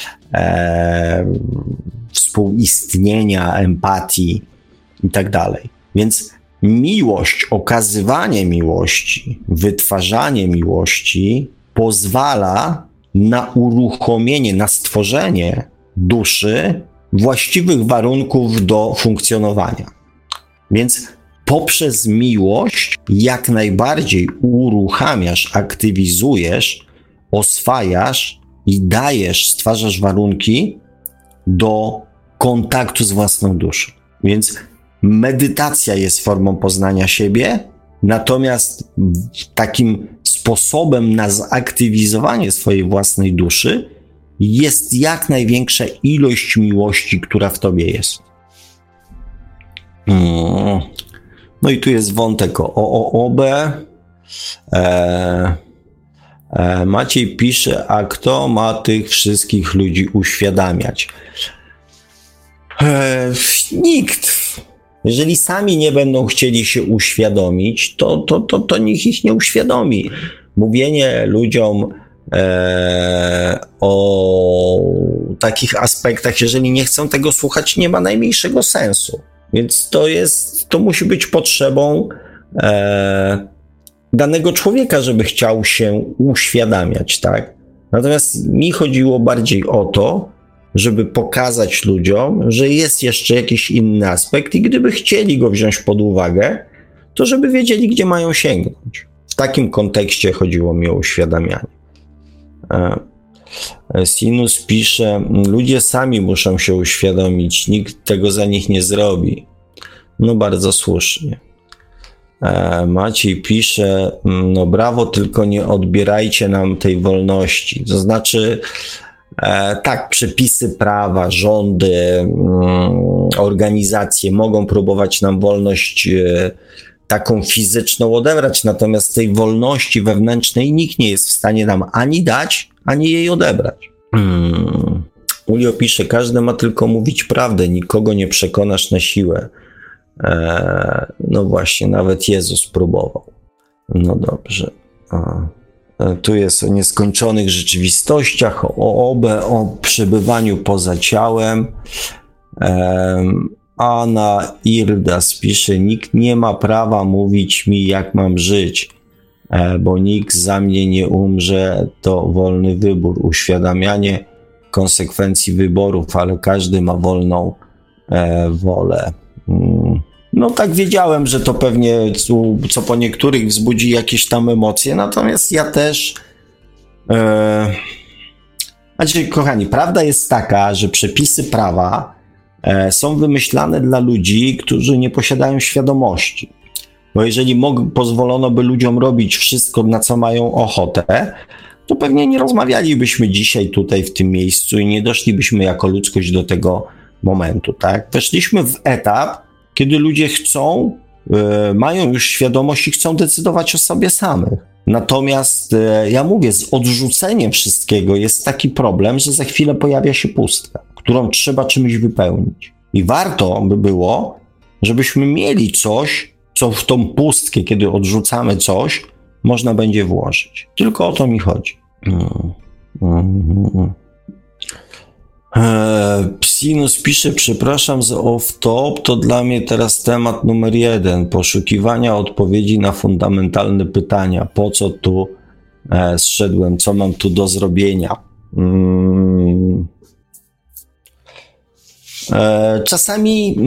współistnienia, empatii i tak dalej. Więc miłość, okazywanie miłości, wytwarzanie miłości pozwala na uruchomienie, na stworzenie duszy właściwych warunków do funkcjonowania. Więc poprzez miłość jak najbardziej uruchamiasz, aktywizujesz, oswajasz i stwarzasz warunki do kontaktu z własną duszą. Więc medytacja jest formą poznania siebie, natomiast takim sposobem na zaktywizowanie swojej własnej duszy jest jak największa ilość miłości, która w tobie jest. No i tu jest wątek o OB. Maciej pisze, a kto ma tych wszystkich ludzi uświadamiać? Nikt. Jeżeli sami nie będą chcieli się uświadomić, to nikt ich nie uświadomi. Mówienie ludziom o takich aspektach, jeżeli nie chcą tego słuchać, nie ma najmniejszego sensu. Więc to musi być potrzebą danego człowieka, żeby chciał się uświadamiać, tak? Natomiast mi chodziło bardziej o to, żeby pokazać ludziom, że jest jeszcze jakiś inny aspekt i gdyby chcieli go wziąć pod uwagę, to żeby wiedzieli, gdzie mają sięgnąć. W takim kontekście chodziło mi o uświadamianie. Sinus pisze, ludzie sami muszą się uświadomić, nikt tego za nich nie zrobi. No bardzo słusznie. Maciej pisze, no brawo, tylko nie odbierajcie nam tej wolności. To znaczy, tak, przepisy prawa, rządy, organizacje mogą próbować nam wolność taką fizyczną odebrać, natomiast tej wolności wewnętrznej nikt nie jest w stanie nam ani dać, ani jej odebrać. Ulio pisze, każdy ma tylko mówić prawdę, nikogo nie przekonasz na siłę. No właśnie, nawet Jezus próbował. No dobrze. Tu jest o nieskończonych rzeczywistościach, o przebywaniu poza ciałem. Anna Irdas pisze, nikt nie ma prawa mówić mi, jak mam żyć, bo nikt za mnie nie umrze, to wolny wybór, uświadamianie konsekwencji wyborów, ale każdy ma wolną wolę. No tak, wiedziałem, że to pewnie co po niektórych wzbudzi jakieś tam emocje, natomiast ja też znaczy, kochani, prawda jest taka, że przepisy prawa są wymyślane dla ludzi, którzy nie posiadają świadomości. Bo jeżeli pozwolono by ludziom robić wszystko, na co mają ochotę, to pewnie nie rozmawialibyśmy dzisiaj tutaj w tym miejscu i nie doszlibyśmy jako ludzkość do tego momentu, tak? Weszliśmy w etap, kiedy ludzie chcą, mają już świadomość i chcą decydować o sobie samych. Natomiast ja mówię, z odrzuceniem wszystkiego jest taki problem, że za chwilę pojawia się pustka, którą trzeba czymś wypełnić. I warto by było, żebyśmy mieli coś, co w tą pustkę, kiedy odrzucamy coś, można będzie włożyć. Tylko o to mi chodzi. Psinus pisze, przepraszam za off-top, to dla mnie teraz temat numer 1. Poszukiwania odpowiedzi na fundamentalne pytania. Po co tu zszedłem? Co mam tu do zrobienia? Czasami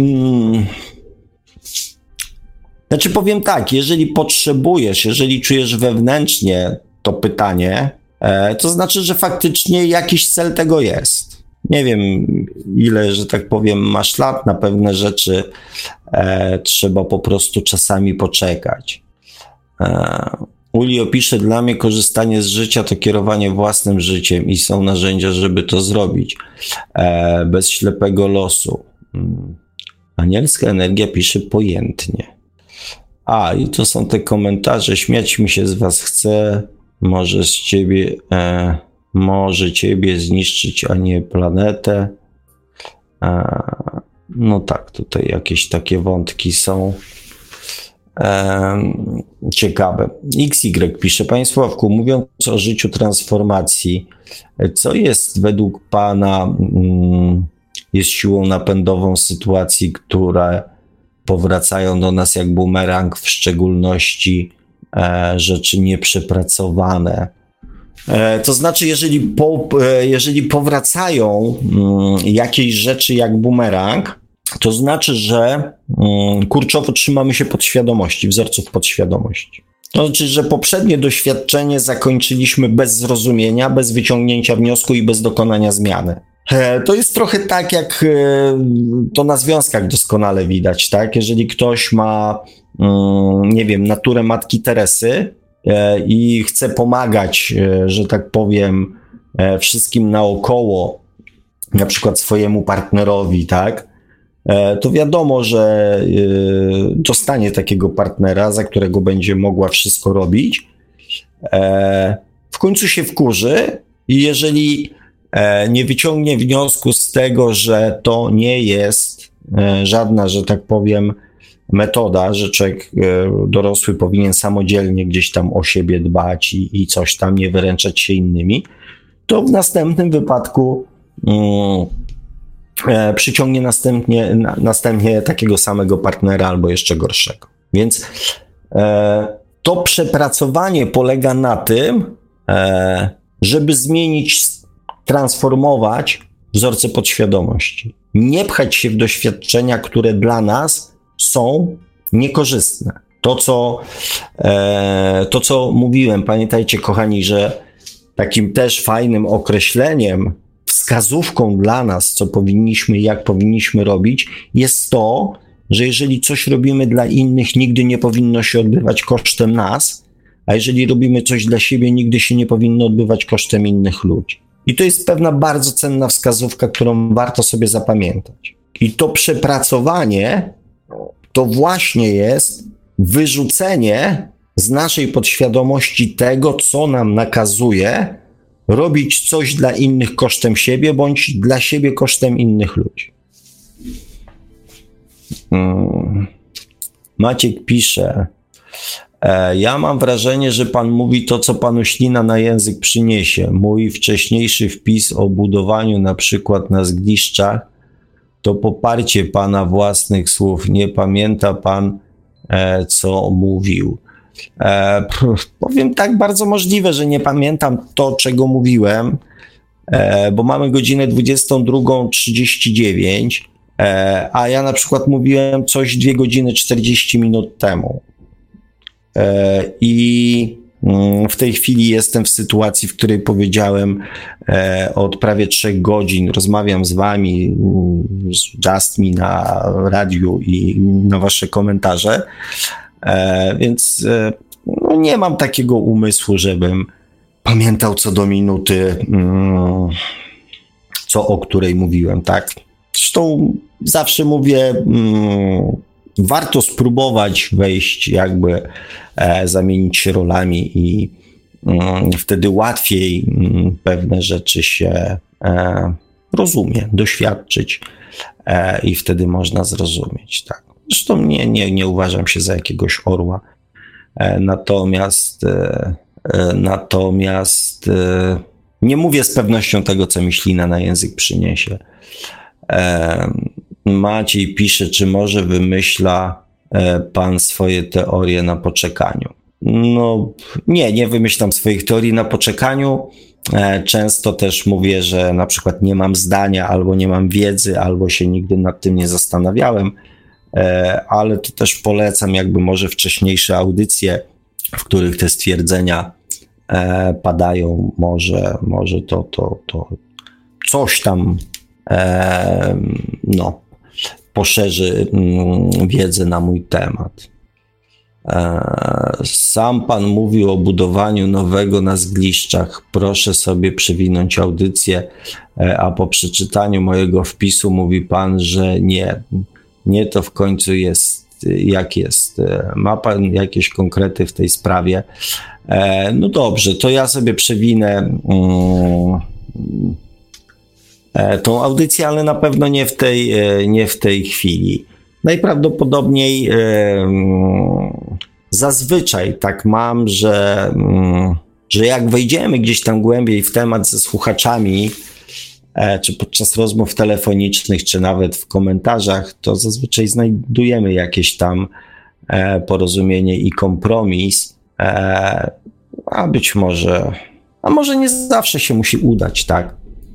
znaczy powiem tak, jeżeli potrzebujesz, jeżeli czujesz wewnętrznie to pytanie, to znaczy, że faktycznie jakiś cel tego jest. Nie wiem, ile, że tak powiem, masz lat na pewne rzeczy, trzeba po prostu czasami poczekać. Ulio pisze, dla mnie korzystanie z życia to kierowanie własnym życiem i są narzędzia, żeby to zrobić. Bez ślepego losu. Anielska energia pisze pojętnie. I to są te komentarze. Śmiać mi się z was chce, może ciebie zniszczyć, a nie planetę. No tak, tutaj jakieś takie wątki są ciekawe. XY pisze, Panie Sławku, mówiąc o życiu transformacji, co jest według Pana jest siłą napędową sytuacji, które powracają do nas jak bumerang, w szczególności rzeczy nieprzepracowane. To znaczy, jeżeli powracają jakieś rzeczy jak bumerang, to znaczy, że kurczowo trzymamy się podświadomości, wzorców podświadomości. To znaczy, że poprzednie doświadczenie zakończyliśmy bez zrozumienia, bez wyciągnięcia wniosku i bez dokonania zmiany. To jest trochę tak, jak to na związkach doskonale widać, tak? Jeżeli ktoś ma, nie wiem, naturę Matki Teresy i chce pomagać, że tak powiem, wszystkim naokoło, na przykład swojemu partnerowi, tak? To wiadomo, że dostanie takiego partnera, za którego będzie mogła wszystko robić. W końcu się wkurzy i jeżeli nie wyciągnie wniosku z tego, że to nie jest żadna, że tak powiem, metoda, że człowiek dorosły powinien samodzielnie gdzieś tam o siebie dbać i coś tam, nie wyręczać się innymi, to w następnym wypadku przyciągnie następnie takiego samego partnera albo jeszcze gorszego. Więc to przepracowanie polega na tym, żeby zmienić, transformować wzorce podświadomości. Nie pchać się w doświadczenia, które dla nas są niekorzystne. To, co mówiłem, pamiętajcie, kochani, że takim też fajnym określeniem, wskazówką dla nas, co powinniśmy i jak powinniśmy robić, jest to, że jeżeli coś robimy dla innych, nigdy nie powinno się odbywać kosztem nas, a jeżeli robimy coś dla siebie, nigdy się nie powinno odbywać kosztem innych ludzi. I to jest pewna bardzo cenna wskazówka, którą warto sobie zapamiętać. I to przepracowanie to właśnie jest wyrzucenie z naszej podświadomości tego, co nam nakazuje robić coś dla innych kosztem siebie, bądź dla siebie kosztem innych ludzi. Maciek pisze, ja mam wrażenie, że pan mówi to, co panu ślina na język przyniesie. Mój wcześniejszy wpis o budowaniu na przykład na zgliszczach to poparcie pana własnych słów. Nie pamięta pan, co mówił. Powiem tak, bardzo możliwe, że nie pamiętam to, czego mówiłem, bo mamy godzinę 22:39, a ja na przykład mówiłem coś 2 godziny 40 minut temu. I w tej chwili jestem w sytuacji, w której powiedziałem od prawie 3 godzin, rozmawiam z wami, z Justmi na radiu i na wasze komentarze, więc no, nie mam takiego umysłu, żebym pamiętał co do minuty, o której mówiłem, tak? Zresztą zawsze mówię, warto spróbować wejść, jakby zamienić się rolami i wtedy łatwiej pewne rzeczy się rozumie, doświadczyć i wtedy można zrozumieć, tak. Zresztą nie uważam się za jakiegoś orła, natomiast nie mówię z pewnością tego, co mi ślina na język przyniesie. Maciej pisze, czy może wymyśla pan swoje teorie na poczekaniu? No nie wymyślam swoich teorii na poczekaniu. Często też mówię, że na przykład nie mam zdania, albo nie mam wiedzy, albo się nigdy nad tym nie zastanawiałem, ale to też polecam jakby może wcześniejsze audycje, w których te stwierdzenia padają, może to coś tam poszerzy wiedzę na mój temat. Sam pan mówił o budowaniu nowego na Zgliszczach. Proszę sobie przewinąć audycję, a po przeczytaniu mojego wpisu mówi pan, że nie to w końcu jest jak jest. Ma pan jakieś konkrety w tej sprawie? No dobrze, to ja sobie przewinę tą audycję, ale na pewno nie w tej chwili. Najprawdopodobniej zazwyczaj tak mam, że jak wejdziemy gdzieś tam głębiej w temat ze słuchaczami, czy podczas rozmów telefonicznych, czy nawet w komentarzach, to zazwyczaj znajdujemy jakieś tam porozumienie i kompromis, a być może, nie zawsze się musi udać, tak?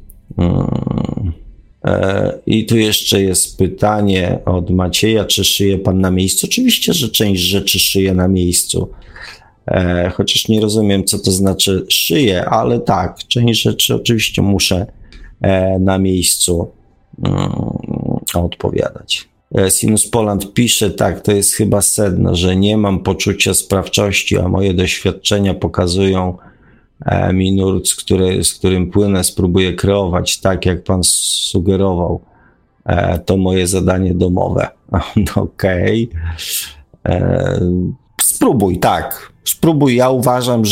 I tu jeszcze jest pytanie od Macieja, czy szyje pan na miejscu? Oczywiście, że część rzeczy szyję na miejscu, chociaż nie rozumiem, co to znaczy szyję, ale tak, część rzeczy oczywiście muszę na miejscu odpowiadać. Sinus Poland pisze, tak, to jest chyba sedno, że nie mam poczucia sprawczości, a moje doświadczenia pokazują mi nurt, z którym płynę, spróbuję kreować tak, jak pan sugerował. To moje zadanie domowe. Okej. Spróbuj, tak. Spróbuj. Ja uważam,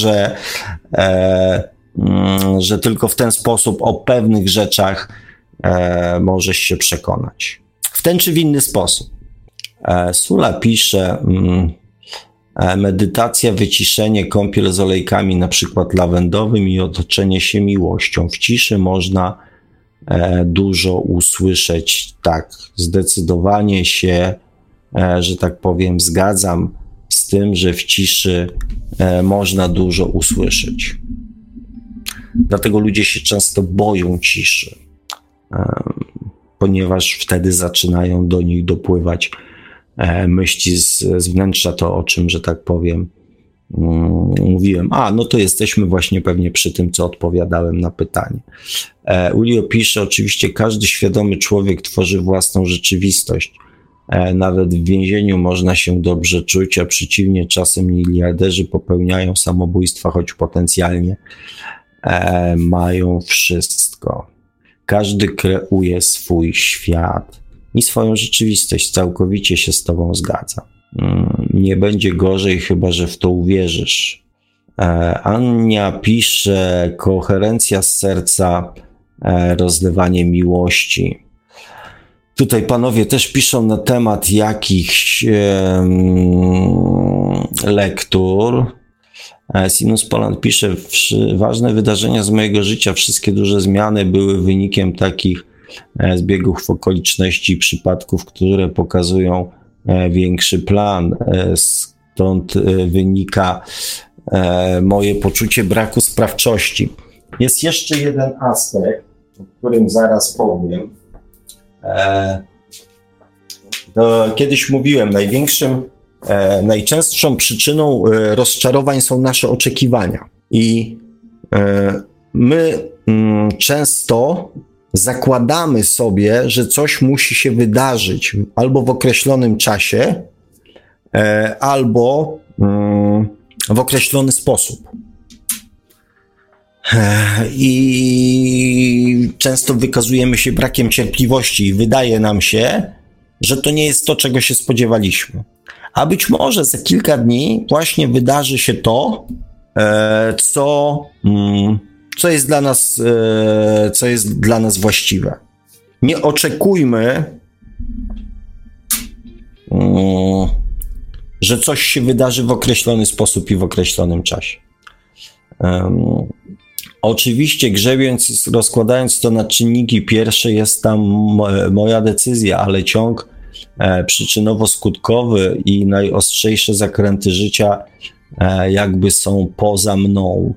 że tylko w ten sposób o pewnych rzeczach możesz się przekonać. W ten czy w inny sposób. Sula pisze, medytacja, wyciszenie, kąpiel z olejkami, na przykład lawendowym i otoczenie się miłością. W ciszy można dużo usłyszeć. Tak, zdecydowanie się, że tak powiem, zgadzam z tym, że w ciszy można dużo usłyszeć. Dlatego ludzie się często boją ciszy, ponieważ wtedy zaczynają do nich dopływać myśli z wnętrza, to o czym, że tak powiem, mówiłem. No to jesteśmy właśnie pewnie przy tym, co odpowiadałem na pytanie. Ulio pisze, oczywiście każdy świadomy człowiek tworzy własną rzeczywistość. Nawet w więzieniu można się dobrze czuć, a przeciwnie, czasem miliarderzy popełniają samobójstwa, choć potencjalnie mają wszystko. Każdy kreuje swój świat i swoją rzeczywistość. Całkowicie się z tobą zgadzam. Nie będzie gorzej, chyba że w to uwierzysz. Ania pisze, koherencja z serca, rozlewanie miłości. Tutaj panowie też piszą na temat jakichś lektur. Sinus Poland pisze, ważne wydarzenia z mojego życia, wszystkie duże zmiany były wynikiem takich zbiegów okoliczności, przypadków, które pokazują większy plan. Stąd wynika moje poczucie braku sprawczości. Jest jeszcze jeden aspekt, o którym zaraz powiem. Kiedyś mówiłem, najczęstszą przyczyną rozczarowań są nasze oczekiwania. I my często zakładamy sobie, że coś musi się wydarzyć albo w określonym czasie, albo w określony sposób. I często wykazujemy się brakiem cierpliwości i wydaje nam się, że to nie jest to, czego się spodziewaliśmy. A być może za kilka dni właśnie wydarzy się to, co jest dla nas właściwe. Nie oczekujmy, że coś się wydarzy w określony sposób i w określonym czasie. Oczywiście grzebiąc, rozkładając to na czynniki pierwsze, jest tam moja decyzja, ale ciąg przyczynowo-skutkowy i najostrzejsze zakręty życia jakby są poza mną.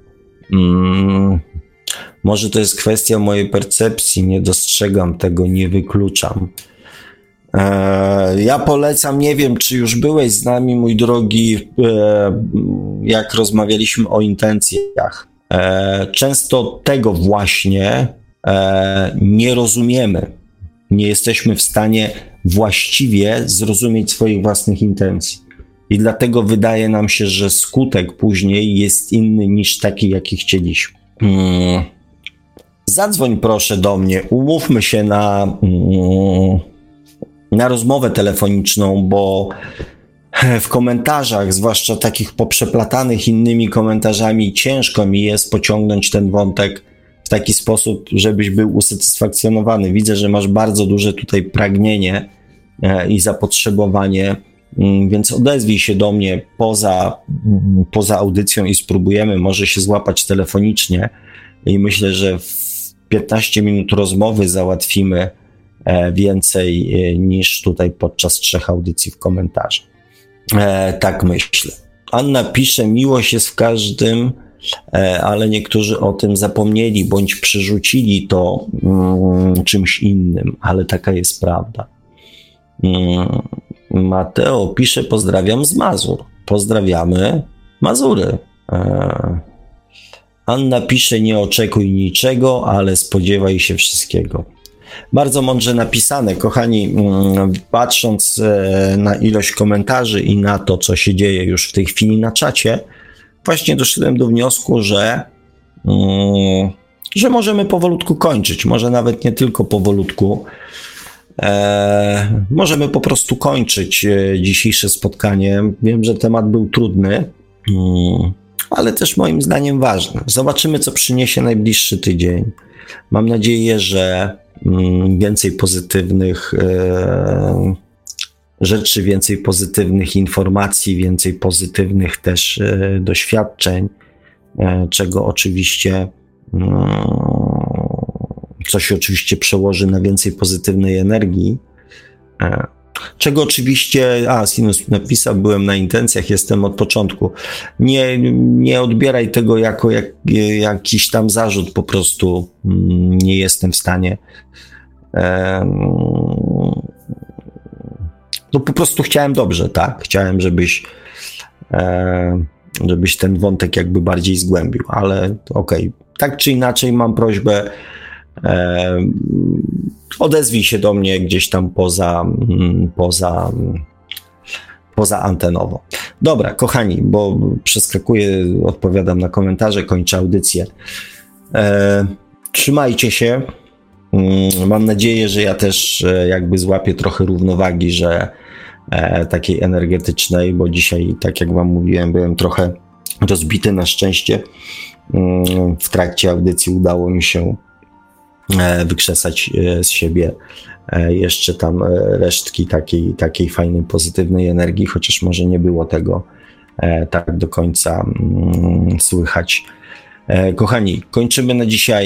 Może to jest kwestia mojej percepcji, nie dostrzegam tego, nie wykluczam. Ja polecam, nie wiem, czy już byłeś z nami, mój drogi, jak rozmawialiśmy o intencjach. Często tego właśnie nie rozumiemy. Nie jesteśmy w stanie właściwie zrozumieć swoich własnych intencji. I dlatego wydaje nam się, że skutek później jest inny niż taki, jaki chcieliśmy. Zadzwoń proszę do mnie, umówmy się na rozmowę telefoniczną, bo w komentarzach, zwłaszcza takich poprzeplatanych innymi komentarzami, ciężko mi jest pociągnąć ten wątek w taki sposób, żebyś był usatysfakcjonowany. Widzę, że masz bardzo duże tutaj pragnienie i zapotrzebowanie, więc odezwij się do mnie poza audycją i spróbujemy może się złapać telefonicznie i myślę, że w 15 minut rozmowy załatwimy więcej niż tutaj podczas 3 audycji w komentarzach. Tak myślę. Anna pisze, miłość jest w każdym, ale niektórzy o tym zapomnieli bądź przerzucili to czymś innym, ale taka jest prawda. Mateo pisze, pozdrawiam z Mazur. Pozdrawiamy Mazury. Anna pisze, nie oczekuj niczego, ale spodziewaj się wszystkiego. Bardzo mądrze napisane, kochani, patrząc na ilość komentarzy i na to, co się dzieje już w tej chwili na czacie, właśnie doszedłem do wniosku, że możemy powolutku kończyć, może nawet nie tylko powolutku, możemy po prostu kończyć dzisiejsze spotkanie. Wiem, że temat był trudny, ale też moim zdaniem ważny. Zobaczymy, co przyniesie najbliższy tydzień. Mam nadzieję, że więcej pozytywnych rzeczy, więcej pozytywnych informacji, więcej pozytywnych też doświadczeń, czego oczywiście, co się oczywiście przełoży na więcej pozytywnej energii, czego oczywiście, Sinus napisał, byłem na intencjach, jestem od początku. Nie odbieraj tego jako jakiś tam zarzut, po prostu nie jestem w stanie. No po prostu chciałem dobrze, tak? Chciałem, żebyś ten wątek jakby bardziej zgłębił, ale okej. Tak czy inaczej mam prośbę, odezwij się do mnie gdzieś tam poza antenowo. Dobra, kochani, bo przeskakuję, odpowiadam na komentarze, kończę audycję. Trzymajcie się. Mam nadzieję, że ja też jakby złapię trochę równowagi, że takiej energetycznej, bo dzisiaj, tak jak wam mówiłem, byłem trochę rozbity. Na szczęście w trakcie audycji udało mi się wykrzesać z siebie jeszcze tam resztki takiej fajnej, pozytywnej energii, chociaż może nie było tego tak do końca słychać. Kochani, kończymy na dzisiaj.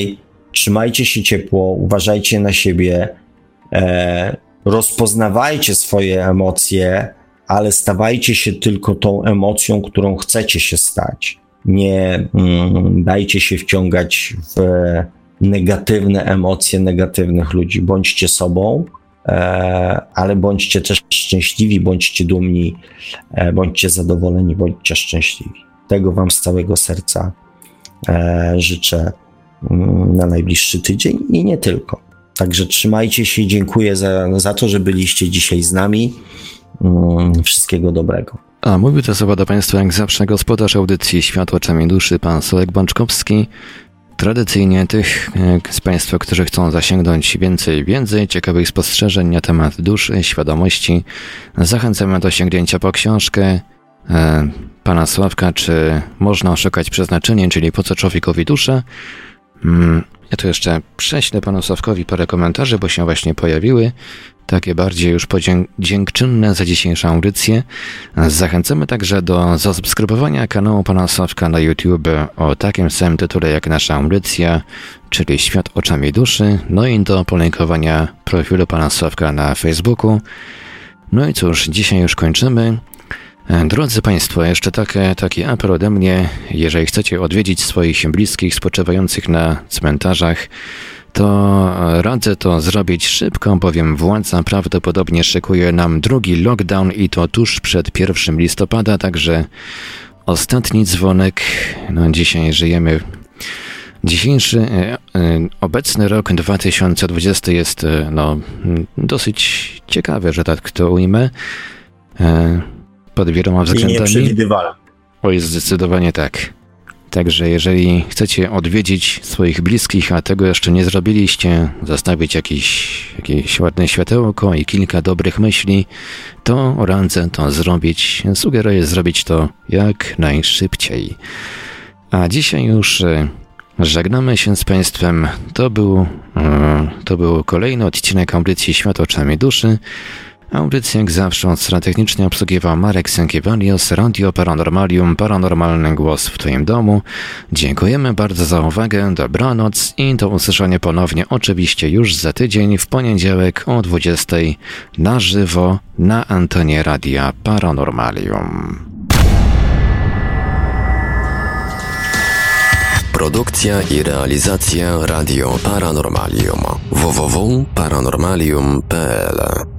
trzymajcie się ciepło, uważajcie na siebie, rozpoznawajcie swoje emocje, ale stawajcie się tylko tą emocją, którą chcecie się stać. Nie dajcie się wciągać w negatywne emocje negatywnych ludzi. Bądźcie sobą, ale bądźcie też szczęśliwi, bądźcie dumni, bądźcie zadowoleni, bądźcie szczęśliwi. Tego wam z całego serca życzę na najbliższy tydzień i nie tylko. Także trzymajcie się i dziękuję za to, że byliście dzisiaj z nami. Wszystkiego dobrego. A mówił te słowa do Państwa jak zawsze gospodarz audycji Świat oczami duszy, pan Sławek Bączkowski. Tradycyjnie tych z Państwa, którzy chcą zasięgnąć więcej wiedzy, ciekawych spostrzeżeń na temat duszy, świadomości, zachęcamy do sięgnięcia po książkę pana Sławka, czy można oszukać przeznaczenie, czyli po co człowiekowi dusza. Ja tu jeszcze prześlę panu Sławkowi parę komentarzy, bo się właśnie pojawiły, takie bardziej już dziękczynne za dzisiejszą audycję. Zachęcamy także do zasubskrybowania kanału pana Sławka na YouTube o takim samym tytule jak nasza audycja, czyli Świat oczami duszy, no i do polajkowania profilu pana Sławka na Facebooku. No i cóż, dzisiaj już kończymy. Drodzy Państwo, jeszcze taki apel ode mnie, jeżeli chcecie odwiedzić swoich bliskich spoczywających na cmentarzach, to radzę to zrobić szybko, bowiem władza prawdopodobnie szykuje nam drugi lockdown i to tuż przed 1 listopada, także ostatni dzwonek, dzisiaj żyjemy. Obecny rok 2020 jest dosyć ciekawy, że tak to ujmę. Pod wieloma względami. I nieprzewidywalny. Oj, zdecydowanie tak. Także jeżeli chcecie odwiedzić swoich bliskich, a tego jeszcze nie zrobiliście, zostawić jakieś ładne światełko i kilka dobrych myśli, to radzę to zrobić. Sugeruję zrobić to jak najszybciej. A dzisiaj już żegnamy się z Państwem. To był kolejny odcinek audycji Świat oczami duszy. Audycję jak zawsze od strony technicznej obsługiwał Marek Sękiewalios, Radio Paranormalium, paranormalny głos w Twoim domu. Dziękujemy bardzo za uwagę, dobranoc i do usłyszenia ponownie oczywiście już za tydzień w poniedziałek o 20:00 na żywo na antenie Radia Paranormalium. Produkcja i realizacja Radio Paranormalium. www.paranormalium.pl